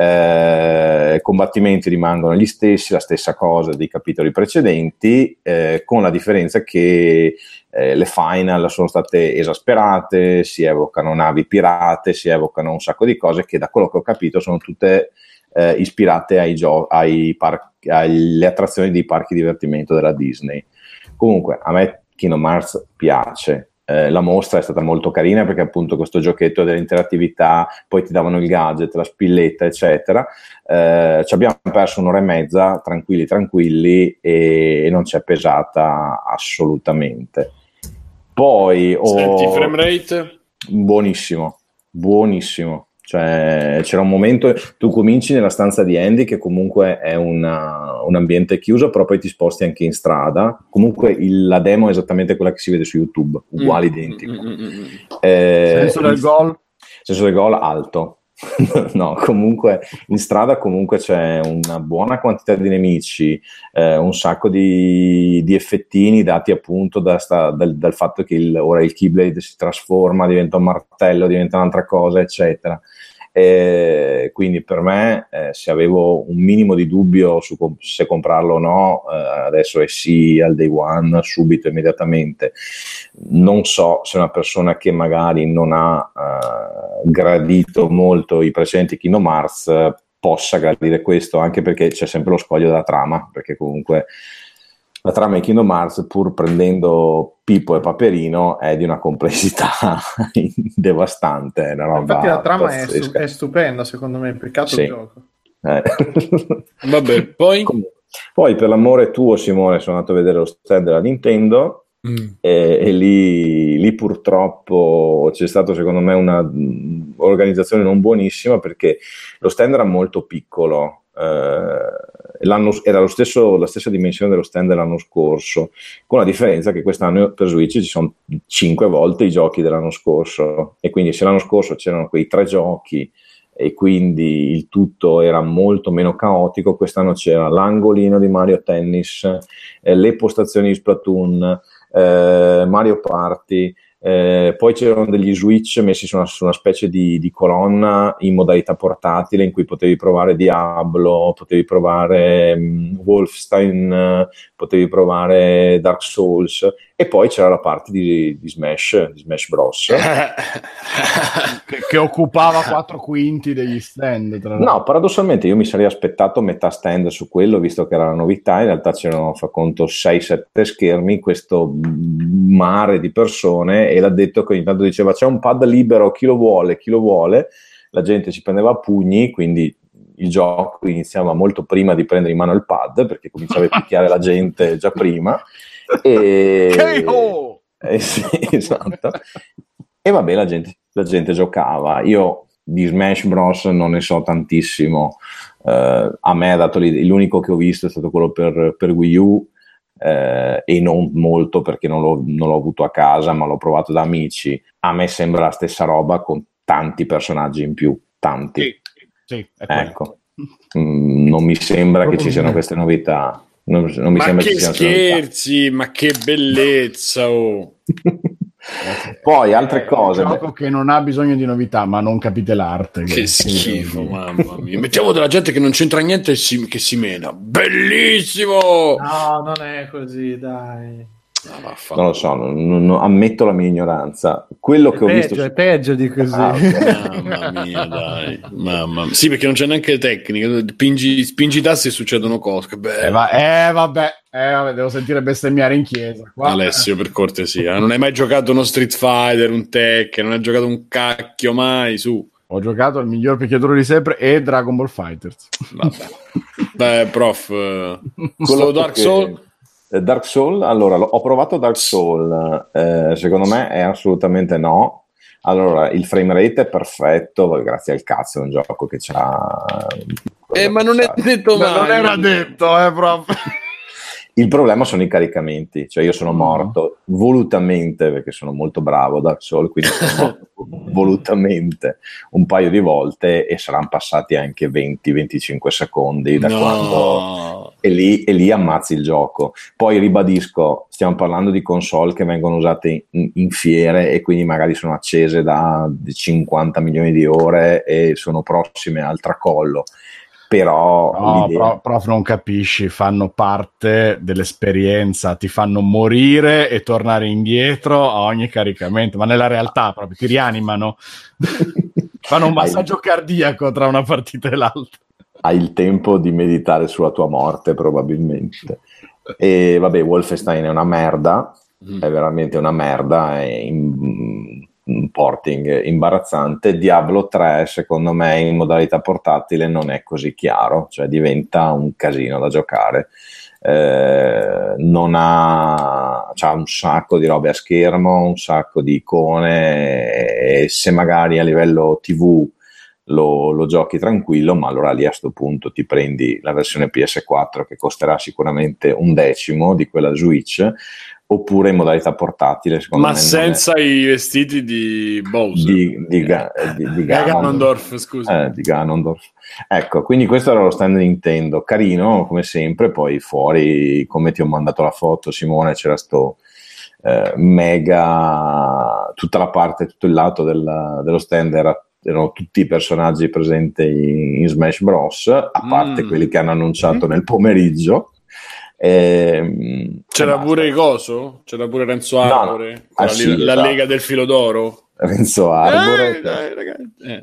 [SPEAKER 5] Eh, i combattimenti rimangono gli stessi, la stessa cosa dei capitoli precedenti, eh, con la differenza che eh, le final sono state esasperate, si evocano navi pirate, si evocano un sacco di cose che, da quello che ho capito, sono tutte eh, ispirate ai gio- ai par- alle attrazioni dei parchi divertimento della Disney. Comunque a me Kingdom Hearts piace. Eh, la mostra è stata molto carina, perché appunto questo giochetto dell'interattività, poi ti davano il gadget, la spilletta, eccetera. Eh, ci abbiamo perso un'ora e mezza tranquilli tranquilli e, e non ci è pesata assolutamente. Poi oh,
[SPEAKER 1] senti, frame rate?
[SPEAKER 5] Buonissimo, buonissimo. Cioè, c'era un momento, tu cominci nella stanza di Andy, che comunque è una, un ambiente chiuso, però poi ti sposti anche in strada. Comunque il, la demo è esattamente quella che si vede su YouTube, uguale, mm, identico. Mm, mm, mm. Eh,
[SPEAKER 4] senso del gol?
[SPEAKER 5] Senso del gol alto. No, comunque in strada comunque c'è una buona quantità di nemici, eh, un sacco di, di effettini dati appunto da sta, dal, dal fatto che il, ora il Keyblade si trasforma, diventa un martello, diventa un'altra cosa, eccetera. E quindi per me, eh, se avevo un minimo di dubbio su com- se comprarlo o no, eh, adesso è sì al day one, subito, immediatamente. Non so se una persona che magari non ha eh, gradito molto i precedenti Kingdom Hearts eh, possa gradire questo, anche perché c'è sempre lo scoglio della trama, perché comunque la trama di Kingdom Hearts, pur prendendo Pippo e Paperino, è di una complessità devastante. È una roba
[SPEAKER 3] Infatti la trama è, stu-
[SPEAKER 5] pazzesca.
[SPEAKER 3] è stupenda, secondo me, peccato
[SPEAKER 5] sì.
[SPEAKER 3] il gioco.
[SPEAKER 5] Eh.
[SPEAKER 1] Vabbè, poi?
[SPEAKER 5] Com- Poi per l'amore tuo, Simone, sono andato a vedere lo stand della Nintendo. Mm. E, e lì, lì purtroppo c'è stata secondo me una mh, organizzazione non buonissima, perché lo stand era molto piccolo, eh, l'anno, era lo stesso, la stessa dimensione dello stand dell'anno scorso, con la differenza che quest'anno per Switch ci sono cinque volte i giochi dell'anno scorso, e quindi se l'anno scorso c'erano quei tre giochi e quindi il tutto era molto meno caotico, quest'anno c'era l'angolino di Mario Tennis, eh, le postazioni di Splatoon, Eh, Mario Party, eh, poi c'erano degli Switch messi su una, su una specie di, di colonna in modalità portatile, in cui potevi provare Diablo, potevi provare um, Wolfenstein, potevi provare Dark Souls, e poi c'era la parte di, di Smash, di Smash Bros.
[SPEAKER 4] che, che occupava quattro quinti degli stand. Tra
[SPEAKER 5] no, paradossalmente io mi sarei aspettato metà stand su quello, visto che era la novità. In realtà c'erano, fa conto, sei sette schermi, questo mare di persone, e l'ha detto che ogni tanto diceva c'è un pad libero, chi lo vuole, chi lo vuole. La gente ci prendeva a pugni, quindi il gioco iniziava molto prima di prendere in mano il pad, perché cominciava a picchiare la gente già prima. E eh, sì, esatto. E vabbè, la gente, la gente giocava. Io di Smash Bros non ne so tantissimo, eh, a me ha dato l'idea, l'unico che ho visto è stato quello per, per Wii U, eh, e non molto perché non l'ho, non l'ho avuto a casa, ma l'ho provato da amici. A me sembra la stessa roba con tanti personaggi in più, tanti.
[SPEAKER 4] Sì, sì,
[SPEAKER 5] ecco. Mm, non mi sembra che ci siano queste novità. Non, non mi
[SPEAKER 1] ma
[SPEAKER 5] sembra
[SPEAKER 1] che
[SPEAKER 5] ci
[SPEAKER 1] scherzi, ma che bellezza! Oh.
[SPEAKER 5] Poi altre
[SPEAKER 4] è
[SPEAKER 5] cose.
[SPEAKER 4] Un gioco che non ha bisogno di novità, ma non capite l'arte.
[SPEAKER 1] Che, che schifo, mamma mia. Mettiamo della gente che non c'entra niente e si, che si mena. Bellissimo!
[SPEAKER 3] No, non è così, dai.
[SPEAKER 5] No, non lo so, non, non, ammetto la mia ignoranza. Quello
[SPEAKER 3] è
[SPEAKER 5] che ho
[SPEAKER 3] peggio,
[SPEAKER 5] visto su...
[SPEAKER 3] è peggio di così.
[SPEAKER 5] Ah, okay.
[SPEAKER 1] Mamma mia, dai, mamma mia. Sì, perché non c'è neanche tecnica. Spingi, spingi i tasti e succedono cose.
[SPEAKER 4] Eh, va, eh, vabbè, eh, vabbè, devo sentire bestemmiare in chiesa. Qua.
[SPEAKER 1] Alessio, per cortesia, non hai mai giocato uno Street Fighter, un Tekken, non hai giocato un cacchio mai, su.
[SPEAKER 4] Ho giocato al miglior picchiatore di sempre e Dragon Ball Fighters.
[SPEAKER 1] Vabbè, beh, prof, quello Dark
[SPEAKER 5] che...
[SPEAKER 1] Souls.
[SPEAKER 5] Dark Souls, allora ho provato Dark Souls, eh, secondo me è assolutamente no. Allora, il frame rate è perfetto, grazie al cazzo, è un gioco che c'ha...
[SPEAKER 1] Eh, ma non è detto mai.
[SPEAKER 4] Non era detto, eh, proprio.
[SPEAKER 5] Il problema sono i caricamenti, cioè io sono morto mm. volutamente, perché sono molto bravo Dark Souls, quindi sono morto volutamente un paio di volte, e saranno passati anche venti venticinque secondi da
[SPEAKER 1] no.
[SPEAKER 5] quando... E lì, e lì ammazzi il gioco. Poi ribadisco, stiamo parlando di console che vengono usate in, in fiere, e quindi magari sono accese da cinquanta milioni di ore e sono prossime al tracollo. Però
[SPEAKER 4] no, prof, prof non capisci, fanno parte dell'esperienza, ti fanno morire e tornare indietro a ogni caricamento, ma nella realtà proprio ti rianimano. Fanno un massaggio hai, cardiaco tra una partita e l'altra.
[SPEAKER 5] Hai il tempo di meditare sulla tua morte probabilmente. E vabbè, Wolfenstein è una merda, mm. è veramente una merda, è in, un porting imbarazzante. Diablo tre secondo me in modalità portatile non è così chiaro, cioè diventa un casino da giocare, eh, non ha c'ha un sacco di robe a schermo, un sacco di icone, e se magari a livello tivù lo, lo giochi tranquillo, ma allora lì a sto punto ti prendi la versione P S quattro che costerà sicuramente un decimo di quella Switch, oppure in modalità portatile, secondo
[SPEAKER 1] ma
[SPEAKER 5] me. Ma
[SPEAKER 1] senza
[SPEAKER 5] è...
[SPEAKER 1] i vestiti di Bowser.
[SPEAKER 5] Di, di, ga, di, di
[SPEAKER 1] Ganondorf, scusa.
[SPEAKER 5] Eh, di Ganondorf. Ecco, quindi questo era lo stand Nintendo, carino come sempre. Poi fuori, come ti ho mandato la foto, Simone, c'era sto eh, mega, tutta la parte, tutto il lato del, dello stand era, erano tutti i personaggi presenti in, in Smash Bros, a parte mm. quelli che hanno annunciato mm. nel pomeriggio. Eh,
[SPEAKER 1] c'era pure il coso? C'era pure Renzo Arbore? No,
[SPEAKER 5] ah,
[SPEAKER 1] la,
[SPEAKER 5] sì,
[SPEAKER 1] la
[SPEAKER 5] esatto.
[SPEAKER 1] Lega del Filo d'Oro?
[SPEAKER 5] Renzo Arbore.
[SPEAKER 1] Eh, dai, ragazzi. Eh.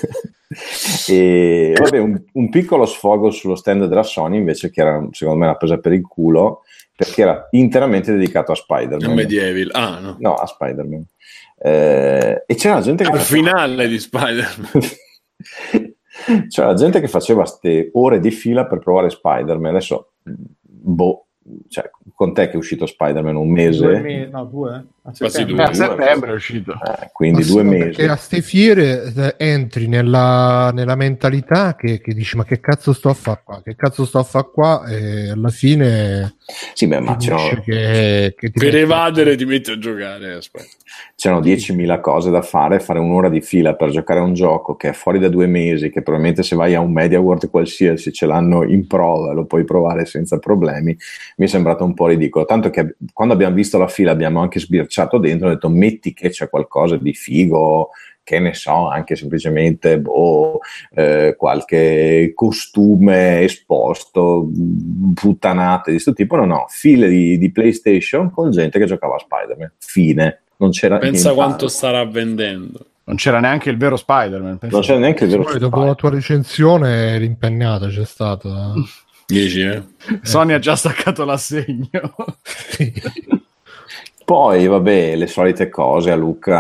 [SPEAKER 5] E vabbè, un, un piccolo sfogo sullo stand della Sony invece, che era secondo me una presa per il culo, perché era interamente dedicato a Spider-Man.
[SPEAKER 1] A Medieval, ah no.
[SPEAKER 5] No, a Spider-Man. Eh, e c'era gente che
[SPEAKER 1] al
[SPEAKER 5] faceva...
[SPEAKER 1] finale di Spider-Man.
[SPEAKER 5] C'era gente che faceva ste ore di fila per provare Spider-Man. Adesso boh, cioè, con te che è uscito Spider-Man un mese?
[SPEAKER 3] Due me- no, due? A
[SPEAKER 1] Quasi
[SPEAKER 3] settembre.
[SPEAKER 1] due.
[SPEAKER 4] A settembre è uscito.
[SPEAKER 5] Eh, quindi
[SPEAKER 2] Ma sì,
[SPEAKER 5] due
[SPEAKER 2] ma
[SPEAKER 5] mesi.
[SPEAKER 2] perché a ste fiere eh, entri nella, nella mentalità che, che dici ma che cazzo sto a fare qua, che cazzo sto a fare qua, e alla fine
[SPEAKER 5] Sì, beh, ma
[SPEAKER 2] finisce
[SPEAKER 5] c'erano,
[SPEAKER 2] che, che ti
[SPEAKER 1] Per
[SPEAKER 2] metti-
[SPEAKER 1] evadere ti metti a giocare. Aspetta.
[SPEAKER 5] c'erano diecimila cose da fare, fare un'ora di fila per giocare a un gioco che è fuori da due mesi, che probabilmente se vai a un Media World qualsiasi ce l'hanno in prova, lo puoi provare senza problemi, mi è sembrato un po' ridicolo, tanto che quando abbiamo visto la fila abbiamo anche sbirciato dentro e detto metti che c'è qualcosa di figo, che ne so, anche semplicemente boh, eh, qualche costume esposto, puttanate di questo tipo. No, no, file di, di PlayStation con gente che giocava a Spider-Man, fine, non c'era
[SPEAKER 1] Pensa
[SPEAKER 5] nient'altro.
[SPEAKER 1] quanto starà vendendo.
[SPEAKER 4] Non c'era neanche il vero Spider-Man. pensa.
[SPEAKER 5] Non c'era neanche il vero
[SPEAKER 2] Poi dopo
[SPEAKER 5] Spider-Man.
[SPEAKER 2] la tua recensione rimpegnata c'è stata.
[SPEAKER 1] Dici, eh?
[SPEAKER 4] Sony ha già staccato l'assegno.
[SPEAKER 2] Sì.
[SPEAKER 5] Poi, vabbè, le solite cose a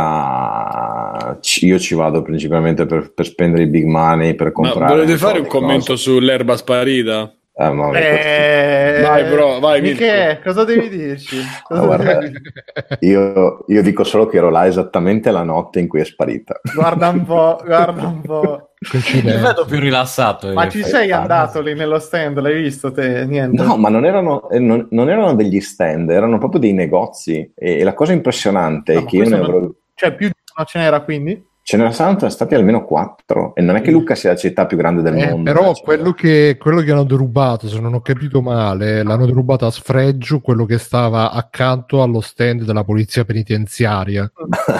[SPEAKER 5] Lucca, ci- io ci vado principalmente per, per spendere i big money, per
[SPEAKER 1] Ma
[SPEAKER 5] comprare.
[SPEAKER 1] volete
[SPEAKER 5] un po'
[SPEAKER 1] fare un
[SPEAKER 5] di
[SPEAKER 1] commento
[SPEAKER 5] cose.
[SPEAKER 1] sull'erba sparita?
[SPEAKER 5] Eh, ma vabbè,
[SPEAKER 3] Eh,
[SPEAKER 1] Vai, bro, vai,
[SPEAKER 3] Michele, cosa devi dirci? Cosa
[SPEAKER 5] Ah, guarda,
[SPEAKER 3] devi dire?
[SPEAKER 5] io, io dico solo che ero là esattamente la notte in cui è sparita.
[SPEAKER 3] Guarda un po', guarda un po'.
[SPEAKER 6] Ti
[SPEAKER 2] Coincidenza.
[SPEAKER 6] vedo più rilassato.
[SPEAKER 3] Ma
[SPEAKER 6] in
[SPEAKER 3] ci
[SPEAKER 6] effetti.
[SPEAKER 3] sei andato lì nello stand? L'hai visto te? Niente.
[SPEAKER 5] No, ma non erano, eh, non, non erano degli stand, erano proprio dei negozi. E, e la cosa impressionante
[SPEAKER 3] No,
[SPEAKER 5] è
[SPEAKER 3] ma
[SPEAKER 5] che io ne
[SPEAKER 3] questo non-
[SPEAKER 5] avrò.
[SPEAKER 3] Cioè, più di una ce n'era quindi?
[SPEAKER 5] Ce ne sono stati almeno quattro. E non è che Lucca sia la città più grande del
[SPEAKER 2] Eh,
[SPEAKER 5] mondo.
[SPEAKER 2] però
[SPEAKER 5] cioè.
[SPEAKER 2] quello che, quello che hanno derubato, se non ho capito male, l'hanno derubato a sfregio quello che stava accanto allo stand della polizia penitenziaria.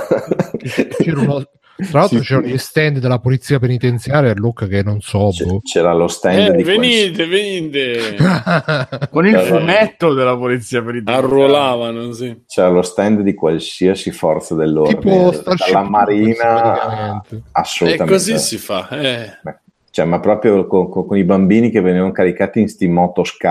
[SPEAKER 2] C'era uno- tra l'altro
[SPEAKER 5] Sì,
[SPEAKER 2] c'erano
[SPEAKER 5] sì.
[SPEAKER 2] gli stand della polizia penitenziaria a Lucca che non so.
[SPEAKER 5] C-
[SPEAKER 2] boh.
[SPEAKER 5] C'era lo stand
[SPEAKER 1] Eh,
[SPEAKER 5] di quel-
[SPEAKER 1] venite, venite.
[SPEAKER 4] Con il
[SPEAKER 5] Allora.
[SPEAKER 4] fumetto della polizia penitenziaria.
[SPEAKER 1] Arruolavano, sì.
[SPEAKER 5] c'era lo stand di qualsiasi forza dell'ordine,
[SPEAKER 2] Tipo Starship
[SPEAKER 5] dalla Marina,
[SPEAKER 2] Troopers, praticamente.
[SPEAKER 1] E
[SPEAKER 5] assolutamente.
[SPEAKER 1] così si fa. Eh.
[SPEAKER 5] Cioè, ma proprio con, con- con i bambini che venivano caricati in sti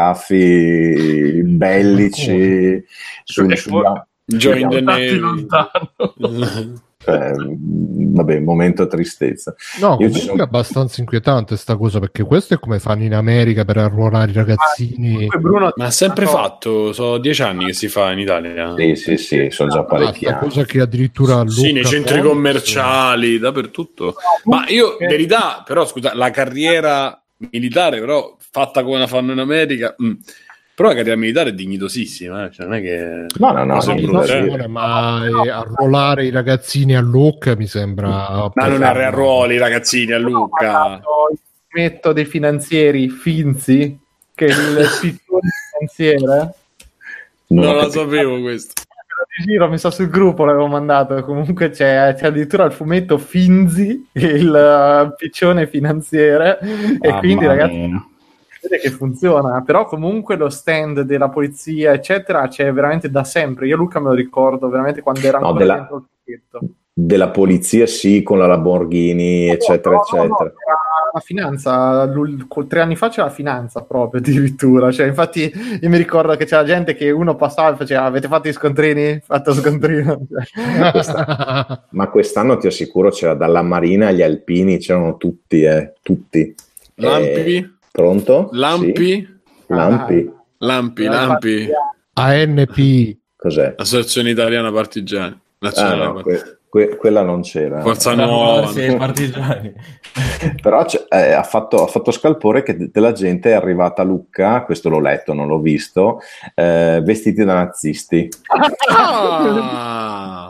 [SPEAKER 5] motoscafi bellici su,
[SPEAKER 4] E
[SPEAKER 5] su-
[SPEAKER 4] poi-
[SPEAKER 1] Join the
[SPEAKER 4] Portati
[SPEAKER 1] Navy.
[SPEAKER 4] lontano.
[SPEAKER 5] cioè, mh, vabbè, momento tristezza.
[SPEAKER 2] No,
[SPEAKER 5] Io ci
[SPEAKER 2] comunque
[SPEAKER 5] sono-
[SPEAKER 2] è abbastanza inquietante sta cosa, perché questo è come fanno in America per arruolare i ragazzini.
[SPEAKER 3] Comunque, Bruno,
[SPEAKER 1] Ma ha sempre
[SPEAKER 3] no,
[SPEAKER 1] fatto, sono dieci anni che si fa in Italia.
[SPEAKER 5] Sì, sì, sì, sono già
[SPEAKER 2] Ah,
[SPEAKER 5] parecchi
[SPEAKER 2] sta
[SPEAKER 5] anni.
[SPEAKER 2] cosa che addirittura a Lucca
[SPEAKER 1] Sì, nei centri
[SPEAKER 2] Comics-
[SPEAKER 1] commerciali, dappertutto. Ma io, verità, però, scusa, la carriera militare, però, fatta come la fanno in America, mh. Però la carriera militare è dignitosissima, eh. Cioè, non è che...
[SPEAKER 5] No, no, no,
[SPEAKER 1] Cose
[SPEAKER 5] sì,
[SPEAKER 1] brutte,
[SPEAKER 5] sì.
[SPEAKER 1] eh.
[SPEAKER 2] ma eh, arruolare i ragazzini a Lucca mi sembra.
[SPEAKER 1] Ma non è arruoli i ragazzini a
[SPEAKER 3] ho
[SPEAKER 1] Lucca.
[SPEAKER 3] guardato il fumetto dei finanzieri Finzi, che è il pittore finanziere.
[SPEAKER 5] Non ho
[SPEAKER 1] Non la
[SPEAKER 5] capito.
[SPEAKER 1] sapevo questo.
[SPEAKER 3] Di giro, mi sa sul gruppo l'avevo mandato. Comunque c'è, c'è addirittura il fumetto Finzi, il uh, piccione finanziere. E
[SPEAKER 4] Mamma
[SPEAKER 3] quindi, ragazzi,
[SPEAKER 4] mia.
[SPEAKER 3] vede che funziona. Però, comunque, lo stand della polizia, eccetera, c'è veramente da sempre. Io, Luca, me lo ricordo veramente quando era
[SPEAKER 5] No,
[SPEAKER 3] ancora
[SPEAKER 5] della-
[SPEAKER 3] dentro il pacchetto.
[SPEAKER 5] Della polizia, sì, con la Lamborghini, eccetera,
[SPEAKER 3] No, no, no,
[SPEAKER 5] eccetera.
[SPEAKER 3] era la finanza, l'ul- tre anni fa c'era la finanza proprio addirittura, cioè infatti io mi ricordo che c'era gente che uno passava e faceva avete fatto gli scontrini? Fatto scontrino.
[SPEAKER 5] Questa- Ma quest'anno ti assicuro c'era dalla Marina agli Alpini, c'erano tutti, eh, tutti.
[SPEAKER 1] Lampi?
[SPEAKER 5] Eh, pronto?
[SPEAKER 1] Lampi?
[SPEAKER 5] Sì. Lampi?
[SPEAKER 1] Lampi, Lampi.
[SPEAKER 2] A N P.
[SPEAKER 5] Cos'è?
[SPEAKER 1] Associazione Italiana Partigiani.
[SPEAKER 5] Ah,
[SPEAKER 1] Nazionale
[SPEAKER 5] no,
[SPEAKER 1] Partigiani.
[SPEAKER 5] que- que- quella non c'era.
[SPEAKER 1] Forza
[SPEAKER 6] Era
[SPEAKER 1] Nuova.
[SPEAKER 6] sì, i partigiani.
[SPEAKER 5] Però c'è- eh, ha, fatto, ha fatto scalpore che de- della gente è arrivata a Lucca, questo l'ho letto, non l'ho visto, eh, vestiti da nazisti.
[SPEAKER 1] Ah!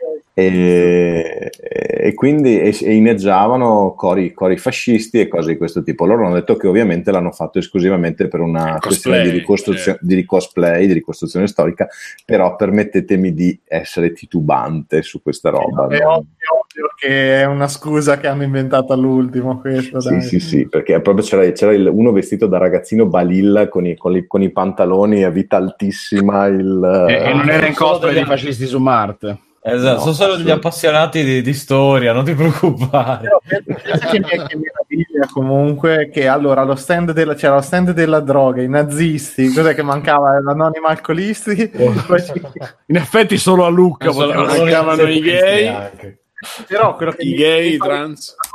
[SPEAKER 5] E, e quindi e, e inneggiavano cori, cori fascisti e cose di questo tipo. Loro hanno detto che ovviamente l'hanno fatto esclusivamente per una
[SPEAKER 1] Cosplay,
[SPEAKER 5] questione di ricostruzione,
[SPEAKER 1] certo.
[SPEAKER 5] di cosplay, di ricostruzione storica, però permettetemi di essere titubante su questa roba.
[SPEAKER 3] È
[SPEAKER 5] no?
[SPEAKER 3] ovvio, ovvio che è una scusa che hanno inventato all'ultimo questo,
[SPEAKER 5] Sì,
[SPEAKER 3] dai.
[SPEAKER 5] sì, sì, perché proprio c'era, c'era il- uno vestito da ragazzino balilla con i, con i- con i pantaloni a vita altissima. Il,
[SPEAKER 4] E, e non era in
[SPEAKER 6] Solo
[SPEAKER 4] cosplay
[SPEAKER 6] degli-
[SPEAKER 4] di fascisti su Marte.
[SPEAKER 6] Esatto,
[SPEAKER 5] No,
[SPEAKER 6] sono solo degli
[SPEAKER 5] assolut-
[SPEAKER 6] appassionati di, di storia, non ti preoccupare.
[SPEAKER 3] Però pensa- pensa che, mi- che meraviglia comunque che allora lo stand della, c'era lo stand della droga, i nazisti, cos'è che mancava? L'anonimo alcolisti. Poi ci-
[SPEAKER 4] In effetti solo a Lucca
[SPEAKER 6] Non solo-
[SPEAKER 4] potevano-
[SPEAKER 6] non solo
[SPEAKER 1] mancavano i
[SPEAKER 6] questi
[SPEAKER 1] gay.
[SPEAKER 6] anche.
[SPEAKER 3] però quello che
[SPEAKER 1] I
[SPEAKER 3] mi-
[SPEAKER 1] gay, i
[SPEAKER 3] mi fa-
[SPEAKER 1] trans.
[SPEAKER 3] hanno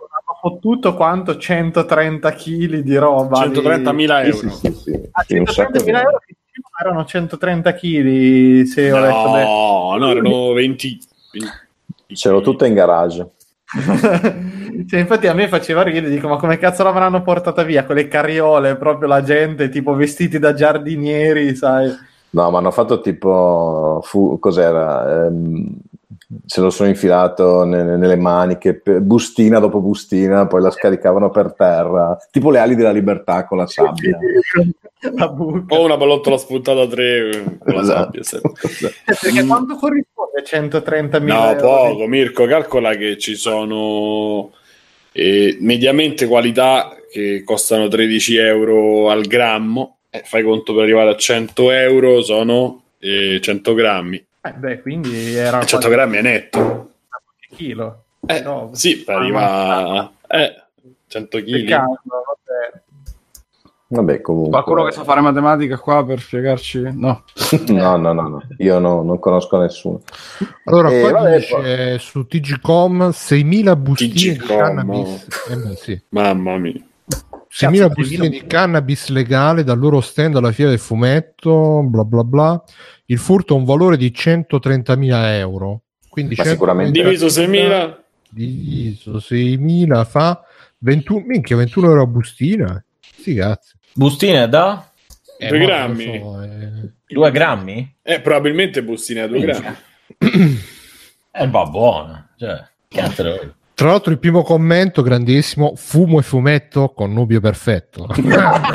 [SPEAKER 3] fottuto quanto centotrenta chili di roba.
[SPEAKER 1] centotrentamila
[SPEAKER 3] di...
[SPEAKER 1] euro.
[SPEAKER 5] Sì, sì, sì, sì.
[SPEAKER 3] Ah,
[SPEAKER 5] Sì, un sacco
[SPEAKER 3] centotrentamila
[SPEAKER 5] di-
[SPEAKER 3] euro che erano centotrenta chili, se ho letto bene.
[SPEAKER 1] No, no, erano venti.
[SPEAKER 5] Ce l'ho tutta in garage.
[SPEAKER 3] Cioè, infatti a me faceva ridere, dico ma come cazzo l'avranno portata via con le carriole, proprio la gente tipo vestiti da giardinieri, sai.
[SPEAKER 5] No, ma hanno fatto tipo fu, cos'era? Ehm, se lo sono infilato ne- nelle maniche, pe- bustina dopo bustina, poi la scaricavano per terra, tipo le ali della libertà con la sabbia.
[SPEAKER 3] La buca.
[SPEAKER 1] O una pallottola spuntata a tre con la sabbia. sempre.
[SPEAKER 3] Perché quanto corrisponde centotrentamila
[SPEAKER 1] No,
[SPEAKER 3] euro?
[SPEAKER 1] poco, Mirko, calcola che ci sono eh, mediamente qualità che costano tredici euro al grammo, eh, fai conto per arrivare a cento euro sono eh, cento grammi,
[SPEAKER 3] Eh, beh, quindi era
[SPEAKER 1] cento grammi è netto,
[SPEAKER 3] qualche chilo.
[SPEAKER 1] eh,
[SPEAKER 3] No,
[SPEAKER 1] sì, arriva eh, cento chili.
[SPEAKER 3] peccato, vabbè.
[SPEAKER 5] Vabbè, comunque.
[SPEAKER 4] Qualcuno che sa fare matematica qua per spiegarci? No.
[SPEAKER 5] No, no, no, no. Io no, non conosco nessuno.
[SPEAKER 2] Allora,
[SPEAKER 5] Eh,
[SPEAKER 2] qua
[SPEAKER 5] vabbè,
[SPEAKER 2] dice su T G Com seimila bustine
[SPEAKER 1] T G
[SPEAKER 2] di
[SPEAKER 1] Com.
[SPEAKER 2] cannabis. Eh beh, sì.
[SPEAKER 1] Mamma mia.
[SPEAKER 2] seimila
[SPEAKER 3] Cazzo,
[SPEAKER 2] bustine di cannabis legale dal loro stand alla fiera del fumetto, bla bla bla. Il furto ha un valore di centotrentamila euro. Quindi
[SPEAKER 5] Ma sicuramente-
[SPEAKER 1] Diviso seimila,
[SPEAKER 2] diviso seimila fa ventuno, minchia, ventuno euro a bustina. Sì, cazzo.
[SPEAKER 6] Bustine da
[SPEAKER 2] Eh,
[SPEAKER 1] Due
[SPEAKER 2] ma
[SPEAKER 1] grammi?
[SPEAKER 2] non lo so, eh.
[SPEAKER 6] due grammi?
[SPEAKER 1] eh, probabilmente bustine a due grammi.
[SPEAKER 6] Eh, va buona. Cioè, cazzo lo vuoi?
[SPEAKER 2] Tra l'altro il primo commento grandissimo, fumo e fumetto, connubio perfetto.
[SPEAKER 6] Questo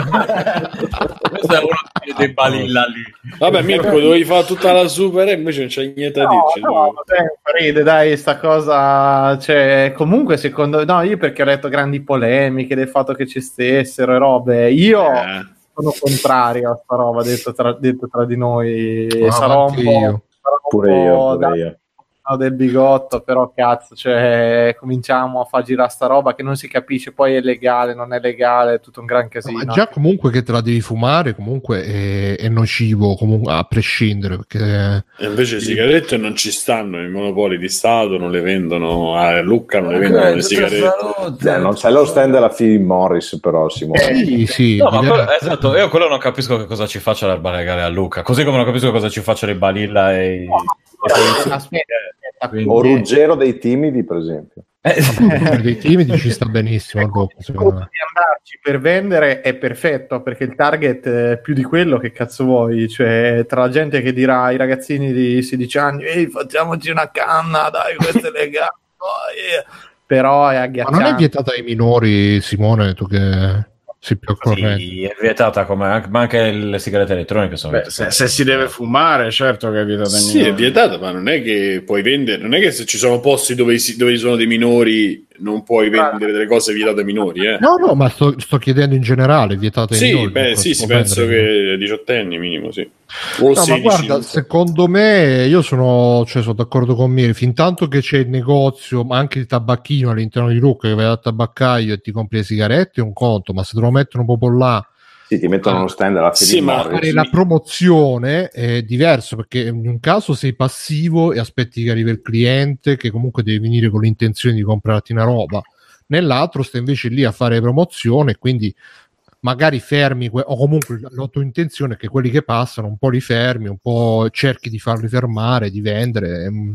[SPEAKER 6] è uno dei balilla lì.
[SPEAKER 1] Vabbè, Mirko, dovevi fare tutta la super e invece non c'è niente da
[SPEAKER 3] No,
[SPEAKER 1] dirci.
[SPEAKER 3] no, vabbè, ride, dai, sta cosa, cioè, comunque secondo, no, io perché ho letto grandi polemiche del fatto che ci stessero e robe, io
[SPEAKER 1] Eh.
[SPEAKER 3] sono contrario a sta roba, detto tra, detto tra di noi,
[SPEAKER 2] Ah,
[SPEAKER 3] sarò un
[SPEAKER 2] anche
[SPEAKER 3] po',
[SPEAKER 2] io.
[SPEAKER 3] sarò un
[SPEAKER 5] Pure
[SPEAKER 3] po'
[SPEAKER 5] io,
[SPEAKER 3] da-
[SPEAKER 5] pure io.
[SPEAKER 3] del bigotto, però cazzo, cioè, cominciamo a far girare sta roba che non si capisce, poi è legale, non è legale, è tutto un gran casino.
[SPEAKER 2] Ma già comunque che te la devi fumare comunque è, è nocivo comunque, a prescindere perché
[SPEAKER 1] E invece le sigarette non ci stanno, i monopoli di Stato non le vendono, a Lucca non le vendono le sigarette.
[SPEAKER 5] Eh, non c'è lo stand della Philip Morris, però Simone.
[SPEAKER 2] sì, sì,
[SPEAKER 6] No, ma
[SPEAKER 2] direi-
[SPEAKER 6] quello- esatto, io quello non capisco che cosa ci faccia l'erba legale a Luca, così come non capisco cosa ci facciano i Balilla e i...
[SPEAKER 3] Aspetta, aspetta,
[SPEAKER 6] Quindi-
[SPEAKER 5] O Ruggero dei Timidi, per esempio.
[SPEAKER 6] Eh,
[SPEAKER 2] per dei timidi ci sta benissimo dopo, secondo me.
[SPEAKER 3] di andarci per vendere è perfetto perché il target è più di quello che cazzo vuoi, cioè tra la gente che dirà ai ragazzini di sedici anni ehi facciamoci una canna dai questo è legale oh, yeah. Però è
[SPEAKER 2] Ma
[SPEAKER 3] agghiacciante.
[SPEAKER 2] non è vietata ai minori, Simone, tu che sei più corrente.
[SPEAKER 6] sì, è vietata come ma anche le sigarette elettroniche sono
[SPEAKER 4] Beh,
[SPEAKER 6] vietate.
[SPEAKER 4] se, se si deve fumare, certo che è vietato ai
[SPEAKER 1] Sì, è
[SPEAKER 4] minori.
[SPEAKER 1] vietata, ma non è che puoi vendere, non è che se ci sono posti dove, si- dove ci sono dei minori non puoi vendere delle cose vietate ai minori, eh.
[SPEAKER 2] No, no, ma sto, sto chiedendo in generale, vietata ai
[SPEAKER 1] Sì,
[SPEAKER 2] minori.
[SPEAKER 1] beh,
[SPEAKER 2] non
[SPEAKER 1] sì,
[SPEAKER 2] si
[SPEAKER 1] sì,
[SPEAKER 2] può
[SPEAKER 1] penso
[SPEAKER 2] vendere.
[SPEAKER 1] che diciottenni minimo, sì. O
[SPEAKER 2] No, ma
[SPEAKER 1] sedici.
[SPEAKER 2] guarda,
[SPEAKER 1] non so.
[SPEAKER 2] secondo me io sono, cioè, sono d'accordo con me. Fin tanto che c'è il negozio, ma anche il tabacchino all'interno di Lucca, che vai al tabaccaio e ti compri le sigarette, è un conto, ma se te lo mettono proprio là
[SPEAKER 5] Sì, ti mettono uno stand della Philip
[SPEAKER 1] Sì, ma-
[SPEAKER 5] Morris.
[SPEAKER 2] fare la promozione è diverso, perché in un caso sei passivo e aspetti che arrivi il cliente che comunque deve venire con l'intenzione di comprarti una roba, nell'altro stai invece lì a fare promozione, quindi magari fermi que- o comunque la tua intenzione è che quelli che passano un po' li fermi, un po' cerchi di farli fermare, di vendere. Ehm,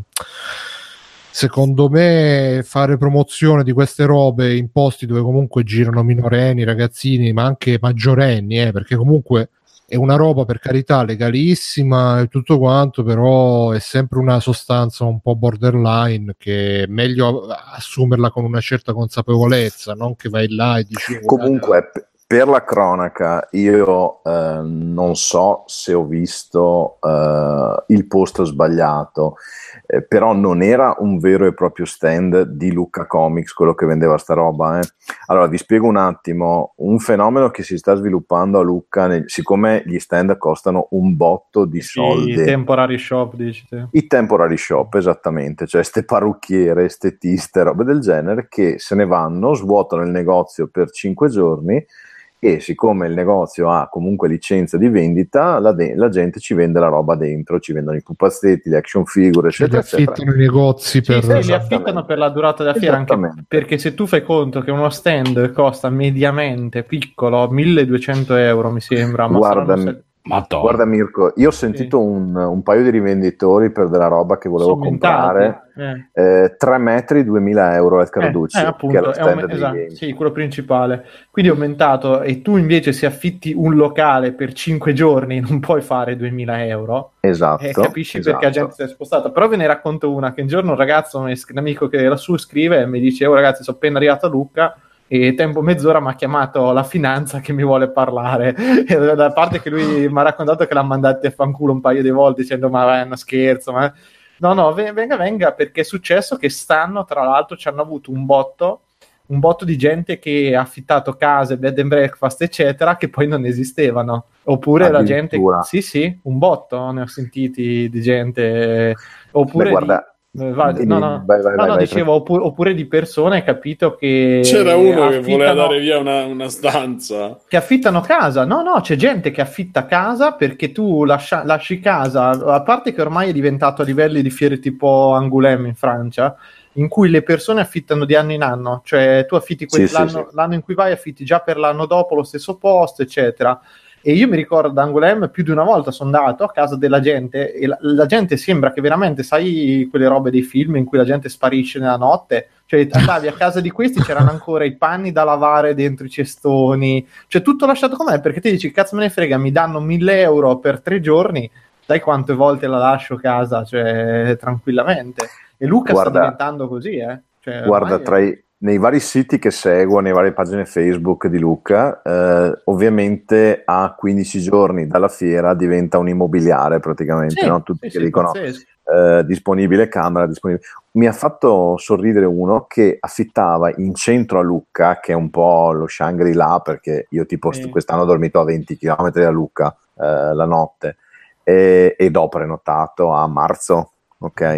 [SPEAKER 2] secondo me fare promozione di queste robe in posti dove comunque girano minorenni, ragazzini, ma anche maggiorenni, eh, perché comunque è una roba, per carità, legalissima e tutto quanto, però è sempre una sostanza un po' borderline che è meglio assumerla con una certa consapevolezza, non che vai là e dici "Oh,
[SPEAKER 5] Comunque, p- per la cronaca, io eh, non so se ho visto eh, il post sbagliato, eh, però non era un vero e proprio stand di Lucca Comics quello che vendeva sta roba. Eh. Allora, vi spiego un attimo, un fenomeno che si sta sviluppando a Lucca, nel- siccome gli stand costano un botto di soldi.
[SPEAKER 3] I temporary shop, dici te.
[SPEAKER 5] I temporary shop, esattamente, cioè ste parrucchiere, estetiste, robe del genere che se ne vanno, svuotano il negozio per cinque giorni che siccome il negozio ha comunque licenza di vendita, la, de- la gente ci vende la roba dentro, ci vendono i pupazzetti, le action figure, eccetera,
[SPEAKER 2] ci affittano i negozi
[SPEAKER 3] sì,
[SPEAKER 2] per...
[SPEAKER 3] sì, li affittano per la durata della fiera, anche perché se tu fai conto che uno stand costa mediamente piccolo milleduecento euro mi sembra, ma
[SPEAKER 5] guarda,
[SPEAKER 3] saranno...
[SPEAKER 5] guarda Mirko, io ho sentito sì. un, un paio di rivenditori per della roba che volevo comprare, eh. Eh, tre metri duemila euro al Carducci,
[SPEAKER 3] eh, eh, appunto,
[SPEAKER 5] che è lo stand
[SPEAKER 3] è un,
[SPEAKER 5] dei
[SPEAKER 3] esatto,
[SPEAKER 5] game.
[SPEAKER 3] sì, quello principale, quindi è aumentato, e tu invece se affitti un locale per cinque giorni non puoi fare duemila euro,
[SPEAKER 5] esatto,
[SPEAKER 3] e capisci
[SPEAKER 5] esatto.
[SPEAKER 3] perché la gente si è spostata. Però ve ne racconto una, che un giorno un ragazzo, un amico che era su, scrive e mi dice: oh ragazzi, sono appena arrivato a Lucca e tempo mezz'ora mi ha chiamato la finanza che mi vuole parlare, e da parte che lui mi ha raccontato che l'ha mandati a fanculo un paio di volte dicendo ma vai, è uno scherzo, ma no no venga venga, perché è successo che stanno, tra l'altro ci hanno avuto un botto un botto di gente che ha affittato case, bed and breakfast eccetera, che poi non esistevano, oppure la gente, sì sì, un botto ne ho sentiti di gente, oppure
[SPEAKER 5] Beh, guarda,
[SPEAKER 3] di Va,
[SPEAKER 5] Dimmi,
[SPEAKER 3] no, no,
[SPEAKER 5] vai, vai,
[SPEAKER 3] no,
[SPEAKER 5] vai,
[SPEAKER 3] no
[SPEAKER 5] vai,
[SPEAKER 3] dicevo oppure, oppure di persone, capito, che
[SPEAKER 1] c'era uno
[SPEAKER 3] affittano,
[SPEAKER 1] che voleva dare via una, una stanza,
[SPEAKER 3] che affittano casa. No, no, c'è gente che affitta casa perché tu lascia, lasci casa, a parte che ormai è diventato a livelli di fiere tipo Angoulême in Francia, in cui le persone affittano di anno in anno, cioè tu affitti quel,
[SPEAKER 5] sì,
[SPEAKER 3] l'anno,
[SPEAKER 5] sì, sì.
[SPEAKER 3] l'anno in cui vai, affitti già per l'anno dopo lo stesso posto, eccetera. E io mi ricordo ad Angoulême più di una volta sono andato a casa della gente e la, la gente sembra che veramente, sai quelle robe dei film in cui la gente sparisce nella notte, cioè andavi a casa di questi, c'erano ancora i panni da lavare dentro i cestoni, cioè tutto lasciato com'è, perché ti dici cazzo me ne frega, mi danno mille euro per tre giorni, sai quante volte la lascio casa, cioè tranquillamente. E Lucca guarda, sta diventando così, eh? Cioè,
[SPEAKER 5] guarda, tra i, nei vari siti che seguo, nei varie pagine Facebook di Lucca, eh, ovviamente a quindici giorni dalla fiera diventa un immobiliare praticamente,
[SPEAKER 3] sì,
[SPEAKER 5] no? Tutti
[SPEAKER 3] sì,
[SPEAKER 5] che
[SPEAKER 3] sì,
[SPEAKER 5] dicono
[SPEAKER 3] eh,
[SPEAKER 5] disponibile camera, disponibile. Mi ha fatto sorridere uno che affittava in centro a Lucca, che è un po' lo Shangri-La, perché io tipo sì. quest'anno ho dormito a venti chilometri da Lucca eh, la notte, e, ed ho prenotato a marzo, ok?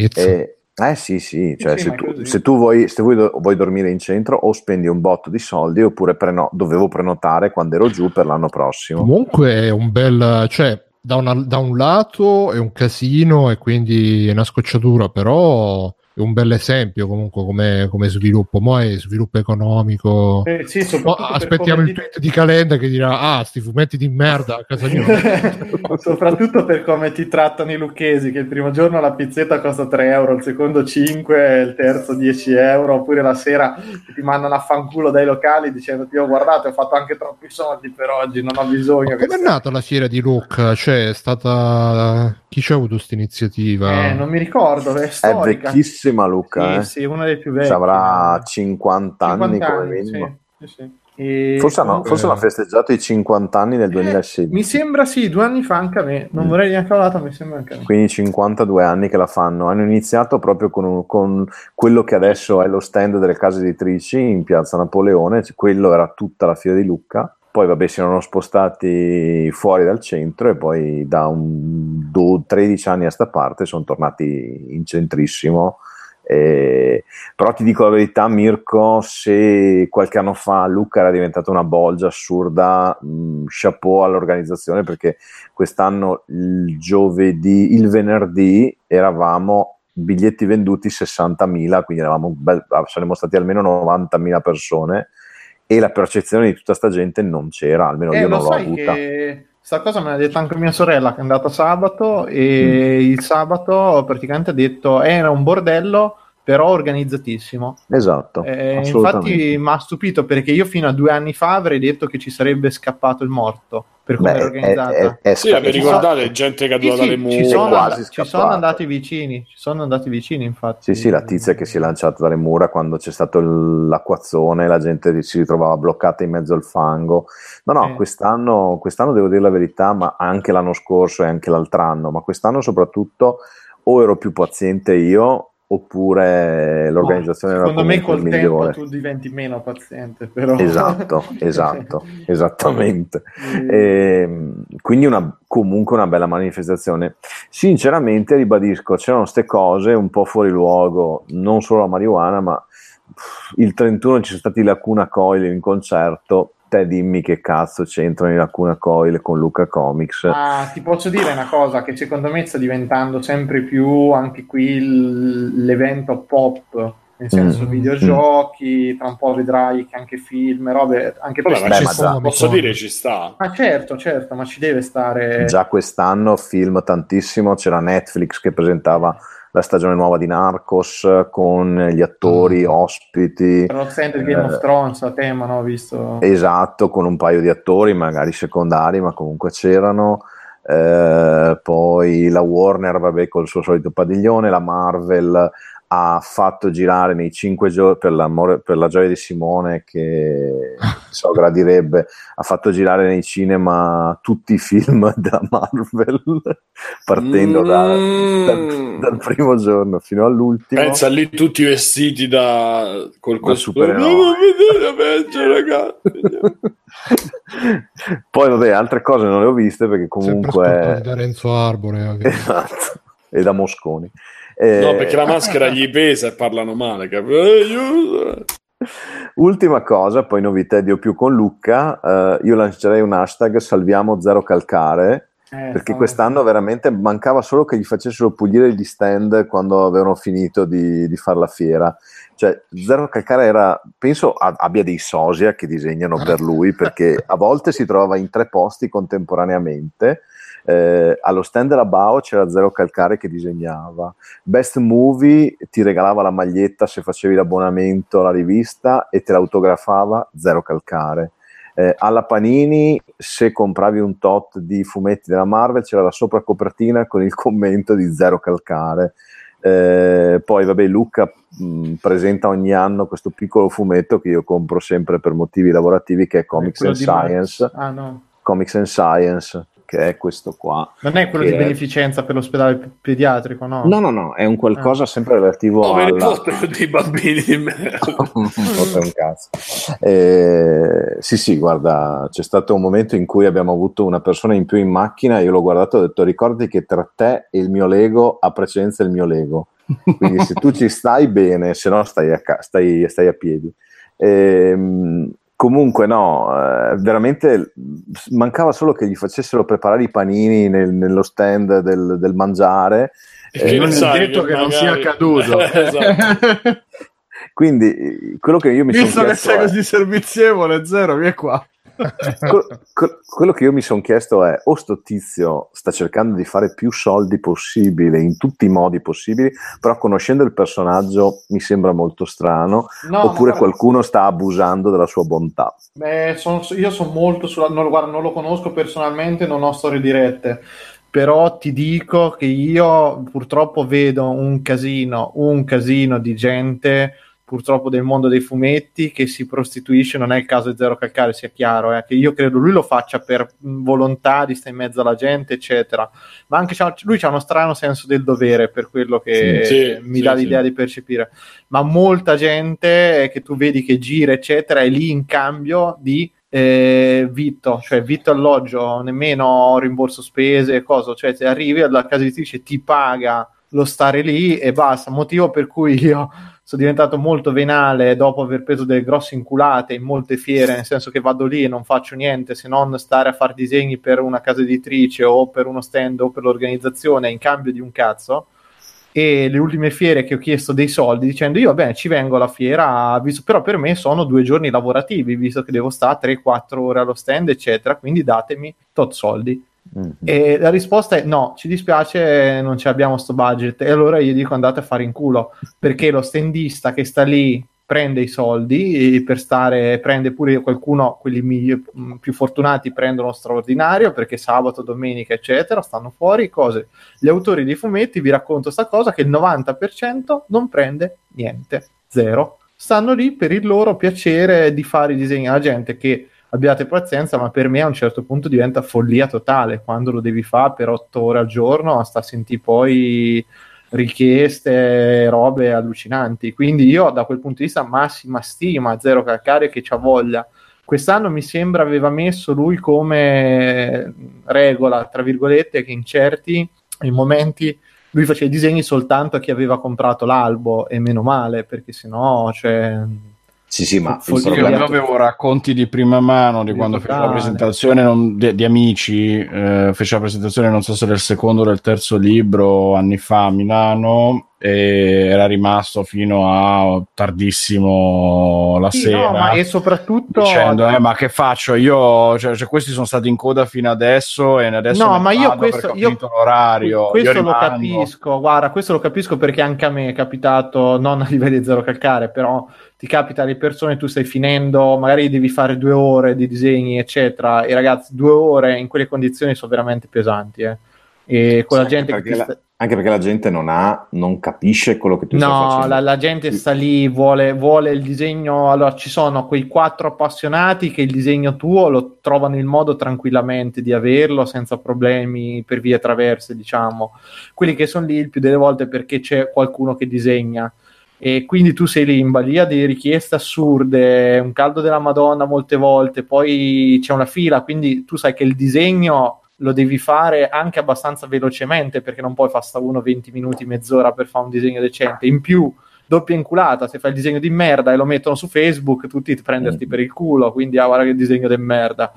[SPEAKER 5] E, eh sì sì, cioè sì, se, tu, se tu vuoi, se vuoi, vuoi dormire in centro o spendi un botto di soldi oppure preno- dovevo prenotare quando ero giù per l'anno prossimo.
[SPEAKER 2] Comunque è un bel, cioè da, una, da un lato è un casino e quindi è una scocciatura, però è un bel esempio comunque come, come sviluppo. Mo' è sviluppo economico.
[SPEAKER 3] Eh, sì,
[SPEAKER 2] oh, aspettiamo il ti... tweet di Calenda che dirà ah sti fumetti di merda a casa mia.
[SPEAKER 3] Soprattutto per come ti trattano i lucchesi, che il primo giorno la pizzetta costa tre euro, il secondo cinque, il terzo dieci euro, oppure la sera ti mandano a fanculo dai locali dicendo oh, guardate ho fatto anche troppi soldi per oggi, non ho bisogno.
[SPEAKER 2] Come è nata la fiera di Lucca? Cioè è stata... chi c'ha avuto questa iniziativa?
[SPEAKER 3] Eh, non mi ricordo, è storica.
[SPEAKER 5] È vecchissima Lucca,
[SPEAKER 3] sì,
[SPEAKER 5] eh?
[SPEAKER 3] sì, una delle più vecchie.
[SPEAKER 5] Ci avrà cinquanta anni come minimo.
[SPEAKER 3] Sì, sì, sì. E
[SPEAKER 5] forse,
[SPEAKER 3] comunque...
[SPEAKER 5] hanno, forse hanno festeggiato i cinquanta anni nel duemilasedici.
[SPEAKER 3] Eh, mi sembra sì, due anni fa anche a me, non mm. vorrei neanche parlato, mi sembra anche a me.
[SPEAKER 5] Quindi cinquantadue anni che la fanno. Hanno iniziato proprio con, un, con quello che adesso è lo stand delle case editrici in piazza Napoleone, quello era tutta la fiera di Lucca. Poi vabbè si erano spostati fuori dal centro e poi da un do, tredici anni a sta parte sono tornati in centrissimo. Eh, però ti dico la verità Mirko, se qualche anno fa Lucca era diventata una bolgia assurda, mh, chapeau all'organizzazione, perché quest'anno il giovedì, il venerdì eravamo biglietti venduti sessantamila, quindi eravamo be- saremmo stati almeno novantamila persone e la percezione di tutta sta gente non c'era, almeno
[SPEAKER 3] eh,
[SPEAKER 5] io non l'ho
[SPEAKER 3] sai
[SPEAKER 5] avuta.
[SPEAKER 3] Che... Sta cosa me l'ha detto anche mia sorella che è andata sabato e mm. il sabato praticamente ha detto eh, era un bordello però organizzatissimo.
[SPEAKER 5] Esatto.
[SPEAKER 3] Eh, infatti mi ha stupito perché io fino a due anni fa avrei detto che ci sarebbe scappato il morto per come era organizzata.
[SPEAKER 1] È, è, è sì, vi ricordate sono... gente caduta sì, dalle
[SPEAKER 3] sì,
[SPEAKER 1] mura.
[SPEAKER 3] Ci sono, and- ci sono andati vicini, ci sono andati vicini infatti.
[SPEAKER 5] Sì, sì, la tizia che si è lanciata dalle mura quando c'è stato l'acquazzone, la gente si ritrovava bloccata in mezzo al fango. No, no, eh. quest'anno, quest'anno devo dire la verità, ma anche l'anno scorso e anche l'altro anno, ma quest'anno soprattutto o ero più paziente io oppure l'organizzazione
[SPEAKER 3] no,
[SPEAKER 5] era
[SPEAKER 3] secondo me col
[SPEAKER 5] migliore.
[SPEAKER 3] Tempo tu diventi meno paziente però.
[SPEAKER 5] Esatto, esatto, esattamente. E, quindi una, comunque una bella manifestazione. Sinceramente ribadisco, c'erano ste cose un po' fuori luogo, non solo la marijuana, ma il trentuno ci sono stati i Lacuna Coil in concerto, te dimmi che cazzo c'entrano i Lacuna Coil con Luca Comics.
[SPEAKER 3] Ah, ti posso dire una cosa, che secondo me sta diventando sempre più anche qui l- l'evento pop, nel senso
[SPEAKER 5] Mm.
[SPEAKER 3] videogiochi, tra un po' vedrai che anche film, robe, anche
[SPEAKER 1] Vabbè, ma
[SPEAKER 5] Beh,
[SPEAKER 1] ci
[SPEAKER 5] ma
[SPEAKER 1] sta,
[SPEAKER 5] già-
[SPEAKER 1] posso dire ci sta.
[SPEAKER 3] Ma certo, certo, ma ci deve stare.
[SPEAKER 5] Già quest'anno film tantissimo, c'era Netflix che presentava la stagione nuova di Narcos con gli attori,
[SPEAKER 2] Mm.
[SPEAKER 5] ospiti.
[SPEAKER 3] Per lo stand del Game
[SPEAKER 5] Eh,
[SPEAKER 3] of Thrones a tema, no? Visto.
[SPEAKER 5] Esatto, con un paio di attori, magari secondari, ma comunque c'erano. Eh, poi la Warner, vabbè, col suo solito padiglione, la Marvel ha fatto girare nei cinque giorni, per, l'amore- per la gioia di Simone, che so gradirebbe, ha fatto girare nei cinema tutti i film della Marvel, partendo da-
[SPEAKER 1] Mm.
[SPEAKER 5] dal, dal primo giorno fino all'ultimo.
[SPEAKER 1] Pensa lì tutti vestiti da col
[SPEAKER 5] Ma
[SPEAKER 1] costume.
[SPEAKER 5] supereroi.
[SPEAKER 1] Non vedete peggio, ragazzi.
[SPEAKER 5] Poi vabbè, altre cose non le ho viste perché
[SPEAKER 2] Sempre
[SPEAKER 5] comunque
[SPEAKER 2] ascoltati da Renzo Arbore anche.
[SPEAKER 5] esatto, e da Mosconi. Eh,
[SPEAKER 1] No, perché la maschera gli pesa e parlano male, capito? Eh, io-
[SPEAKER 5] Ultima cosa, poi novità di o più con Luca, eh, io lancerei un hashtag salviamo Zero Calcare,
[SPEAKER 3] Eh,
[SPEAKER 5] perché
[SPEAKER 3] fa-
[SPEAKER 5] quest'anno veramente mancava solo che gli facessero pulire gli stand quando avevano finito di, di fare la fiera. Cioè, Zero Calcare era, penso a- abbia dei sosia che disegnano per lui, perché a volte si trovava in tre posti contemporaneamente. Eh, allo stand della Bao c'era Zero Calcare che disegnava. Best Movie ti regalava la maglietta se facevi l'abbonamento alla rivista e te l'autografava Zero Calcare. Eh, alla Panini, se compravi un tot di fumetti della Marvel, c'era la sopracopertina con il commento di Zero Calcare. Eh, poi vabbè, Luca mh, presenta ogni anno questo piccolo fumetto che io compro sempre per motivi lavorativi, che è Comics
[SPEAKER 3] quello
[SPEAKER 5] and
[SPEAKER 3] di Max.
[SPEAKER 5] Science.
[SPEAKER 3] Ah, no.
[SPEAKER 5] Comics and Science, che è questo qua.
[SPEAKER 3] Non è quello
[SPEAKER 5] Che
[SPEAKER 3] di
[SPEAKER 5] è-
[SPEAKER 3] beneficenza per l'ospedale p- pediatrico, no?
[SPEAKER 5] No, no, no, è un qualcosa sempre relativo
[SPEAKER 1] No, me ne
[SPEAKER 5] alla...
[SPEAKER 1] foto dei bambini di merda.
[SPEAKER 5] Fotte un cazzo. Eh, sì, sì, guarda, c'è stato un momento in cui abbiamo avuto una persona in più in macchina, io l'ho guardato e ho detto ricordi che tra te e il mio Lego ha precedenza il mio Lego, quindi se tu ci stai bene, se no stai a, ca- stai, stai a piedi. Ehm, comunque no, eh, veramente mancava solo che gli facessero preparare i panini nel- nello stand del, del mangiare.
[SPEAKER 1] E
[SPEAKER 5] Eh,
[SPEAKER 1] che
[SPEAKER 4] non
[SPEAKER 1] ne
[SPEAKER 4] è
[SPEAKER 1] sai
[SPEAKER 4] detto che non sia
[SPEAKER 1] magari-
[SPEAKER 4] accaduto.
[SPEAKER 1] Esatto.
[SPEAKER 5] Quindi quello che io mi sono
[SPEAKER 4] Visto che
[SPEAKER 5] chiesto
[SPEAKER 4] sei
[SPEAKER 5] è-
[SPEAKER 4] così servizievole, Zero, vieni qua.
[SPEAKER 5] que- que- quello che io mi sono chiesto è o sto tizio sta cercando di fare più soldi possibile in tutti i modi possibili, però conoscendo il personaggio mi sembra molto strano,
[SPEAKER 3] No, ma
[SPEAKER 5] oppure
[SPEAKER 3] guarda-
[SPEAKER 5] qualcuno sta abusando della sua bontà.
[SPEAKER 3] Beh, son- io sono molto sulla. Non, guarda, non lo conosco personalmente, non ho storie dirette. Però ti dico che io purtroppo vedo un casino, un casino di gente, purtroppo del mondo dei fumetti, che si prostituisce. Non è il caso di Zero Calcare, sia chiaro, eh, che io credo lui lo faccia per mh, volontà di stare in mezzo alla gente, eccetera. Ma anche c'ha- lui ha uno strano senso del dovere, per quello che
[SPEAKER 1] Sì, sì,
[SPEAKER 3] mi
[SPEAKER 1] sì,
[SPEAKER 3] dà
[SPEAKER 1] sì.
[SPEAKER 3] l'idea di percepire. Ma molta gente eh, che tu vedi che gira, eccetera, è lì in cambio di eh, vitto, cioè vitto alloggio, nemmeno rimborso spese, cosa, cioè se arrivi alla casa editrice ti paga lo stare lì e basta, motivo per cui io sono diventato molto venale dopo aver preso delle grosse inculate in molte fiere, nel senso che vado lì e non faccio niente se non stare a fare disegni per una casa editrice o per uno stand o per l'organizzazione in cambio di un cazzo. E le ultime fiere che ho chiesto dei soldi dicendo io va bene ci vengo alla fiera, visto, però per me sono due giorni lavorativi visto che devo stare tre quattro ore allo stand eccetera, quindi datemi tot soldi.
[SPEAKER 5] Mm-hmm.
[SPEAKER 3] E la risposta è no, ci dispiace, non ci abbiamo sto budget. E allora io dico andate a fare in culo, perché lo standista che sta lì prende i soldi e per stare, prende pure qualcuno, quelli migli- più fortunati prendono straordinario perché sabato, domenica eccetera stanno fuori cose. Gli autori di fumetti, vi racconto sta cosa, che il novanta per cento non prende niente, zero, stanno lì per il loro piacere di fare i disegni alla gente. Che abbiate pazienza, ma per me a un certo punto diventa follia totale quando lo devi fare per otto ore al giorno, sta a sentire poi richieste, robe allucinanti. Quindi io da quel punto di vista massima stima a Zero Calcare, che c'ha voglia. Quest'anno mi sembra aveva messo lui come regola, tra virgolette, che in certi in momenti lui faceva i disegni soltanto a chi aveva comprato l'albo, e meno male, perché sennò cioè
[SPEAKER 5] Sì, sì, ma
[SPEAKER 3] Fu-
[SPEAKER 5] il
[SPEAKER 3] fu-
[SPEAKER 4] Io
[SPEAKER 5] problema...
[SPEAKER 4] avevo racconti di prima mano di
[SPEAKER 3] Di
[SPEAKER 4] quando fece la
[SPEAKER 3] totale.
[SPEAKER 4] presentazione non- di, di Amici, eh, fece la presentazione non so se del secondo o del terzo libro anni fa a Milano e era rimasto fino a tardissimo la
[SPEAKER 3] Sì,
[SPEAKER 4] sera
[SPEAKER 3] no, ma e soprattutto
[SPEAKER 4] dicendo eh, ma che faccio io, cioè, cioè, questi sono stati in coda fino adesso e adesso
[SPEAKER 3] no,
[SPEAKER 4] me ne
[SPEAKER 3] ma io
[SPEAKER 4] vado
[SPEAKER 3] questo,
[SPEAKER 4] perché ho
[SPEAKER 3] io,
[SPEAKER 4] finito l'orario,
[SPEAKER 3] questo
[SPEAKER 4] io
[SPEAKER 3] lo
[SPEAKER 4] rimango.
[SPEAKER 3] capisco, guarda, questo lo capisco perché anche a me è capitato, non a livello di zero calcare, però ti capita le persone, tu stai finendo, magari devi fare due ore di disegni, eccetera, e ragazzi, due ore in quelle condizioni sono veramente pesanti, eh. E con
[SPEAKER 5] Sì,
[SPEAKER 3] la
[SPEAKER 5] anche
[SPEAKER 3] gente che
[SPEAKER 5] perché
[SPEAKER 3] ti
[SPEAKER 5] la-
[SPEAKER 3] sta...
[SPEAKER 5] anche perché la gente non ha, non capisce quello che tu stai
[SPEAKER 3] No,
[SPEAKER 5] facendo.
[SPEAKER 3] la, la gente sta lì, vuole, vuole il disegno. Allora, ci sono quei quattro appassionati che il disegno tuo lo trovano il modo tranquillamente di averlo senza problemi per vie traverse, diciamo. Quelli che sono lì il più delle volte perché c'è qualcuno che disegna. E quindi tu sei lì in balia di richieste assurde, un caldo della Madonna molte volte, poi c'è una fila, quindi tu sai che il disegno lo devi fare anche abbastanza velocemente perché non puoi fare sta uno venti minuti, mezz'ora per fare un disegno decente. In più, doppia inculata, se fai il disegno di merda e lo mettono su Facebook, tutti ti prenderti per il culo, quindi ah, guarda che disegno di merda.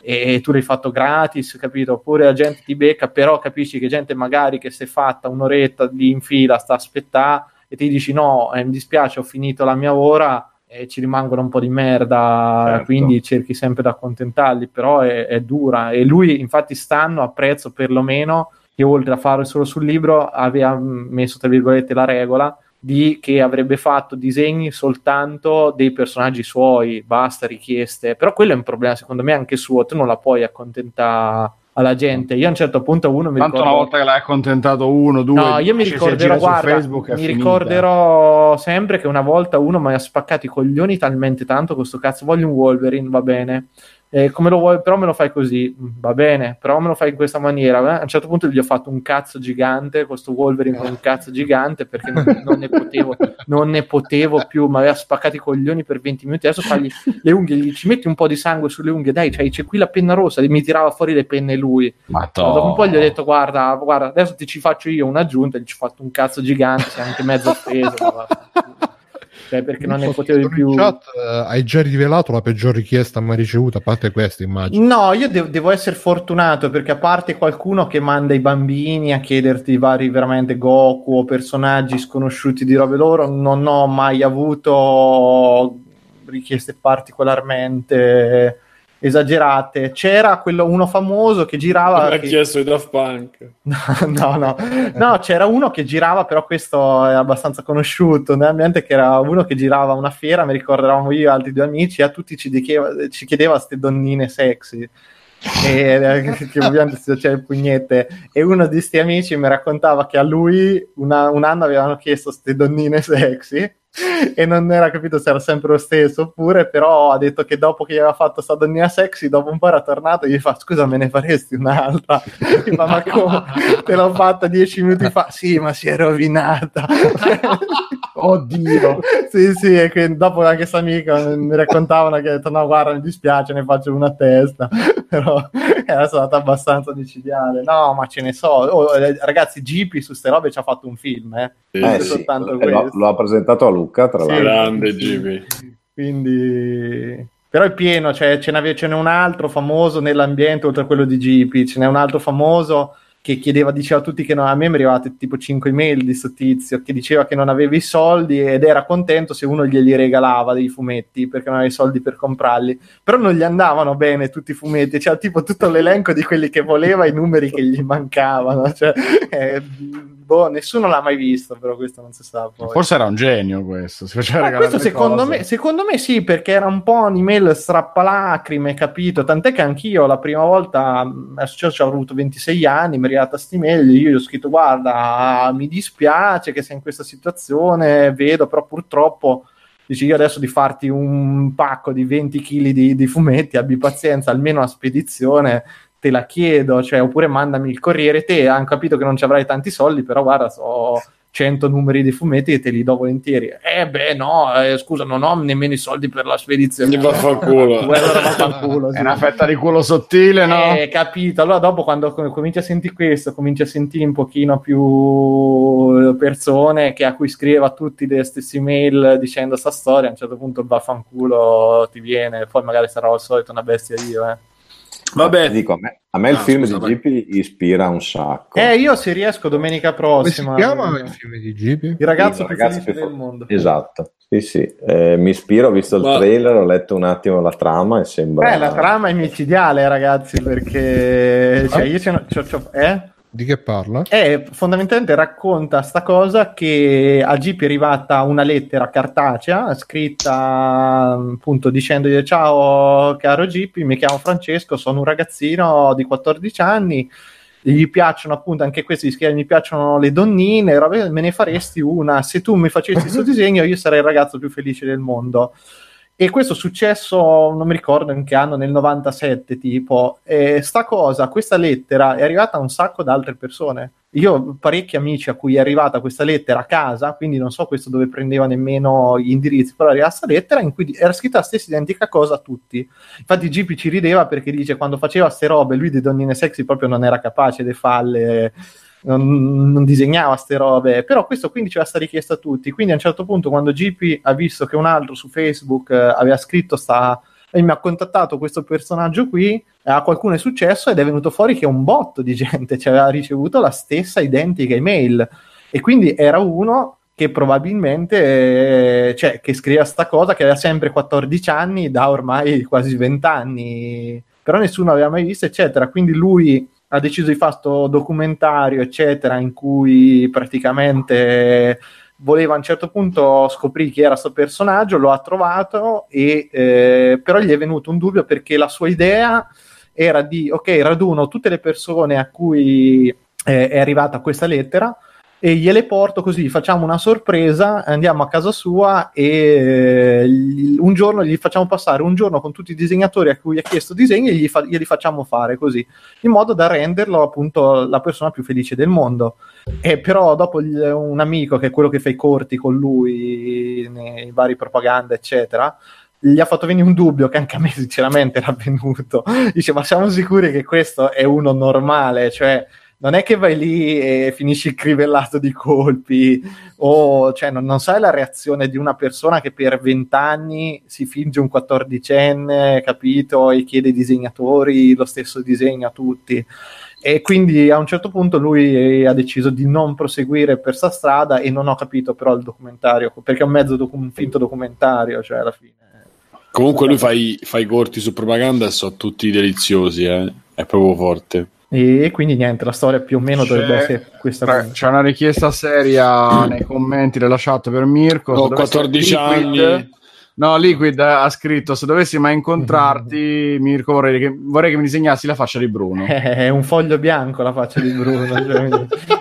[SPEAKER 3] E tu l'hai fatto gratis, capito? Oppure la gente ti becca, però capisci che gente magari che si è fatta un'oretta lì in fila, sta a aspettare e ti dici no, eh, mi dispiace, ho finito la mia ora e ci rimangono un po' di merda,
[SPEAKER 5] Certo.
[SPEAKER 3] quindi cerchi sempre di accontentarli, però è, è dura. E lui infatti stanno apprezzo perlomeno che oltre a fare solo sul libro aveva messo tra virgolette la regola di che avrebbe fatto disegni soltanto dei personaggi suoi, basta richieste, però quello è un problema secondo me anche suo, tu non la puoi accontentare alla gente. Io a un certo punto uno mi
[SPEAKER 4] Tanto
[SPEAKER 3] ricordo...
[SPEAKER 4] una volta che l'hai accontentato uno, due,
[SPEAKER 3] No, io mi
[SPEAKER 4] dieci, si
[SPEAKER 3] ricorderò,
[SPEAKER 4] aggira su
[SPEAKER 3] guarda,
[SPEAKER 4] Facebook, è
[SPEAKER 3] mi
[SPEAKER 4] finita.
[SPEAKER 3] ricorderò sempre che una volta uno mi ha spaccato i coglioni talmente tanto con sto cazzo, voglio un Wolverine, va bene. Eh, come lo vuoi, però me lo fai così, va bene, però me lo fai in questa maniera. Eh? A un certo punto gli ho fatto un cazzo gigante, questo Wolverine con un cazzo gigante perché non, non ne potevo, non ne potevo più, mi aveva spaccato i coglioni per venti minuti. Adesso fagli le unghie, gli ci metti un po' di sangue sulle unghie, dai, c'è, c'è qui la penna rossa, e mi tirava fuori le penne lui. No, dopo un po' gli ho detto guarda, guarda, adesso ti ci faccio io un'aggiunta, gli ci ho fatto un cazzo gigante, sei anche mezzo offeso, ma cioè perché non ne potevo di più.
[SPEAKER 2] In chat eh, hai già rivelato la peggior richiesta mai ricevuta, a parte questa immagino.
[SPEAKER 3] No, io de- devo essere fortunato perché a parte qualcuno che manda i bambini a chiederti vari veramente Goku o personaggi sconosciuti di robe loro, non ho mai avuto richieste particolarmente esagerate. C'era quello uno famoso che girava
[SPEAKER 1] Mi ha
[SPEAKER 3] che...
[SPEAKER 1] chiesto i Daft Punk.
[SPEAKER 3] no no no c'era uno che girava, però questo è abbastanza conosciuto nell'ambiente, che era uno che girava una fiera, mi ricordo eravamo io e altri due amici, e a tutti ci, dicheva, ci chiedeva ste donnine sexy e che ovviamente si faceva le pugnette, e uno di sti amici mi raccontava che a lui una, un anno avevano chiesto ste donnine sexy e non era capito se era sempre lo stesso oppure, però ha detto che dopo che gli aveva fatto sta donnina sexy, dopo un po' era tornato e gli fa scusa, me ne faresti un'altra? Gli fa ma come? Te l'ho fatta dieci minuti fa. Sì, ma si è rovinata.
[SPEAKER 4] Oddio.
[SPEAKER 3] Sì, sì, e che dopo anche questa amica mi raccontavano che ha detto no guarda mi dispiace, ne faccio una testa, però era stata abbastanza micidiale. No, ma ce ne so. Oh, ragazzi, G P su ste robe ci ha fatto un film, eh.
[SPEAKER 5] Eh sì, lo, lo ha presentato a Luca, tra
[SPEAKER 3] Sì,
[SPEAKER 5] l'altro.
[SPEAKER 1] Grande
[SPEAKER 3] sì.
[SPEAKER 1] G P.
[SPEAKER 3] Quindi però è pieno, cioè ce n'è, ce n'è un altro famoso nell'ambiente oltre a quello di G P, ce n'è un altro famoso che chiedeva, diceva a tutti che non, a me mi arrivate tipo cinque email di sto tizio che diceva che non aveva i soldi ed era contento se uno glieli regalava dei fumetti perché non aveva i soldi per comprarli, però non gli andavano bene tutti i fumetti, c'era tipo tutto l'elenco di quelli che voleva e i numeri che gli mancavano, cioè eh, boh, nessuno l'ha mai visto, però questo non si sa poi.
[SPEAKER 4] Forse era un genio questo, si faceva regalare
[SPEAKER 3] Questo
[SPEAKER 4] le
[SPEAKER 3] secondo
[SPEAKER 4] cose.
[SPEAKER 3] me, secondo me sì, perché era un po' un'email strappalacrime, capito? Tant'è che anch'io la prima volta, è successo, ho avuto ventisei anni, mi è arrivata sta email, io gli ho scritto guarda, mi dispiace che sei in questa situazione, vedo, però purtroppo dici io adesso di farti un pacco di venti chili di, di fumetti, abbi pazienza, almeno la spedizione te la chiedo, cioè, oppure mandami il corriere, te hanno capito che non ci avrai tanti soldi, però guarda, so cento numeri di fumetti e te li do volentieri. Eh beh no, eh, scusa, non ho nemmeno i soldi per la spedizione.
[SPEAKER 1] Gli va a fa culo.
[SPEAKER 3] Allora vaffanculo, sì.
[SPEAKER 4] È una fetta di culo sottile, no?
[SPEAKER 3] Eh, capito. Allora dopo quando com- cominci a sentire questo, cominci a sentire un pochino più persone che a cui scriveva tutti le stesse email dicendo sta storia, a un certo punto il vaffanculo ti viene, poi magari sarò al solito una bestia io, eh.
[SPEAKER 1] Vabbè,
[SPEAKER 5] dico, a me, a me il
[SPEAKER 1] Ah,
[SPEAKER 5] film
[SPEAKER 1] scusa,
[SPEAKER 5] di
[SPEAKER 1] vai.
[SPEAKER 5] G P ispira un sacco.
[SPEAKER 3] Eh, io se riesco domenica
[SPEAKER 2] Come si
[SPEAKER 3] prossima.
[SPEAKER 2] chiama il film di G P?
[SPEAKER 3] Il ragazzo
[SPEAKER 5] Sì,
[SPEAKER 3] più
[SPEAKER 5] ragazzi
[SPEAKER 3] felice
[SPEAKER 5] più
[SPEAKER 3] del
[SPEAKER 5] fo-
[SPEAKER 3] mondo.
[SPEAKER 5] Esatto, sì sì, eh, mi ispira, ho visto il
[SPEAKER 1] Ma-
[SPEAKER 5] trailer, ho letto un attimo la trama e sembra...
[SPEAKER 3] Eh, la trama è micidiale, ragazzi, perché cioè, io c'ho, c'ho, c'ho- eh?
[SPEAKER 2] Di che parla?
[SPEAKER 3] Eh, fondamentalmente racconta sta cosa che a G P è arrivata una lettera cartacea scritta appunto dicendogli: ciao caro G P, mi chiamo Francesco, sono un ragazzino di quattordici anni, gli piacciono appunto anche questi, scrive, mi piacciono le donnine, robe, me ne faresti una, se tu mi facessi questo disegno io sarei il ragazzo più felice del mondo. E questo è successo, non mi ricordo in che anno, nel novantasette tipo, e sta cosa, questa lettera è arrivata a un sacco da altre persone. Io ho parecchi amici a cui è arrivata questa lettera a casa, quindi non so questo dove prendeva nemmeno gli indirizzi, però arriva questa lettera in cui era scritta la stessa identica cosa a tutti. Infatti G P ci rideva perché dice quando faceva ste robe lui di donnine sexy proprio non era capace di farle, non, non disegnava ste robe, però questo quindi c'era sta richiesta a tutti, quindi a un certo punto quando G P ha visto che un altro su Facebook eh, aveva scritto sta e mi ha contattato questo personaggio qui, a qualcuno è successo ed è venuto fuori che un botto di gente ci aveva ricevuto la stessa identica email e quindi era uno che probabilmente eh, cioè che scriveva sta cosa, che aveva sempre quattordici anni da ormai quasi venti anni, però nessuno aveva mai visto eccetera, quindi lui ha deciso di fare questo documentario eccetera in cui praticamente voleva a un certo punto scoprire chi era questo personaggio, lo ha trovato e eh, però gli è venuto un dubbio perché la sua idea era di ok, raduno tutte le persone a cui eh, è arrivata questa lettera e gliele porto così, facciamo una sorpresa, andiamo a casa sua e eh, gli- un giorno gli facciamo passare un giorno con tutti i disegnatori a cui ha chiesto disegni e gli fa- glieli facciamo fare così, in modo da renderlo appunto la persona più felice del mondo. E però dopo gli- un amico che è quello che fa i corti con lui nei vari propaganda eccetera gli ha fatto venire un dubbio che anche a me sinceramente era venuto, dice ma siamo sicuri che questo è uno normale, cioè non è che vai lì e finisci crivellato di colpi o cioè non, non sai la reazione di una persona che per vent'anni si finge un quattordicenne, capito, e chiede ai disegnatori lo stesso disegno a tutti. E quindi a un certo punto lui ha deciso di non proseguire per sta strada e non ho capito però il documentario, perché è un mezzo docu- un finto documentario, cioè alla fine.
[SPEAKER 1] Comunque lui fa i, fa i corti su propaganda e sono tutti deliziosi, eh. È proprio forte.
[SPEAKER 3] E quindi niente, la storia più o meno
[SPEAKER 4] C'è-
[SPEAKER 3] dovrebbe essere questa
[SPEAKER 4] Tra-
[SPEAKER 3] qui.
[SPEAKER 4] C'è una richiesta seria nei commenti della chat per Mirko. Se
[SPEAKER 1] Ho
[SPEAKER 4] dovesse-
[SPEAKER 1] quattordici
[SPEAKER 4] Liquid-
[SPEAKER 1] anni.
[SPEAKER 4] No, Liquid ha scritto: se dovessi mai incontrarti, Mirko, vorrei che, vorrei che mi disegnassi la faccia di Bruno.
[SPEAKER 3] È un foglio bianco la faccia di Bruno. Cioè,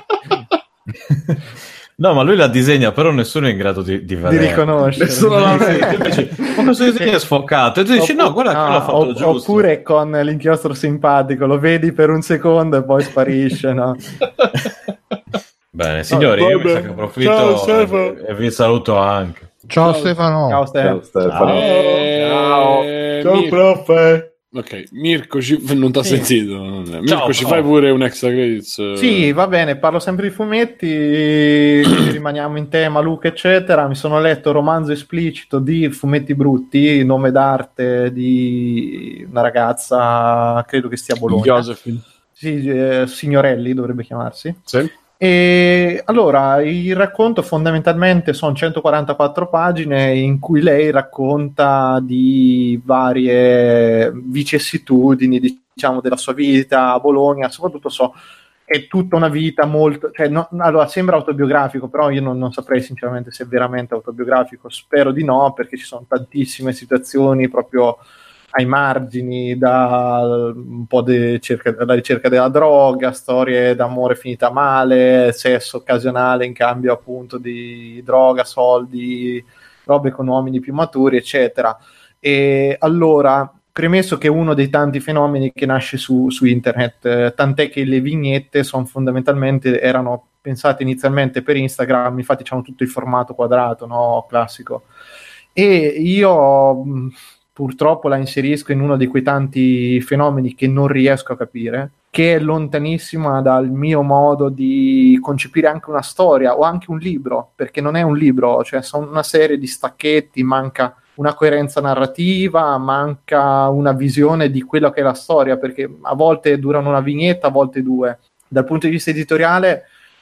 [SPEAKER 6] No, ma lui la disegna, però nessuno è in grado di, di
[SPEAKER 3] di
[SPEAKER 6] vedere.
[SPEAKER 3] riconoscere.
[SPEAKER 4] Nessuno la vede.
[SPEAKER 6] Tu dici, ma questo disegno è sfocato. E tu dici, no, guarda che l'ha fatto
[SPEAKER 3] opp-
[SPEAKER 6] giusto.
[SPEAKER 3] Oppure con l'inchiostro simpatico, lo vedi per un secondo e poi sparisce, no?
[SPEAKER 6] Bene, signori, io mi
[SPEAKER 1] vabbè.
[SPEAKER 6] sa che approfitto
[SPEAKER 1] Ciao, Stefano.
[SPEAKER 6] e vi saluto anche.
[SPEAKER 2] Ciao,
[SPEAKER 1] Ciao.
[SPEAKER 2] Stefano.
[SPEAKER 3] Ciao Stefano.
[SPEAKER 5] Ciao, Stefano.
[SPEAKER 1] Eh,
[SPEAKER 4] Ciao,
[SPEAKER 1] Mir-
[SPEAKER 4] prof.
[SPEAKER 1] Ok, Mirko ci... non ti ha
[SPEAKER 3] Sì.
[SPEAKER 1] sentito. Mirko,
[SPEAKER 6] Ciao,
[SPEAKER 1] ci
[SPEAKER 6] ciao.
[SPEAKER 1] fai pure un extra credits?
[SPEAKER 3] Sì, va bene, parlo sempre di fumetti, quindi rimaniamo in tema, Luca, eccetera. Mi sono letto romanzo esplicito di Fumetti Brutti, nome d'arte di una ragazza, credo che stia a Bologna.
[SPEAKER 1] Josephine.
[SPEAKER 3] Sì, eh, Signorelli dovrebbe chiamarsi.
[SPEAKER 1] Sì.
[SPEAKER 3] E allora il racconto fondamentalmente sono centoquarantaquattro pagine in cui lei racconta di varie vicissitudini, diciamo, della sua vita a Bologna, soprattutto so è tutta una vita molto, cioè, no, allora sembra autobiografico, però io non, non saprei sinceramente se è veramente autobiografico, spero di no, perché ci sono tantissime situazioni proprio ai margini, da un po' di cerca, la ricerca della droga, storie d'amore finita male, sesso occasionale in cambio appunto di droga, soldi, robe con uomini più maturi, eccetera. E allora, premesso che è uno dei tanti fenomeni che nasce su, su internet, eh, tant'è che le vignette sono fondamentalmente, erano pensate inizialmente per Instagram, infatti c'hanno tutto il formato quadrato, no, classico. E io... Mh, purtroppo la inserisco in uno di quei tanti fenomeni che non riesco a capire, che è lontanissima dal mio modo di concepire anche una storia o anche un libro, perché non è un libro, cioè sono una serie di stacchetti, manca una coerenza narrativa, manca una visione di quello che è la storia, perché a volte durano una vignetta, a volte due. Dal punto di vista editoriale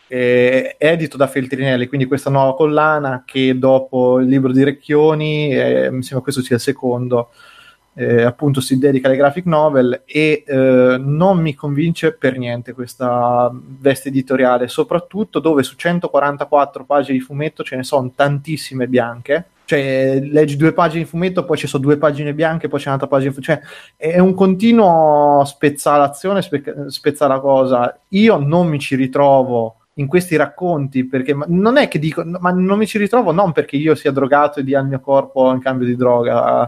[SPEAKER 3] eh, è edito da Feltrinelli, quindi questa nuova collana che dopo il libro di Recchioni, eh, mi sembra questo sia il secondo, Eh, appunto si dedica alle graphic novel e eh, non mi convince per niente questa veste editoriale, soprattutto dove su centoquarantaquattro pagine di fumetto ce ne sono tantissime bianche, cioè leggi due pagine di fumetto, poi ci sono due pagine bianche, poi c'è un'altra pagina di fumetto, cioè è un continuo spezzare l'azione, spe- spezzare la cosa. Io non mi ci ritrovo in questi racconti, perché non è che dico, ma non mi ci ritrovo non perché io sia drogato e dia il mio corpo in cambio di droga,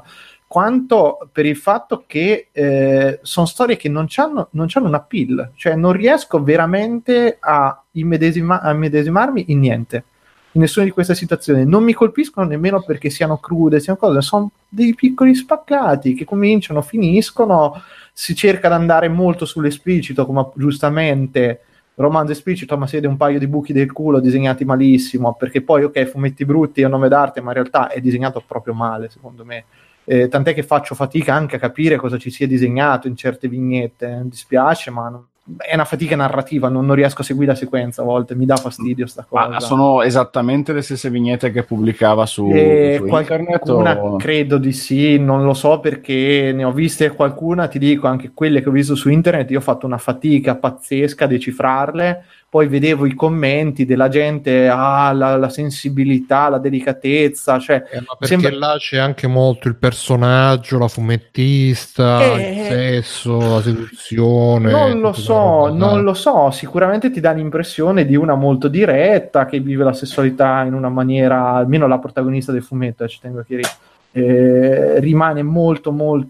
[SPEAKER 3] quanto per il fatto che eh, sono storie che non c'hanno, non c'hanno un appeal, cioè non riesco veramente a, immedesima, a immedesimarmi in niente, in nessuna di queste situazioni. Non mi colpiscono nemmeno perché siano crude, siano cose, sono dei piccoli spaccati che cominciano, finiscono, si cerca di andare molto sull'esplicito, come giustamente romanzo esplicito, ma si vede un paio di buchi del culo disegnati malissimo, perché poi ok, fumetti brutti è un nome d'arte, ma in realtà è disegnato proprio male, secondo me. Eh, tant'è che faccio fatica anche a capire cosa ci sia disegnato in certe vignette, mi dispiace, ma non... è una fatica narrativa, non, non riesco a seguire la sequenza a volte, mi dà fastidio sta cosa.
[SPEAKER 4] Ma sono esattamente le stesse vignette che pubblicava su,
[SPEAKER 3] e
[SPEAKER 4] su internet? O...
[SPEAKER 3] credo di sì, non lo so perché ne ho viste qualcuna, ti dico, anche quelle che ho visto su internet, io ho fatto una fatica pazzesca a decifrarle, poi vedevo i commenti della gente, ah, la, la sensibilità, la delicatezza, cioè
[SPEAKER 2] eh, ma perché
[SPEAKER 3] sembra...
[SPEAKER 2] là c'è anche molto il personaggio, la fumettista,
[SPEAKER 3] eh,
[SPEAKER 2] il sesso, la seduzione.
[SPEAKER 3] Non lo so, non lo so, sicuramente ti dà l'impressione di una molto diretta, che vive la sessualità in una maniera, almeno la protagonista del fumetto, eh, ci tengo a chiarire. Eh, rimane molto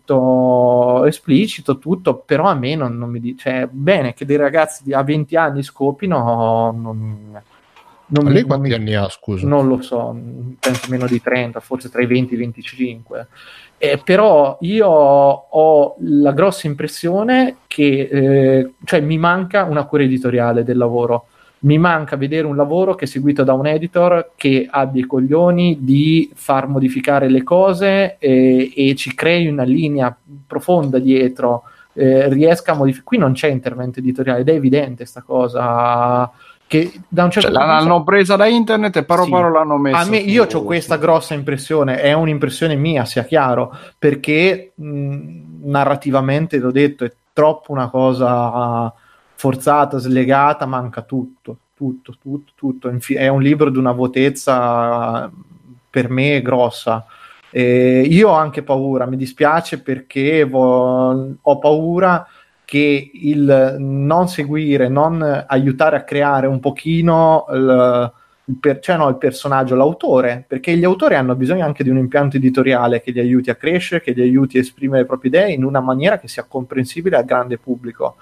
[SPEAKER 3] molto esplicito tutto, però a me non, non mi dice, cioè, bene che dei ragazzi di, a venti anni scopino, non, non
[SPEAKER 2] ma
[SPEAKER 3] mi,
[SPEAKER 2] lei quanti
[SPEAKER 3] non mi,
[SPEAKER 2] anni ha, scusa?
[SPEAKER 3] Non lo so, penso meno di trenta, forse tra i venti e i venticinque. Eh, però io ho la grossa impressione che eh, cioè mi manca una cura editoriale del lavoro. Mi manca vedere un lavoro che è seguito da un editor che abbia i coglioni di far modificare le cose e, e ci crei una linea profonda dietro, eh, riesca a modificare. Qui non c'è intervento editoriale ed è evidente sta cosa, che da un certo
[SPEAKER 4] cioè,
[SPEAKER 3] punto
[SPEAKER 4] l'hanno presa da internet e paro
[SPEAKER 3] sì.
[SPEAKER 4] paro l'hanno messa.
[SPEAKER 3] A me, io ho questa grossa impressione, è un'impressione mia, sia chiaro, perché mh, narrativamente, l'ho detto, è troppo una cosa forzata, slegata, manca tutto, tutto, tutto, tutto. Infi- è un libro di una vuotezza per me grossa. Eh, io ho anche paura, mi dispiace perché vo- ho paura che il non seguire, non aiutare a creare un pochino il, il, per, cioè no, il personaggio, l'autore, perché gli autori hanno bisogno anche di un impianto editoriale che li aiuti a crescere, che li aiuti a esprimere le proprie idee in una maniera che sia comprensibile al grande pubblico.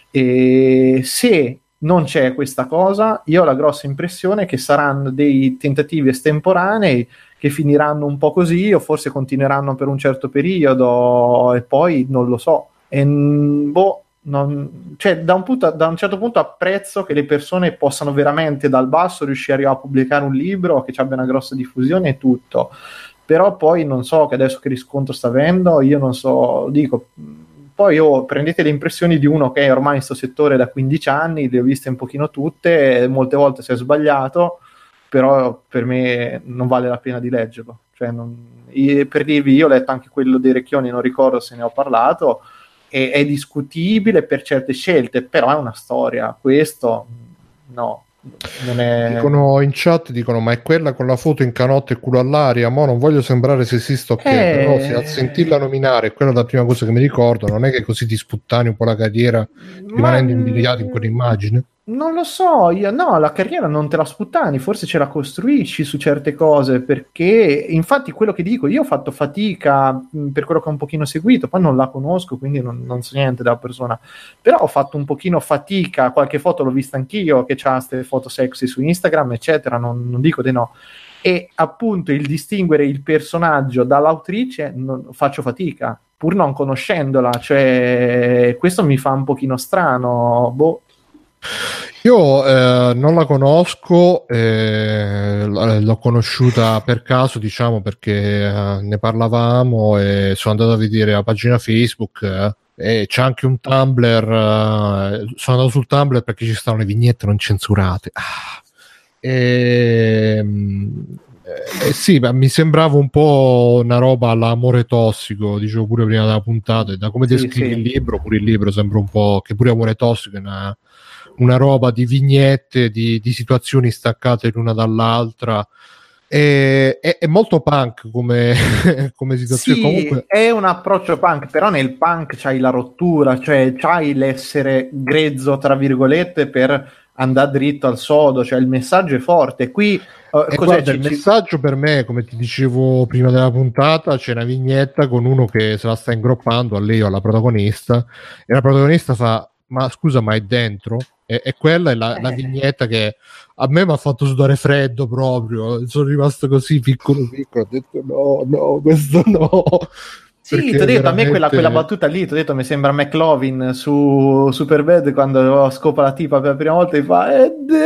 [SPEAKER 3] E se non c'è questa cosa, io ho la grossa impressione che saranno dei tentativi estemporanei che finiranno un po' così o forse continueranno per un certo periodo e poi non lo so. E, boh, non, cioè, da, un punto, da un certo punto apprezzo che le persone possano veramente dal basso riuscire a pubblicare un libro che abbia una grossa diffusione e tutto, però poi non so che adesso che riscontro sta avendo, io non so, dico, poi oh, prendete le impressioni di uno che è ormai in questo settore da quindici anni, le ho viste un pochino tutte, molte volte si è sbagliato, però per me non vale la pena di leggerlo, cioè non, io, per dirvi, io ho letto anche quello dei Recchioni, non ricordo se ne ho parlato, e, è discutibile per certe scelte, però è una storia, questo no, non è...
[SPEAKER 2] Dicono in chat, dicono ma è quella con la foto in canotto e culo all'aria, mo non voglio sembrare sessista, ok,
[SPEAKER 3] eh...
[SPEAKER 2] però se a sentirla nominare è quella la prima cosa che mi ricordo, non è che così ti sputtani un po' la carriera rimanendo
[SPEAKER 3] Ma...
[SPEAKER 2] invidiato in quell'immagine?
[SPEAKER 3] Non lo so, io no, la carriera non te la sputtani, forse ce la costruisci su certe cose, perché infatti quello che dico, io ho fatto fatica mh, per quello che ho un pochino seguito, poi non la conosco, quindi non, non so niente della persona, però ho fatto un pochino fatica, qualche foto l'ho vista anch'io, che c'ha queste foto sexy su Instagram, eccetera, non, non dico di no, e appunto il distinguere il personaggio dall'autrice non, faccio fatica, pur non conoscendola, cioè questo mi fa un pochino strano, boh.
[SPEAKER 2] Io eh, non la conosco, eh, l'ho conosciuta per caso, diciamo, perché eh, ne parlavamo e sono andato a vedere la pagina Facebook eh, e c'è anche un Tumblr, eh, sono andato sul Tumblr perché ci stanno le vignette non censurate. Ah. E, eh, sì, ma mi sembrava un po' una roba all'amore tossico, dicevo pure prima della puntata, e da come
[SPEAKER 3] Sì,
[SPEAKER 2] descrivi
[SPEAKER 3] sì.
[SPEAKER 2] il libro, pure il libro sembra un po' che pure amore tossico è una una roba di vignette, di, di situazioni staccate l'una dall'altra. È, è, è molto punk come, come situazione.
[SPEAKER 3] Sì,
[SPEAKER 2] Comunque
[SPEAKER 3] è un approccio punk, però nel punk c'hai la rottura, cioè c'hai l'essere grezzo, tra virgolette, per andare dritto al sodo, cioè il messaggio è forte. Qui uh,
[SPEAKER 2] e
[SPEAKER 3] cos'è?
[SPEAKER 2] guarda,
[SPEAKER 3] Ci-
[SPEAKER 2] il
[SPEAKER 3] ci-
[SPEAKER 2] messaggio per me, come ti dicevo prima della puntata, c'è una vignetta con uno che se la sta ingroppando a lei o alla protagonista, e la protagonista fa: ma scusa, ma è dentro? E, e quella è la, la
[SPEAKER 3] Eh.
[SPEAKER 2] vignetta che a me mi ha fatto sudare freddo proprio. Sono rimasto così piccolo piccolo, ho detto no, no, questo no.
[SPEAKER 3] Sì,
[SPEAKER 2] Perché
[SPEAKER 3] ti ho detto, a me quella,
[SPEAKER 2] veramente-
[SPEAKER 3] quella battuta lì, ti ho detto, mi sembra McLovin su Superbad quando scopa la tipa per la prima volta e fa è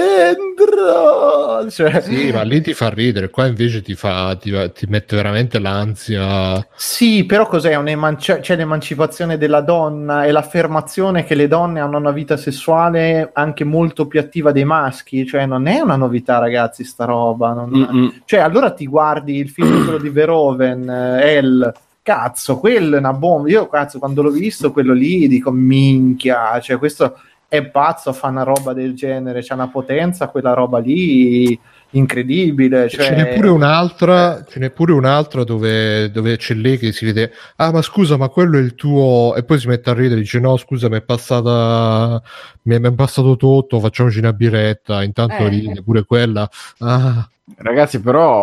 [SPEAKER 3] dentro, cioè,
[SPEAKER 2] Sì, ma lì ti fa ridere, qua invece ti fa ti, ti mette veramente l'ansia.
[SPEAKER 3] sì, però cos'è? Un'emanci- c'è l'emancipazione della donna e l'affermazione che le donne hanno una vita sessuale anche molto più attiva dei maschi, cioè non è una novità, ragazzi, sta roba. non-
[SPEAKER 1] Mm-mm.
[SPEAKER 3] Cioè, allora ti guardi il film quello di Verhoeven, eh, El, cazzo, quello è una bomba. Io, cazzo, quando l'ho visto quello lì, dico, minchia, cioè questo è pazzo, fa una roba del genere, c'ha una potenza, quella roba lì incredibile. Cioè...
[SPEAKER 2] Ce n'è pure un'altra, ce n'è pure un'altra dove, dove c'è lei che si vede, ah ma scusa, ma quello è il tuo, e poi si mette a ridere, dice no scusa, mi è passata, mi è, mi è passato tutto, facciamoci una biretta, intanto
[SPEAKER 3] Eh.
[SPEAKER 2] ride pure quella. Ah,
[SPEAKER 4] Ragazzi,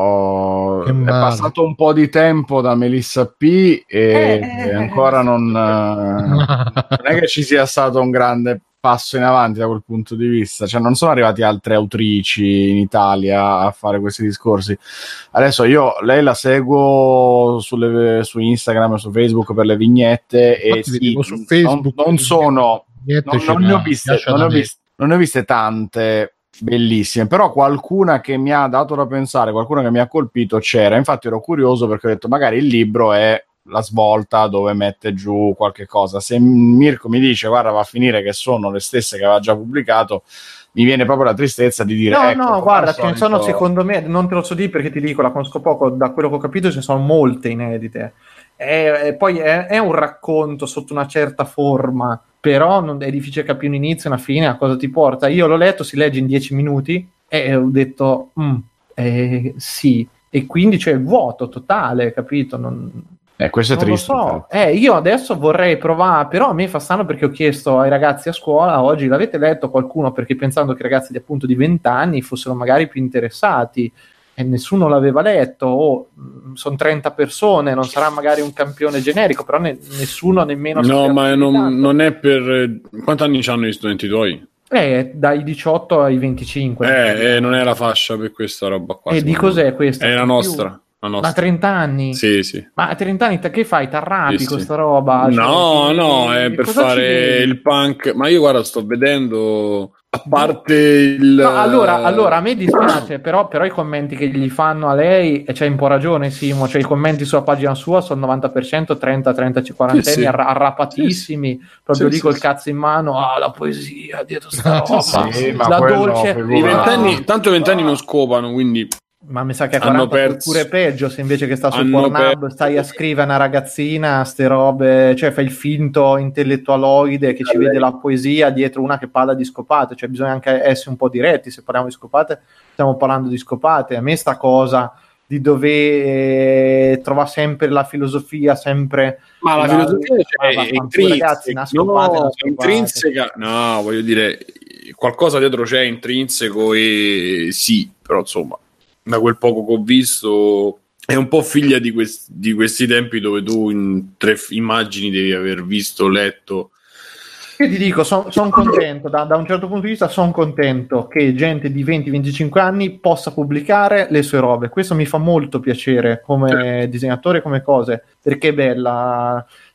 [SPEAKER 4] però
[SPEAKER 2] Che
[SPEAKER 4] è
[SPEAKER 2] male.
[SPEAKER 4] passato un po' di tempo da Melissa P e
[SPEAKER 3] Eh, eh,
[SPEAKER 4] ancora non, eh, non è che ci sia stato un grande passo in avanti da quel punto di vista, cioè non sono arrivati altre autrici in Italia a fare questi discorsi. Adesso io lei la seguo sulle, su Instagram e su Facebook per le vignette e
[SPEAKER 2] infatti
[SPEAKER 4] sì,
[SPEAKER 2] vedevo su Facebook
[SPEAKER 4] non, non sono
[SPEAKER 2] niente,
[SPEAKER 4] non,
[SPEAKER 2] ce
[SPEAKER 4] non ne
[SPEAKER 2] l'ha,
[SPEAKER 4] ho viste
[SPEAKER 2] piace
[SPEAKER 4] non ne ho
[SPEAKER 2] da me.
[SPEAKER 4] viste, non ne ho viste tante bellissime, però qualcuna che mi ha dato da pensare, qualcuna che mi ha colpito c'era, infatti ero curioso perché ho detto magari il libro è la svolta dove mette giù qualche cosa. Se Mirko mi dice guarda va a finire che sono le stesse che aveva già pubblicato, mi viene proprio la tristezza di dire
[SPEAKER 3] No,
[SPEAKER 4] ecco,
[SPEAKER 3] no,
[SPEAKER 4] come
[SPEAKER 3] guarda,
[SPEAKER 4] al
[SPEAKER 3] ce ne
[SPEAKER 4] solito-
[SPEAKER 3] sono secondo me, non te lo so dire perché ti dico, la conosco poco, da quello che ho capito ce ne sono molte inedite. E, e poi è, è un racconto sotto una certa forma, però non, è difficile capire un inizio e una fine, a cosa ti porta. Io l'ho letto, si legge in dieci minuti e ho detto mm, eh, sì, e quindi c'è il vuoto totale, capito? Non,
[SPEAKER 4] eh, questo è
[SPEAKER 3] non lo
[SPEAKER 4] triste.
[SPEAKER 3] so. Eh, io adesso vorrei provare, però a me fa strano perché ho chiesto ai ragazzi a scuola oggi, l'avete letto qualcuno? Perché pensando che i ragazzi di appunto di venti anni fossero magari più interessati e nessuno l'aveva letto, o oh, sono trenta persone, non sarà magari un campione generico, però ne- nessuno nemmeno
[SPEAKER 1] No,
[SPEAKER 3] sapeva
[SPEAKER 1] ma
[SPEAKER 3] più di
[SPEAKER 1] non,
[SPEAKER 3] tanto.
[SPEAKER 1] non è per... Quanti anni hanno gli studenti tuoi?
[SPEAKER 3] Eh, dai diciotto ai venticinque.
[SPEAKER 1] Eh, eh, non è la fascia per questa roba qua.
[SPEAKER 3] E di
[SPEAKER 1] secondo me.
[SPEAKER 3] cos'è questa?
[SPEAKER 1] È la
[SPEAKER 3] Più?
[SPEAKER 1] nostra. La
[SPEAKER 3] Ma
[SPEAKER 1] nostra.
[SPEAKER 3] trenta anni?
[SPEAKER 1] Sì, sì.
[SPEAKER 3] Ma a trenta anni te che fai? T'arrapi
[SPEAKER 1] Sì, sì.
[SPEAKER 3] questa roba?
[SPEAKER 1] No,
[SPEAKER 3] Cioè,
[SPEAKER 1] no,
[SPEAKER 3] che-
[SPEAKER 1] è per
[SPEAKER 3] cosa ci
[SPEAKER 1] fare
[SPEAKER 3] vedi?
[SPEAKER 1] il punk. Ma io guarda, sto vedendo, a parte il...
[SPEAKER 3] No, allora, allora, a me dispiace, però, però i commenti che gli fanno a lei, e c'hai un po' ragione Simo, cioè i commenti sulla pagina sua sono il novanta per cento trenta trenta quaranta
[SPEAKER 1] Sì,
[SPEAKER 3] anni
[SPEAKER 1] sì.
[SPEAKER 3] arra- arrapatissimi, proprio
[SPEAKER 1] Sì,
[SPEAKER 3] lì
[SPEAKER 1] sì,
[SPEAKER 3] col
[SPEAKER 1] sì.
[SPEAKER 3] cazzo in mano, ah, la poesia dietro sta roba,
[SPEAKER 4] sì, ma
[SPEAKER 3] la
[SPEAKER 4] quello,
[SPEAKER 3] dolce...
[SPEAKER 4] figurati.
[SPEAKER 1] I ventenni,
[SPEAKER 3] Ah,
[SPEAKER 1] tanto i ventenni non scopano, quindi
[SPEAKER 3] ma mi sa che a
[SPEAKER 1] hanno
[SPEAKER 3] quaranta
[SPEAKER 1] perso.
[SPEAKER 3] pure peggio, se invece che sta su
[SPEAKER 1] Hanno
[SPEAKER 3] Pornhub
[SPEAKER 1] perso.
[SPEAKER 3] stai a scrivere a una ragazzina ste robe, cioè fai il finto intellettualoide che ci vede la poesia dietro una che parla di scopate, cioè bisogna anche essere un po' diretti, se parliamo di scopate stiamo parlando di scopate. A me sta cosa di dover trovare sempre la filosofia, sempre
[SPEAKER 1] Ma la filosofia
[SPEAKER 3] ma
[SPEAKER 1] è, è
[SPEAKER 3] vaffanculo, ragazzi, una
[SPEAKER 1] intrinseca,
[SPEAKER 3] scopata è una
[SPEAKER 1] no, è
[SPEAKER 3] scopata.
[SPEAKER 1] intrinseca, no, voglio dire, qualcosa dietro c'è intrinseco e sì, però insomma, da quel poco che ho visto è un po' figlia di, quest- di questi tempi dove tu in tre f- immagini devi aver visto, letto.
[SPEAKER 3] Io ti dico, sono son contento, da, da un certo punto di vista sono contento che gente di venti venticinque anni possa pubblicare le sue robe. Questo mi fa molto piacere come disegnatore, come cose, perché è bella.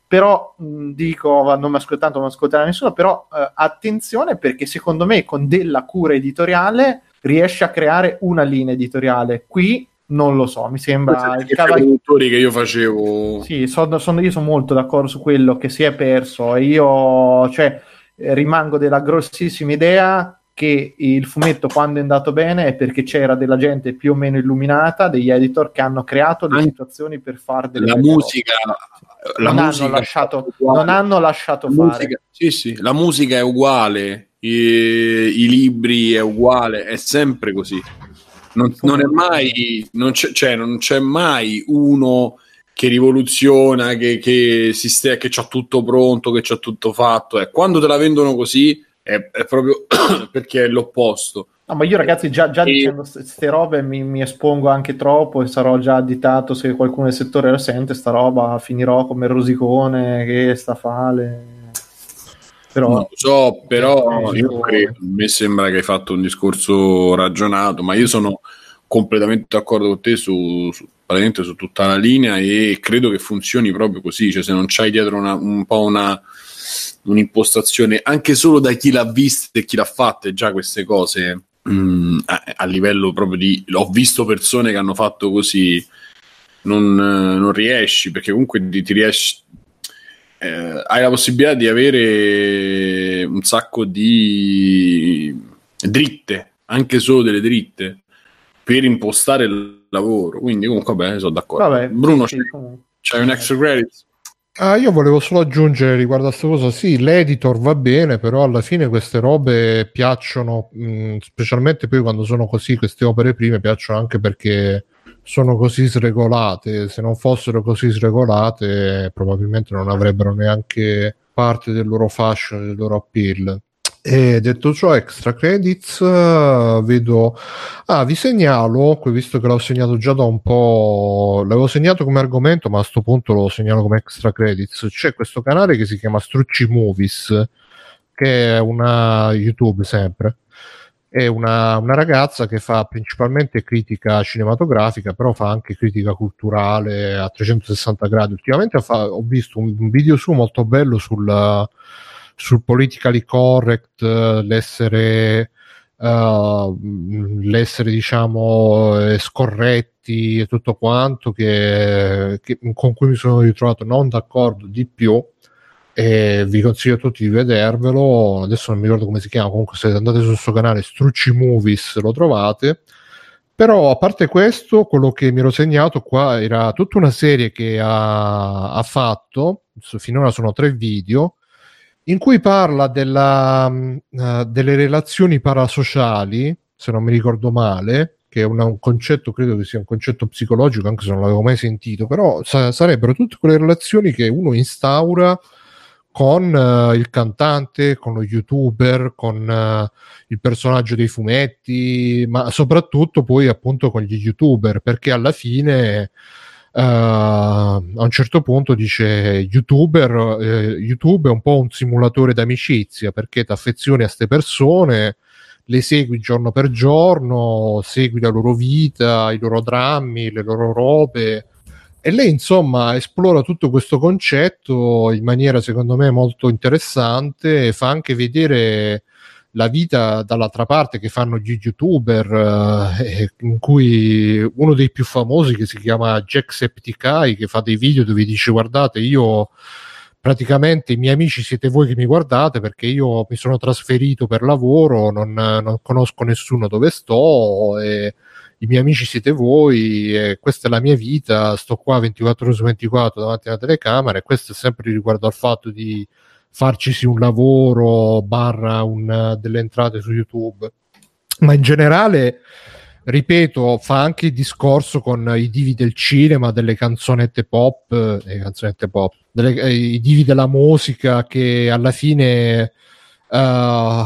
[SPEAKER 3] però mh, dico, non mi ascolta tanto, non ascolterà nessuno, però eh, attenzione, perché secondo me con della cura editoriale riesce a creare una linea editoriale. Qui non lo so, mi sembra il
[SPEAKER 1] i
[SPEAKER 3] cavall-
[SPEAKER 1] produttori che io facevo.
[SPEAKER 3] Sì, sono, sono- io sono molto d'accordo su quello che si è perso, e io cioè, eh, rimango della grossissima idea che il fumetto, quando è andato bene, è perché c'era della gente più o meno illuminata, degli editor che hanno creato le
[SPEAKER 1] Anche
[SPEAKER 3] situazioni per fare delle
[SPEAKER 1] la
[SPEAKER 3] belle
[SPEAKER 1] musica,
[SPEAKER 3] robe.
[SPEAKER 1] la
[SPEAKER 3] non,
[SPEAKER 1] musica
[SPEAKER 3] hanno lasciato,
[SPEAKER 1] è uguale.
[SPEAKER 3] non hanno lasciato
[SPEAKER 1] La
[SPEAKER 3] fare.
[SPEAKER 1] musica, sì, sì, la musica è uguale, i, i libri è uguale, è sempre così. Non, non è mai, non c'è, cioè, non c'è mai uno che rivoluziona, che, che si sta, che c'ha tutto pronto, che c'ha tutto fatto. Eh. Quando te la vendono così è, è proprio perché è l'opposto.
[SPEAKER 3] No, ma io ragazzi già, già
[SPEAKER 1] E-
[SPEAKER 3] dicendo queste robe mi, mi espongo anche troppo, e sarò già additato, se qualcuno del settore lo sente, sta roba, finirò come il Rosicone che sta fale. Però
[SPEAKER 1] Non lo so, però
[SPEAKER 3] Rosicone.
[SPEAKER 1] io credo, a me sembra che hai fatto un discorso ragionato, ma io sono completamente d'accordo con te su, su, praticamente su tutta la linea, e credo che funzioni proprio così, cioè se non c'hai dietro una, un po' una un'impostazione anche solo da chi l'ha vista e chi l'ha fatta già queste cose, mh, a, a livello proprio di ho visto persone che hanno fatto così, non, non riesci, perché comunque ti, ti riesci eh, hai la possibilità di avere un sacco di dritte, anche solo delle dritte, per impostare il lavoro. Quindi comunque vabbè, sono d'accordo.
[SPEAKER 3] Vabbè,
[SPEAKER 1] Bruno,
[SPEAKER 3] sì,
[SPEAKER 1] c'hai,
[SPEAKER 3] sì, comunque.
[SPEAKER 1] c'hai un extra credit?
[SPEAKER 2] Ah, io volevo solo aggiungere riguardo a questa cosa, sì, l'editor va bene, però alla fine queste robe piacciono, mh, specialmente poi quando sono così, queste opere prime piacciono anche perché sono così sregolate. Se non fossero così sregolate probabilmente non avrebbero neanche parte del loro fashion, del loro appeal. E detto ciò, extra credits, uh, vedo. Ah, vi segnalo, visto che l'ho segnato già da un po', l'avevo segnato come argomento, ma a sto punto lo segnalo come extra credits. C'è questo canale che si chiama Strucci Movies, che è una YouTube sempre. È una, una ragazza che fa principalmente critica cinematografica, però fa anche critica culturale a trecentosessanta gradi. Ultimamente fa, ho visto un, un video su molto bello sul, sul politically correct, l'essere uh, l'essere diciamo eh, scorretti e tutto quanto, che, che, con cui mi sono ritrovato non d'accordo di più, e vi consiglio a tutti di vedervelo. Adesso non mi ricordo come si chiama, comunque se andate sul suo canale Strucci Movies lo trovate. Però a parte questo, quello che mi ero segnato qua era tutta una serie che ha, ha fatto, finora sono tre video, in cui parla della, uh, delle relazioni parasociali, se non mi ricordo male, che è una, un concetto, credo che sia un concetto psicologico, anche se non l'avevo mai sentito, però sa- sarebbero tutte quelle relazioni che uno instaura con uh, il cantante, con lo youtuber, con uh, il personaggio dei fumetti, ma soprattutto poi appunto con gli youtuber, perché alla fine uh, a un certo punto dice youtuber, eh, YouTube è un po' un simulatore d'amicizia, perché ti affezioni a queste persone, le segui giorno per giorno, segui la loro vita, i loro drammi, le loro robe. E lei insomma esplora tutto questo concetto in maniera secondo me molto interessante, e fa anche vedere la vita dall'altra parte che fanno gli youtuber, eh, in cui uno dei più famosi, che si chiama Jacksepticeye, che fa dei video dove dice guardate, io praticamente i miei amici siete voi che mi guardate, perché io mi sono trasferito per lavoro, non, non conosco nessuno dove sto, e i miei amici siete voi, e questa è la mia vita, sto qua ventiquattro ore su ventiquattro davanti alla telecamera, e questo è sempre riguardo al fatto di farcisi un lavoro barra un, delle entrate su YouTube. Ma in generale, ripeto, fa anche il discorso con i divi del cinema, delle canzonette pop, eh, canzonette pop, delle, eh, i divi della musica, che alla fine Uh,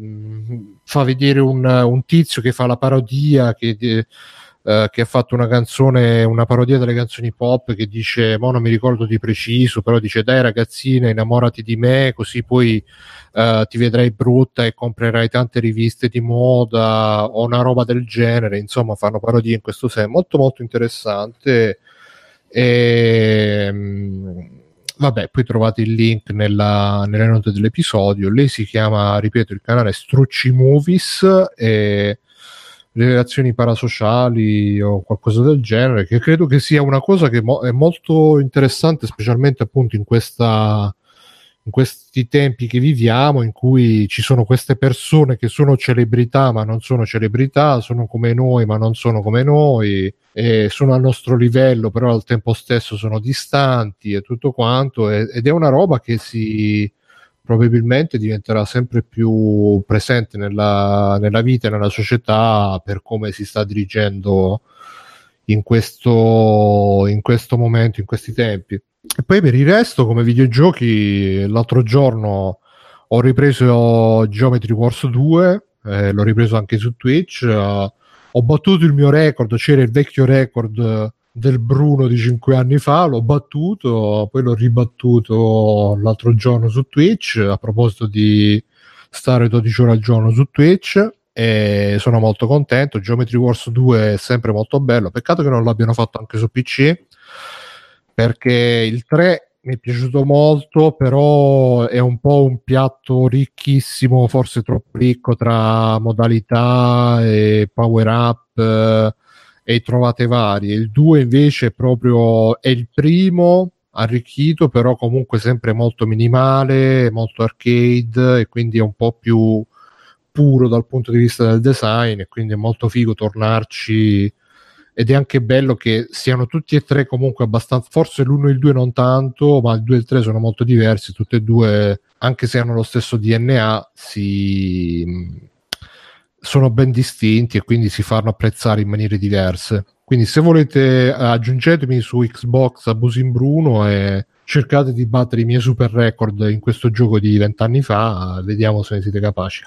[SPEAKER 2] fa vedere un, un tizio che fa la parodia, che, uh, che ha fatto una canzone, una parodia delle canzoni pop, che dice, mo non mi ricordo di preciso, però dice dai ragazzina innamorati di me, così poi uh, ti vedrai brutta e comprerai tante riviste di moda, o una roba del genere. Insomma, fanno parodie in questo senso, molto molto interessante. E um, vabbè, poi trovate il link nella, nelle note dell'episodio. Lei si chiama, ripeto, il canale Strucci Movies, e relazioni parasociali o qualcosa del genere, che credo che sia una cosa che mo- è molto interessante, specialmente appunto in questa in questi tempi che viviamo, in cui ci sono queste persone che sono celebrità ma non sono celebrità, sono come noi ma non sono come noi, e sono al nostro livello però al tempo stesso sono distanti e tutto quanto, e, ed è una roba che si probabilmente diventerà sempre più presente nella, nella vita e nella società, per come si sta dirigendo in questo, in questo momento, in questi tempi. E poi per il resto, come videogiochi, l'altro giorno ho ripreso Geometry Wars due, eh, l'ho ripreso anche su Twitch, uh, ho battuto il mio record, c'era il vecchio record del Bruno di cinque anni fa, l'ho battuto, poi l'ho ribattuto l'altro giorno su Twitch, a proposito di stare dodici ore al giorno su Twitch, e sono molto contento. Geometry Wars due è sempre molto bello, peccato che non l'abbiano fatto anche su P C, perché il tre mi è piaciuto molto, però è un po' un piatto ricchissimo, forse troppo ricco tra modalità e power up eh, e trovate varie. Il due invece è proprio è il primo arricchito, però comunque sempre molto minimale, molto arcade, e quindi è un po' più puro dal punto di vista del design, e quindi è molto figo tornarci. Ed è anche bello che siano tutti e tre comunque abbastanza, forse l'uno e il due non tanto, ma il due e il tre sono molto diversi, tutti e due, anche se hanno lo stesso D N A, si sono ben distinti e quindi si fanno apprezzare in maniere diverse. Quindi se volete aggiungetemi su Xbox Abusin Bruno e cercate di battere i miei super record in questo gioco di vent'anni fa, vediamo se ne siete capaci.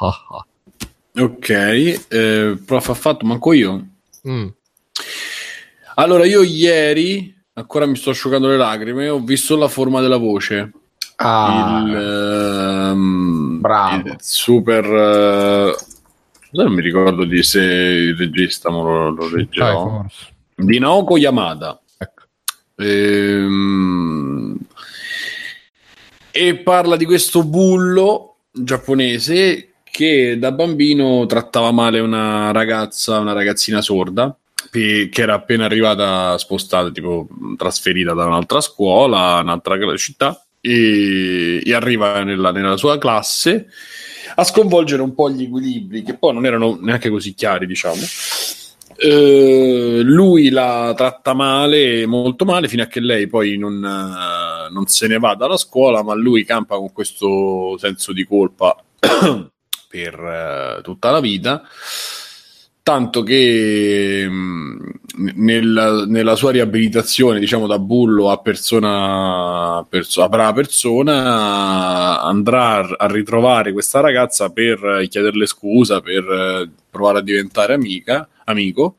[SPEAKER 1] Ok, eh, prof ha fatto manco io.
[SPEAKER 2] Mm.
[SPEAKER 1] Allora, io ieri, ancora mi sto asciugando le lacrime, ho visto La forma della voce.
[SPEAKER 5] Ah,
[SPEAKER 1] il, um,
[SPEAKER 5] bravo.
[SPEAKER 1] il super... Uh, non mi ricordo di se il regista lo, lo leggerò. Di Naoko Yamada.
[SPEAKER 2] Ecco.
[SPEAKER 1] Ehm, e parla di questo bullo giapponese che da bambino trattava male una ragazza, una ragazzina sorda, che era appena arrivata, spostata, tipo trasferita da un'altra scuola, un'altra città, e, e arriva nella, nella sua classe a sconvolgere un po' gli equilibri, che poi non erano neanche così chiari, diciamo. Uh, lui la tratta male, molto male, fino a che lei poi non, uh, non se ne va dalla scuola, ma lui campa con questo senso di colpa per uh, tutta la vita, tanto che mh, nel, nella sua riabilitazione, diciamo, da bullo a persona, perso- a brava persona, andrà a ritrovare questa ragazza per chiederle scusa, per uh, provare a diventare amica amico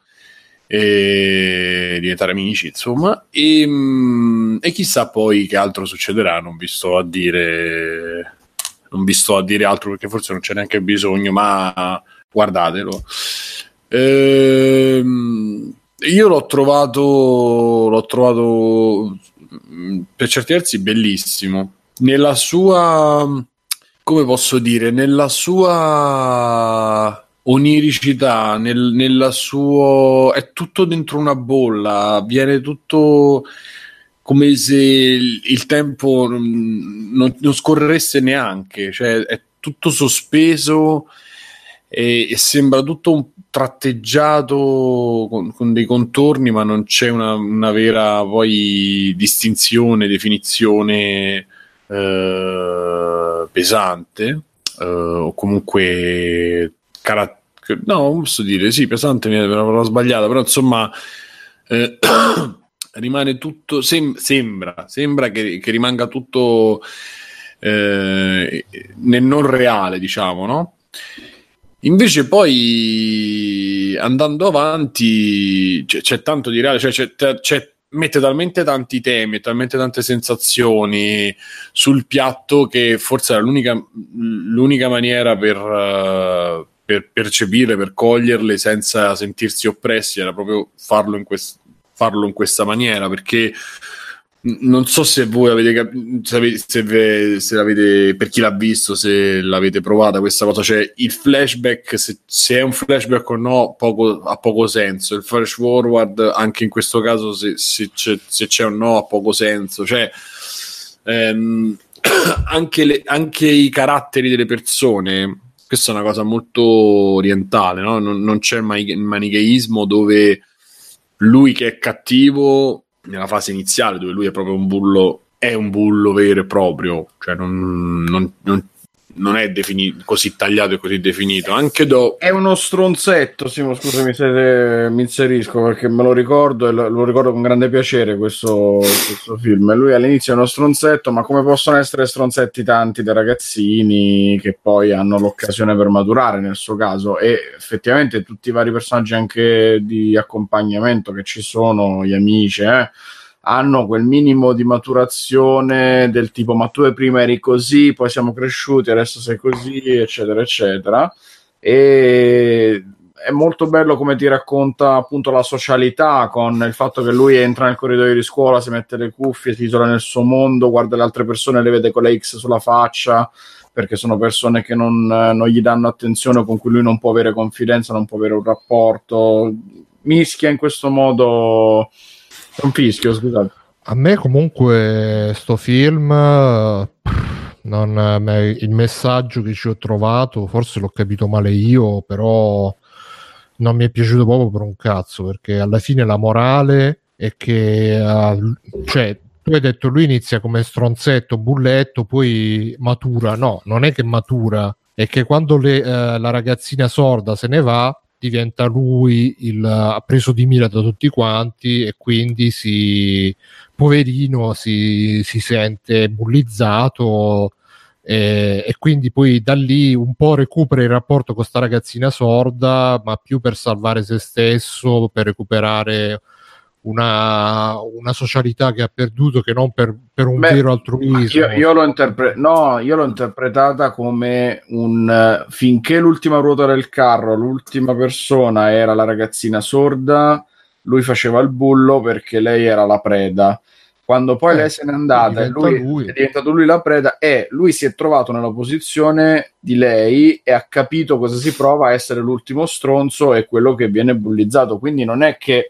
[SPEAKER 1] e diventare amici, insomma, e, mh, e chissà poi che altro succederà. Non vi sto a dire non vi sto a dire altro, perché forse non c'è neanche bisogno, ma guardatelo. Ehm, io l'ho trovato l'ho trovato per certi versi bellissimo nella sua, come posso dire, nella sua oniricità, nel, nella suo, è tutto dentro una bolla, viene tutto come se il, il tempo non, non, non scorresse neanche, cioè è tutto sospeso e, e sembra tutto un tratteggiato con, con dei contorni, ma non c'è una, una vera poi distinzione, definizione eh, pesante eh, o comunque Carat- no, non posso dire, sì, pesante mi avevo sbagliato, però insomma eh, rimane tutto, sem- sembra sembra che, che rimanga tutto eh, nel non reale, diciamo, no? Invece poi andando avanti c'è, c'è tanto di reale, cioè c'è, c'è mette talmente tanti temi e talmente tante sensazioni sul piatto che forse era l'unica, l'unica maniera per uh, per percepirle, per coglierle senza sentirsi oppressi, era proprio farlo in, quest- farlo in questa maniera, perché non so se voi avete capito, se, se, se l'avete, per chi l'ha visto, se l'avete provata questa cosa, cioè il flashback, se, se è un flashback o no, poco, ha poco senso. Il flash forward, anche in questo caso, se, se, c'è, se c'è o no, ha poco senso. Cioè, ehm, anche, le, anche i caratteri delle persone, questa è una cosa molto orientale, no? Non, non c'è il manicheismo dove lui che è cattivo nella fase iniziale, dove lui è proprio un bullo, è un bullo vero e proprio, cioè non, non, non, non è definito, così tagliato e così definito. Anche do...
[SPEAKER 4] È uno stronzetto, Simo, scusami se mi inserisco perché me lo ricordo e lo ricordo con grande piacere questo, questo film. Lui all'inizio è uno stronzetto, ma come possono essere stronzetti tanti dei ragazzini che poi hanno l'occasione per maturare nel suo caso, e effettivamente tutti i vari personaggi anche di accompagnamento che ci sono, gli amici, eh, hanno quel minimo di maturazione del tipo ma tu prima eri così, poi siamo cresciuti, adesso sei così, eccetera eccetera. E è molto bello come ti racconta appunto la socialità, con il fatto che lui entra nel corridoio di scuola, si mette le cuffie, si isola nel suo mondo, guarda le altre persone, le vede con la X sulla faccia perché sono persone che non, non gli danno attenzione, con cui lui non può avere confidenza, non può avere un rapporto, mischia in questo modo. Un fischio, scusate.
[SPEAKER 2] A me comunque sto film, non, il messaggio che ci ho trovato, forse l'ho capito male io, però non mi è piaciuto proprio per un cazzo, perché alla fine la morale è che uh, cioè tu hai detto lui inizia come stronzetto, bulletto, poi matura. No, non è che matura, è che quando le, uh, la ragazzina sorda se ne va, diventa lui il uh, preso di mira da tutti quanti, e quindi si poverino si, si sente bullizzato, e, e quindi poi da lì un po' recupera il rapporto con sta ragazzina sorda, ma più per salvare se stesso, per recuperare una, una socialità che ha perduto, che non per, per un
[SPEAKER 4] Beh,
[SPEAKER 2] vero altruismo.
[SPEAKER 4] Io, io, l'ho interpre- no, io l'ho interpretata come un uh, finché l'ultima ruota del carro, l'ultima persona era la ragazzina sorda, lui faceva il bullo perché lei era la preda. Quando poi eh, lei se n'è andata e lui, lui è diventato lui la preda, e lui si è trovato nella posizione di lei e ha capito cosa si prova a essere l'ultimo stronzo e quello che viene bullizzato. Quindi non è che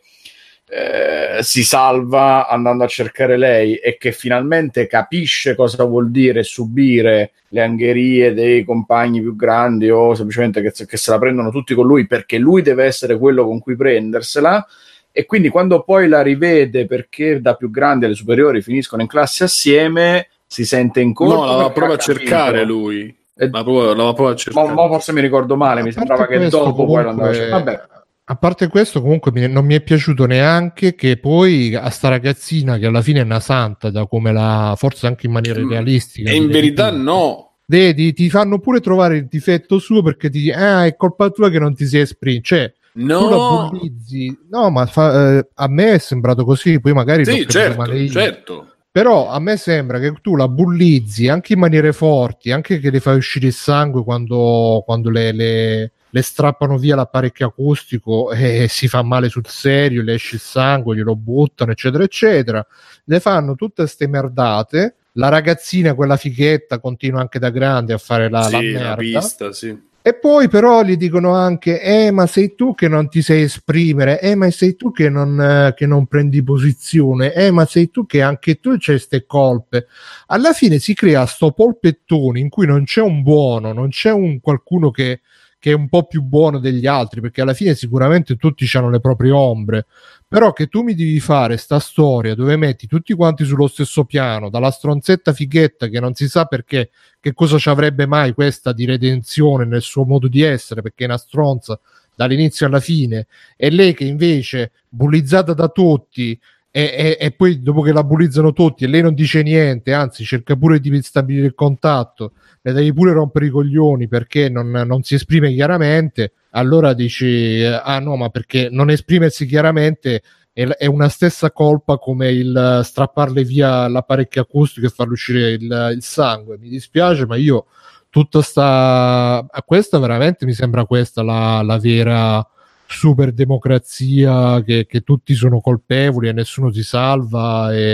[SPEAKER 4] Eh, si salva andando a cercare lei, e che finalmente capisce cosa vuol dire subire le angherie dei compagni più grandi, o semplicemente che, che se la prendono tutti con lui perché lui deve essere quello con cui prendersela. E quindi quando poi la rivede, perché da più grandi alle superiori finiscono in classe assieme, si sente in colpa.
[SPEAKER 1] No, la prova a cercare lui.
[SPEAKER 4] E...
[SPEAKER 1] La prova, la prova a cercare.
[SPEAKER 4] Ma, ma forse mi ricordo male, a mi sembrava che dopo
[SPEAKER 2] comunque...
[SPEAKER 4] poi l'andava a cercare. Vabbè.
[SPEAKER 2] A parte questo, comunque mi, non mi è piaciuto neanche che poi a sta ragazzina, che alla fine è una santa, da come la, forse anche in maniera realistica,
[SPEAKER 1] e in verità no,
[SPEAKER 2] vedi, ti fanno pure trovare il difetto suo, perché ti dici ah, è colpa tua che non ti si esprime, cioè
[SPEAKER 1] no,
[SPEAKER 2] tu la bullizzi. No, ma fa, eh, a me è sembrato così, poi magari
[SPEAKER 1] sì, certo, male io. certo.
[SPEAKER 2] Però a me sembra che tu la bullizzi anche in maniere forti, anche che le fai uscire il sangue quando, quando le, le, le strappano via l'apparecchio acustico e si fa male sul serio, le esce il sangue, glielo buttano, eccetera, eccetera. Le fanno tutte ste merdate. La ragazzina, quella fighetta, continua anche da grande a fare la,
[SPEAKER 1] sì,
[SPEAKER 2] la merda.
[SPEAKER 1] La pista, sì.
[SPEAKER 2] E poi però gli dicono anche eh ma sei tu che non ti sai esprimere, eh ma sei tu che non, eh, che non prendi posizione, eh ma sei tu che anche tu c'hai ste colpe. Alla fine si crea sto polpettone in cui non c'è un buono, non c'è un qualcuno che, che è un po' più buono degli altri, perché alla fine sicuramente tutti hanno le proprie ombre, però che tu mi devi fare sta storia dove metti tutti quanti sullo stesso piano, dalla stronzetta fighetta che non si sa perché, che cosa ci avrebbe mai questa di redenzione nel suo modo di essere, perché è una stronza dall'inizio alla fine, e lei che invece bullizzata da tutti, e, e, e poi dopo che la bullizzano tutti e lei non dice niente, anzi cerca pure di stabilire il contatto, le devi pure rompere i coglioni perché non, non si esprime chiaramente, allora dici ah no, ma perché non esprimersi chiaramente è, è una stessa colpa come il strapparle via l'apparecchio acustico e farle uscire il, il sangue. Mi dispiace, ma io tutta sta questa veramente mi sembra questa la, la vera super democrazia, che, che tutti sono colpevoli e nessuno si salva, e,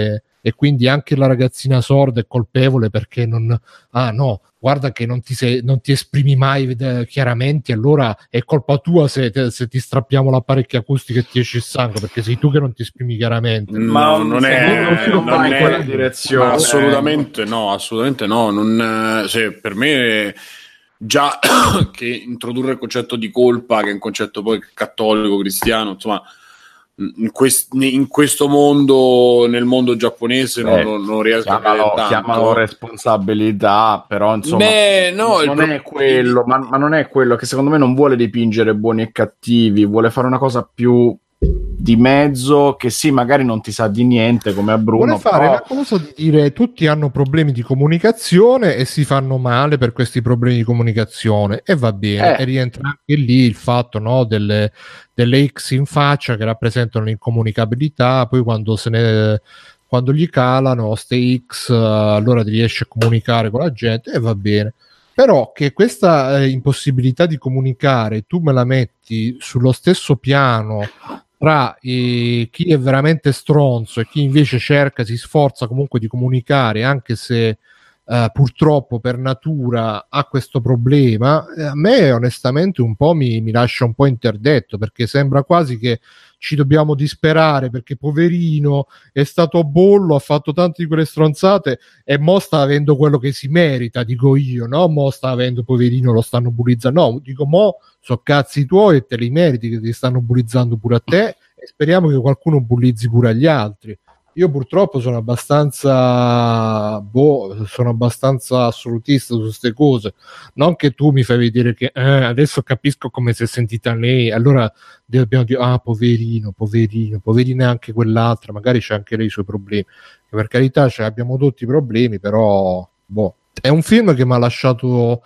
[SPEAKER 2] e quindi anche la ragazzina sorda è colpevole perché non, ah no, guarda che non ti, sei, non ti esprimi mai chiaramente, allora è colpa tua se, te, se ti strappiamo l'apparecchio acustico e ti esce il sangue, perché sei tu che non ti esprimi chiaramente.
[SPEAKER 1] No, non è,
[SPEAKER 4] non si
[SPEAKER 1] non
[SPEAKER 4] va in
[SPEAKER 1] è
[SPEAKER 4] quella direzione.
[SPEAKER 1] Assolutamente no, assolutamente no. Non, se per me già che introdurre il concetto di colpa, che è un concetto poi cattolico, cristiano, insomma, in, quest, in questo mondo, nel mondo giapponese,
[SPEAKER 4] Beh,
[SPEAKER 1] non, non riesco
[SPEAKER 4] chiamalo,
[SPEAKER 1] a vedere tanto.
[SPEAKER 4] chiamalo responsabilità, però insomma,
[SPEAKER 1] Beh, no,
[SPEAKER 4] non
[SPEAKER 1] il
[SPEAKER 4] è quello, ma, ma non è quello, che secondo me non vuole dipingere buoni e cattivi, vuole fare una cosa più di mezzo, che sì, magari non ti sa di niente come a Bruno.
[SPEAKER 2] Vuole fare
[SPEAKER 4] però...
[SPEAKER 2] la cosa di dire tutti hanno problemi di comunicazione e si fanno male per questi problemi di comunicazione, e va bene,
[SPEAKER 4] Eh.
[SPEAKER 2] e rientra anche lì il fatto, no, delle, delle X in faccia che rappresentano l'incomunicabilità, poi quando se ne quando gli calano ste X, allora riesce a comunicare con la gente, e va bene. Però che questa eh, impossibilità di comunicare tu me la metti sullo stesso piano tra eh, chi è veramente stronzo e chi invece cerca, si sforza comunque di comunicare, anche se eh, purtroppo per natura ha questo problema, eh, a me onestamente un po' mi, mi lascia un po' interdetto, perché sembra quasi che ci dobbiamo disperare perché poverino è stato bollo, ha fatto tante di quelle stronzate e mo sta avendo quello che si merita, dico io, no? Mo sta avendo, poverino, lo stanno bullizzando, no, dico mo so cazzi tuoi e te li meriti che ti stanno bullizzando pure a te, e speriamo che qualcuno bullizzi pure agli altri. Io purtroppo sono abbastanza boh, sono abbastanza assolutista su queste cose, non che tu mi fai vedere che eh, adesso capisco come si è sentita lei, allora dobbiamo dire ah poverino, poverino, poverina anche quell'altra, magari c'è anche lei i suoi problemi, che per carità ce abbiamo tutti i problemi, però boh, è un film che mi ha lasciato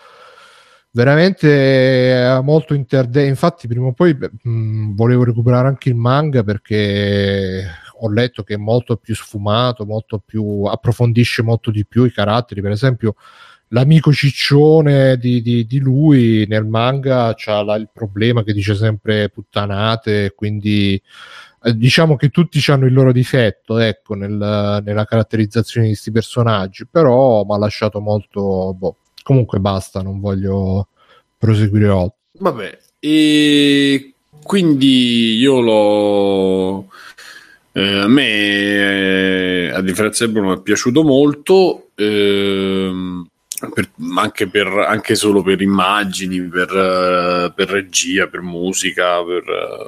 [SPEAKER 2] veramente molto interdetto. Infatti prima o poi mh, volevo recuperare anche il manga, perché ho letto che è molto più sfumato, molto più approfondisce molto di più i caratteri. Per esempio l'amico ciccione di, di, di lui nel manga c'ha la, il problema che dice sempre puttanate, quindi eh, diciamo che tutti hanno il loro difetto, ecco, nel, nella caratterizzazione di questi personaggi, però mi ha lasciato molto boh. Comunque basta, non voglio proseguire oltre.
[SPEAKER 1] Vabbè, e quindi io l'ho eh, a me eh, a differenza di Bruno è piaciuto molto, ehm, per, anche, per, anche solo per immagini, per, uh, per regia, per musica, per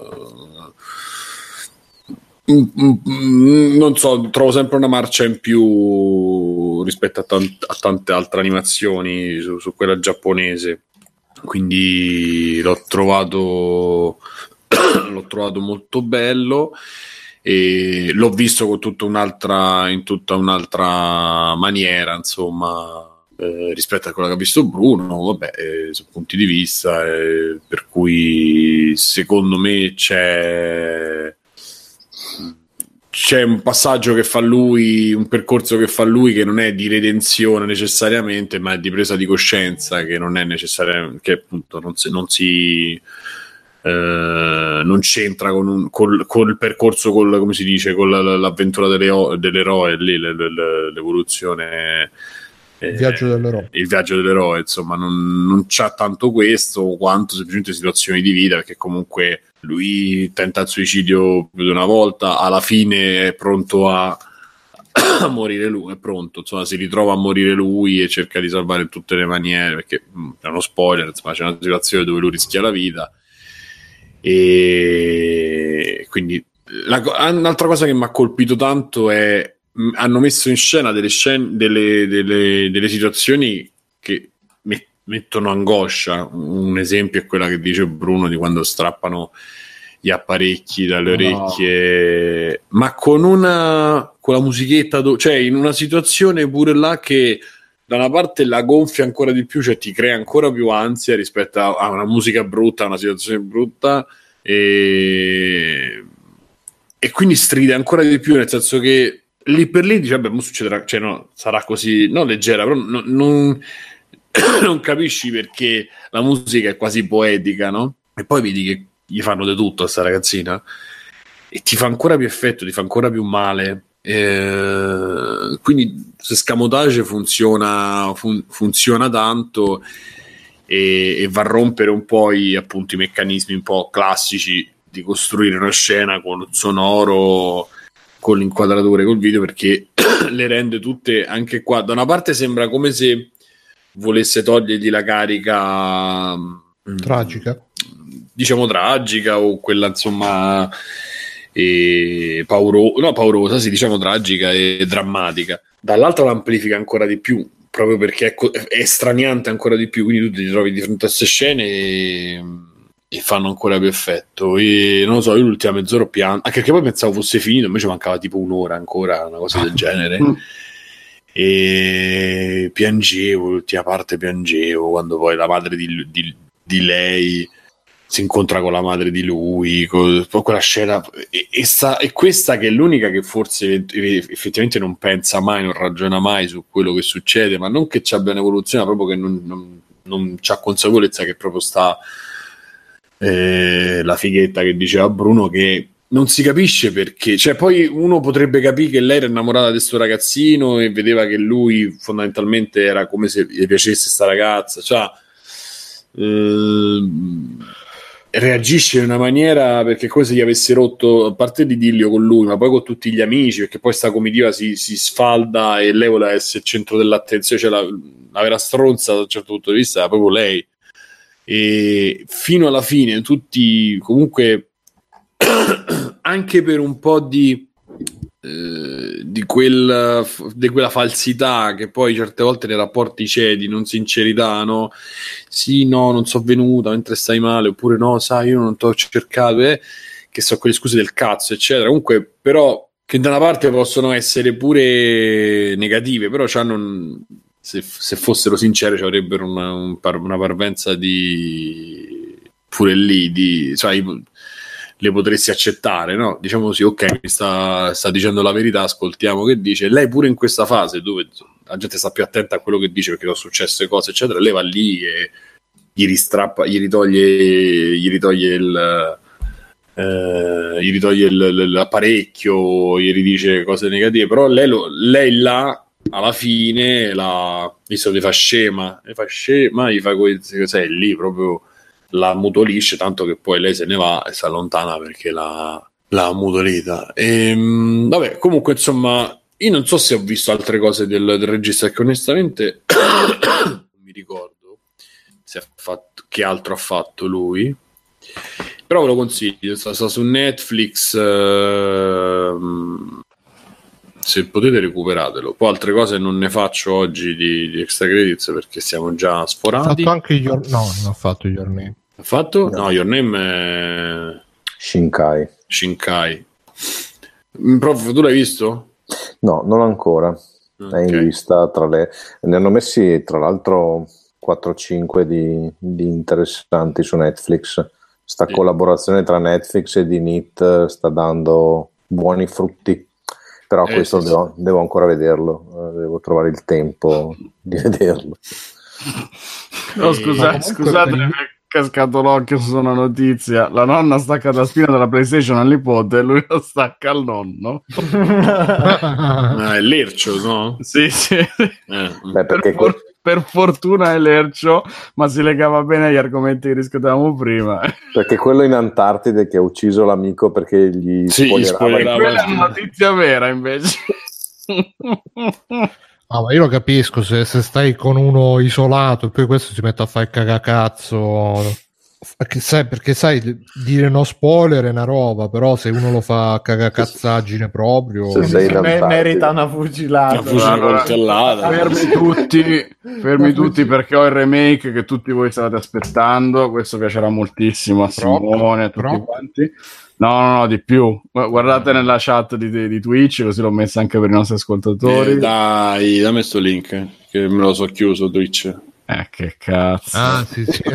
[SPEAKER 1] uh, mm, mm, non so, trovo sempre una marcia in più rispetto a, tant- a tante altre animazioni su, su quella giapponese, quindi l'ho trovato l'ho trovato molto bello e l'ho visto con tutta un'altra in tutta un'altra maniera, insomma, eh, rispetto a quella che ha visto Bruno. Vabbè, eh, su punti di vista, eh, per cui secondo me c'è c'è un passaggio che fa lui, un percorso che fa lui, che non è di redenzione necessariamente, ma è di presa di coscienza, che non è necessariamente, che appunto non si, non si eh, non c'entra con, un, col, col percorso, col, come si dice, con l'avventura delle, dell'eroe, lì, l'evoluzione,
[SPEAKER 2] il viaggio dell'eroe,
[SPEAKER 1] il viaggio dell'eroe, insomma, non, non c'ha tanto questo quanto semplicemente situazioni di vita, perché comunque lui tenta il suicidio più di una volta, alla fine è pronto a, a morire lui, è pronto, insomma, si ritrova a morire lui e cerca di salvare in tutte le maniere, perché è uno spoiler, insomma, c'è una situazione dove lui rischia la vita. E quindi la, un'altra cosa che mi ha colpito tanto è mh, hanno messo in scena delle scene, delle, delle, delle situazioni che met, mettono angoscia. Un esempio è quella che dice Bruno di quando strappano gli apparecchi dalle orecchie, no. Ma con una con la musichetta do, cioè in una situazione pure là che da una parte la gonfia ancora di più, cioè ti crea ancora più ansia rispetto a, a una musica brutta, a una situazione brutta, e, e quindi stride ancora di più, nel senso che lì per lì dice vabbè, mo succederà, cioè no, sarà così, non leggera, però no, non, non capisci perché la musica è quasi poetica, no? E poi vedi che gli fanno di tutto a sta ragazzina e ti fa ancora più effetto, ti fa ancora più male, Eh, quindi se scamotage funziona, fun- funziona tanto e, e va a rompere un po' i, appunto, i meccanismi un po' classici di costruire una scena con il sonoro, con l'inquadratore, col video, perché le rende tutte, anche qua da una parte sembra come se volesse togliergli la carica
[SPEAKER 2] tragica,
[SPEAKER 1] diciamo tragica, o quella insomma e pauro- no, paurosa, sì, diciamo tragica e drammatica. Dall'altra l'amplifica ancora di più, proprio perché è, co- è straniante ancora di più, quindi tu ti trovi di fronte a queste scene e, e fanno ancora più effetto. E non lo so, io l'ultima mezz'ora ho pianto, anche perché poi pensavo fosse finito, invece mancava tipo un'ora ancora, una cosa del genere. E piangevo, l'ultima parte piangevo, quando poi la madre di, di, di lei si incontra con la madre di lui, con, con quella scena, e, e, sta, e questa che è l'unica che forse effettivamente non pensa mai, non ragiona mai su quello che succede, ma non che ci abbia un'evoluzione, ma proprio che non, non, non c'ha consapevolezza che proprio sta eh, la fighetta che diceva Bruno, che non si capisce perché, cioè poi uno potrebbe capire che lei era innamorata di questo ragazzino e vedeva che lui fondamentalmente era come se gli piacesse sta ragazza, cioè eh, reagisce in una maniera, perché come se gli avesse rotto, a parte l'idillio con lui, ma poi con tutti gli amici, perché poi sta comitiva si, si sfalda e lei vuole essere il centro dell'attenzione, cioè la, la vera stronza da un certo punto di vista era proprio lei, e fino alla fine tutti comunque anche per un po' di eh, di, quel, di quella falsità che poi certe volte nei rapporti c'è, di non sincerità, no? Sì, no, non so venuta mentre stai male, oppure no, sai, io non t'ho cercato, eh, che so quelle scuse del cazzo, eccetera. Comunque, però, che da una parte possono essere pure negative, però c'hanno, se, se fossero sincere, ci avrebbero una, un par, una parvenza di pure lì, di, cioè, le potresti accettare, no? Diciamo così, ok, mi sta, sta dicendo la verità, ascoltiamo che dice. Lei pure in questa fase dove la gente sta più attenta a quello che dice perché sono successe cose, eccetera, lei va lì e gli ristrappa, gli ritoglie, gli ritoglie il eh, gli ritoglie il, l'apparecchio, gli ridice cose negative, però lei, lo, lei là alla fine la, visto che fa scema, le fa scema, gli fa quei, sei lì proprio la mutolisce, tanto che poi lei se ne va e si allontana perché la, la mutolita. E, vabbè, comunque insomma, io non so se ho visto altre cose del, del regista, perché onestamente non mi ricordo se ha fatto, che altro ha fatto lui, però ve lo consiglio, sta, sta su Netflix, eh, se potete recuperatelo. Poi altre cose non ne faccio oggi di, di extra credits perché siamo già sforati.
[SPEAKER 2] Ha fatto anche your... no, non ha fatto Your Name.
[SPEAKER 1] Ha fatto? No, Your Name è
[SPEAKER 5] Shinkai.
[SPEAKER 1] Shinkai. Prof, tu l'hai visto?
[SPEAKER 5] No, non ancora.
[SPEAKER 1] Okay.
[SPEAKER 5] È in lista tra le... Ne hanno messi tra l'altro quattro o cinque di, di interessanti su Netflix. Sta sì. Collaborazione tra Netflix e D N I T sta dando buoni frutti. Però eh, questo sì, devo, sì. devo ancora vederlo. Devo trovare il tempo di vederlo.
[SPEAKER 4] No, scusa, scusate, mi è cascato l'occhio su una notizia. La nonna stacca la spina della PlayStation al nipote e lui lo stacca al nonno.
[SPEAKER 1] Ah, è lercio, no?
[SPEAKER 4] Sì, sì.
[SPEAKER 1] Eh.
[SPEAKER 5] Beh, perché
[SPEAKER 4] per, for- per fortuna è lercio, ma si legava bene agli argomenti che discutevamo prima.
[SPEAKER 5] Perché quello in Antartide che ha ucciso l'amico perché gli
[SPEAKER 1] sì, spoilerava.
[SPEAKER 4] Quella è una notizia vera, invece.
[SPEAKER 2] Ah, ma io lo capisco, se, se stai con uno isolato e poi questo si mette a fare cagacazzo, perché sai, perché sai, dire no spoiler è una roba, però se uno lo fa cagacazzaggine proprio,
[SPEAKER 3] se sei me- merita una fucilata.
[SPEAKER 1] Una fucilata.
[SPEAKER 4] Fermi tutti, fermi tutti perché ho il remake che tutti voi state aspettando. Questo piacerà moltissimo a Simone, a tutti Troppo. quanti. No, no, no, di più. Guardate nella chat di, di Twitch, così l'ho messa anche per i nostri ascoltatori.
[SPEAKER 1] Eh, dai, dammi sto link, che me lo so chiuso Twitch.
[SPEAKER 4] Eh, che cazzo.
[SPEAKER 2] Ah, sì, sì.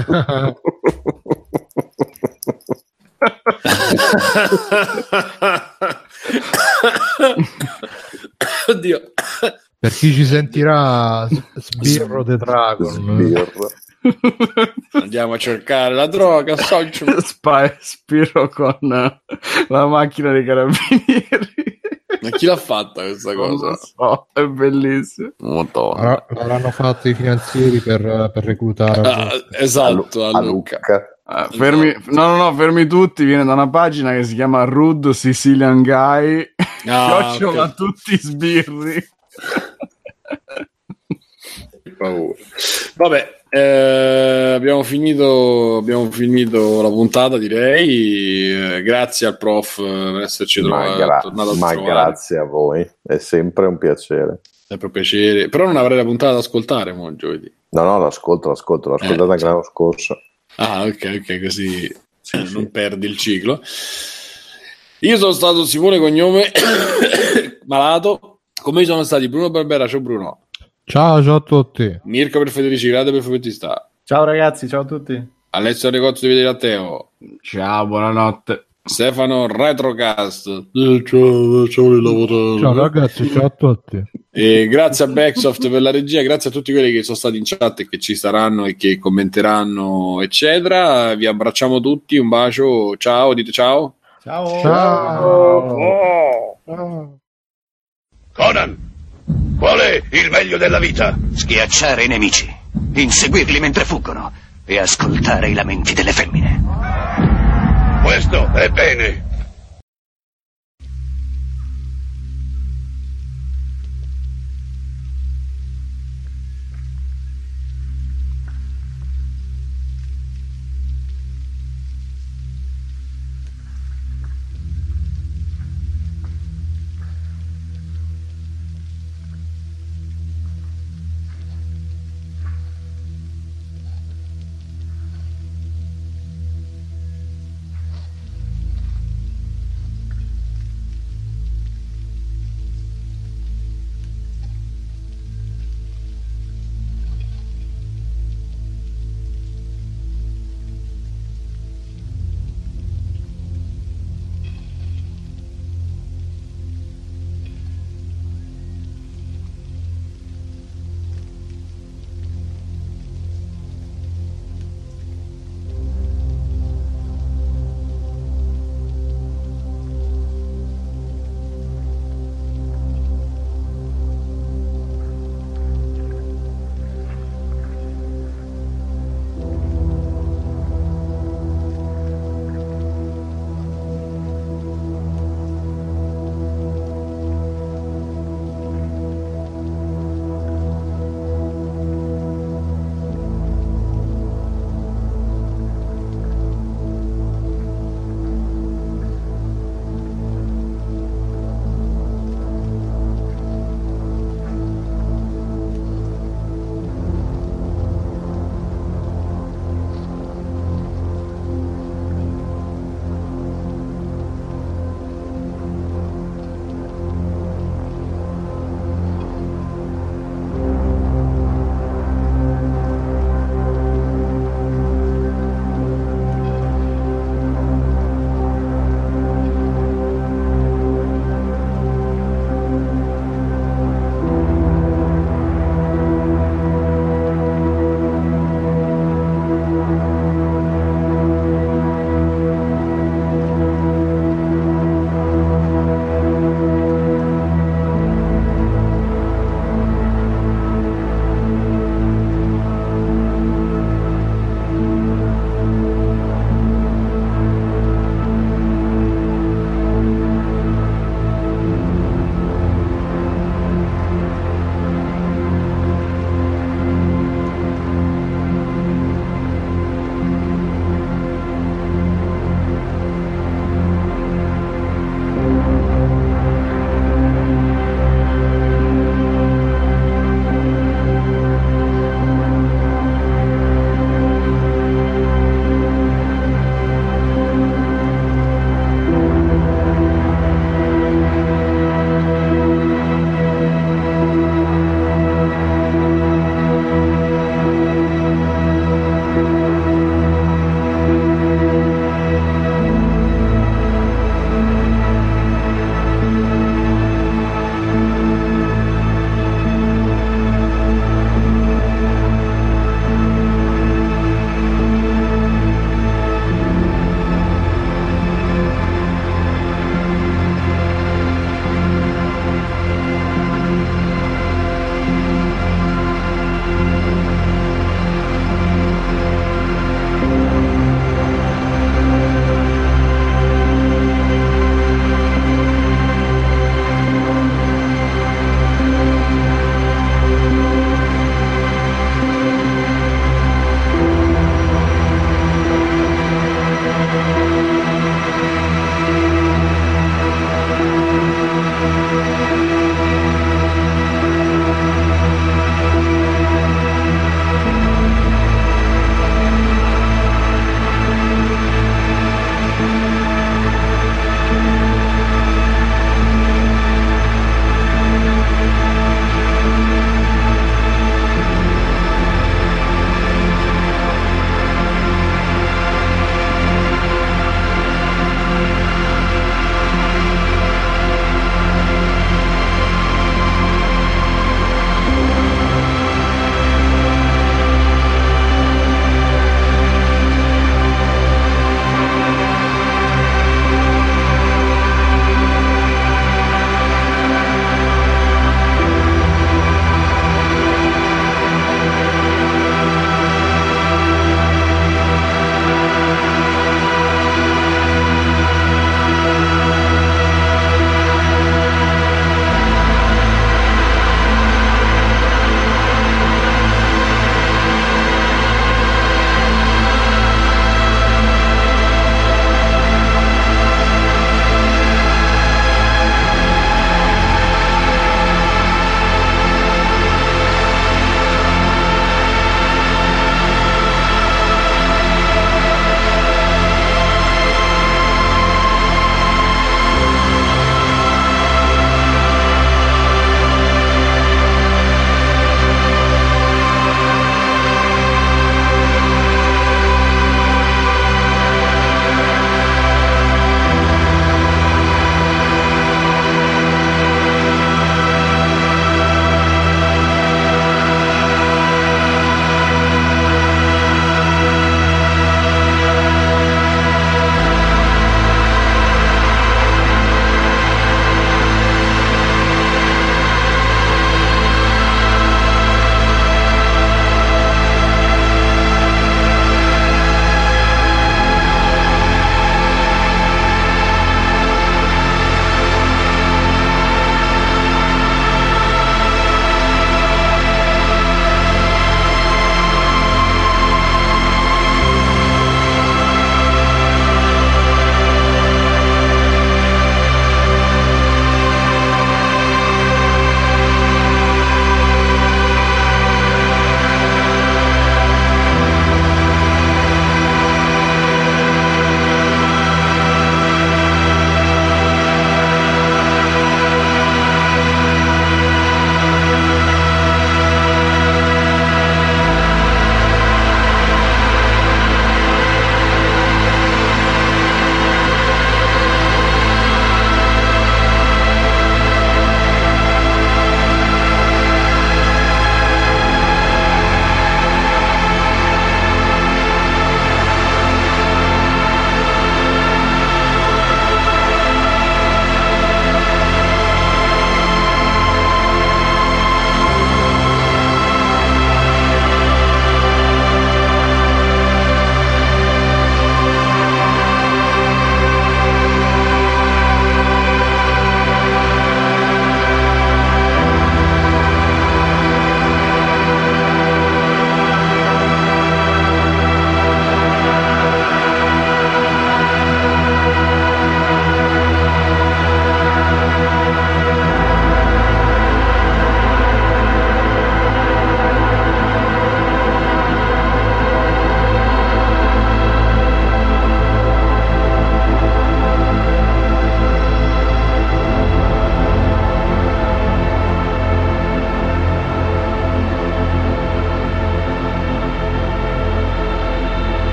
[SPEAKER 1] Oddio.
[SPEAKER 2] Per chi ci sentirà, Sbirro the Dragon.
[SPEAKER 5] Sbirro.
[SPEAKER 1] Andiamo a cercare la droga.
[SPEAKER 4] Spy, Spiro con la macchina dei carabinieri.
[SPEAKER 1] Ma chi l'ha fatta questa cosa?
[SPEAKER 4] Oh, è bellissimo.
[SPEAKER 2] Allora, l'hanno fatto i finanzieri per, per reclutare
[SPEAKER 1] ah, esatto, a, Lu- a Luca, Luca.
[SPEAKER 4] Ah, fermi, no no no fermi tutti, viene da una pagina che si chiama Rude Sicilian Guy. Ah, chiocciola okay. Tutti sbirri.
[SPEAKER 1] Che paura. Vabbè, eh, abbiamo finito abbiamo finito la puntata, direi. Eh, grazie al prof per esserci trovato, gra- tornato a
[SPEAKER 5] ma
[SPEAKER 1] trovare.
[SPEAKER 5] Grazie a voi, è sempre un piacere.
[SPEAKER 1] Sempre un piacere. Però non avrei la puntata da ascoltare mo, giovedì.
[SPEAKER 5] No, no, l'ascolto, l'ascolto, l'ho ascoltata eh, l'anno scorso.
[SPEAKER 1] Ah, ok, ok, così sì, eh, sì. non perdi il ciclo. Io sono stato Simone Cognome Malato. Come sono stati Bruno Barbera, ciao Bruno.
[SPEAKER 2] Ciao, ciao a tutti.
[SPEAKER 1] Mirko per Federici, grande per Fettista.
[SPEAKER 3] Ciao ragazzi, ciao a tutti.
[SPEAKER 1] Alessio Negozio di Matteo.
[SPEAKER 4] Ciao, buonanotte.
[SPEAKER 1] Stefano Retrocast. Eh, ciao, ciao,
[SPEAKER 2] ciao ragazzi, ciao a tutti.
[SPEAKER 1] E grazie a Backsoft per la regia, grazie a tutti quelli che sono stati in chat e che ci saranno e che commenteranno, eccetera. Vi abbracciamo tutti, un bacio, ciao, dite ciao.
[SPEAKER 3] Ciao.
[SPEAKER 2] Ciao.
[SPEAKER 7] Ciao. Conan, qual è il meglio della vita?
[SPEAKER 8] Schiacciare i nemici, inseguirli mentre fuggono e ascoltare i lamenti delle femmine.
[SPEAKER 7] Questo è bene.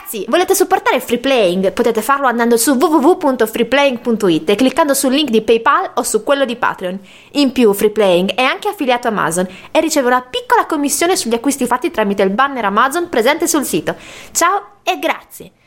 [SPEAKER 9] Ragazzi, volete supportare Free Playing? Potete farlo andando su w w w punto free playing punto i t e cliccando sul link di PayPal o su quello di Patreon. In più, Free Playing è anche affiliato a Amazon e riceve una piccola commissione sugli acquisti fatti tramite il banner Amazon presente sul sito. Ciao e grazie!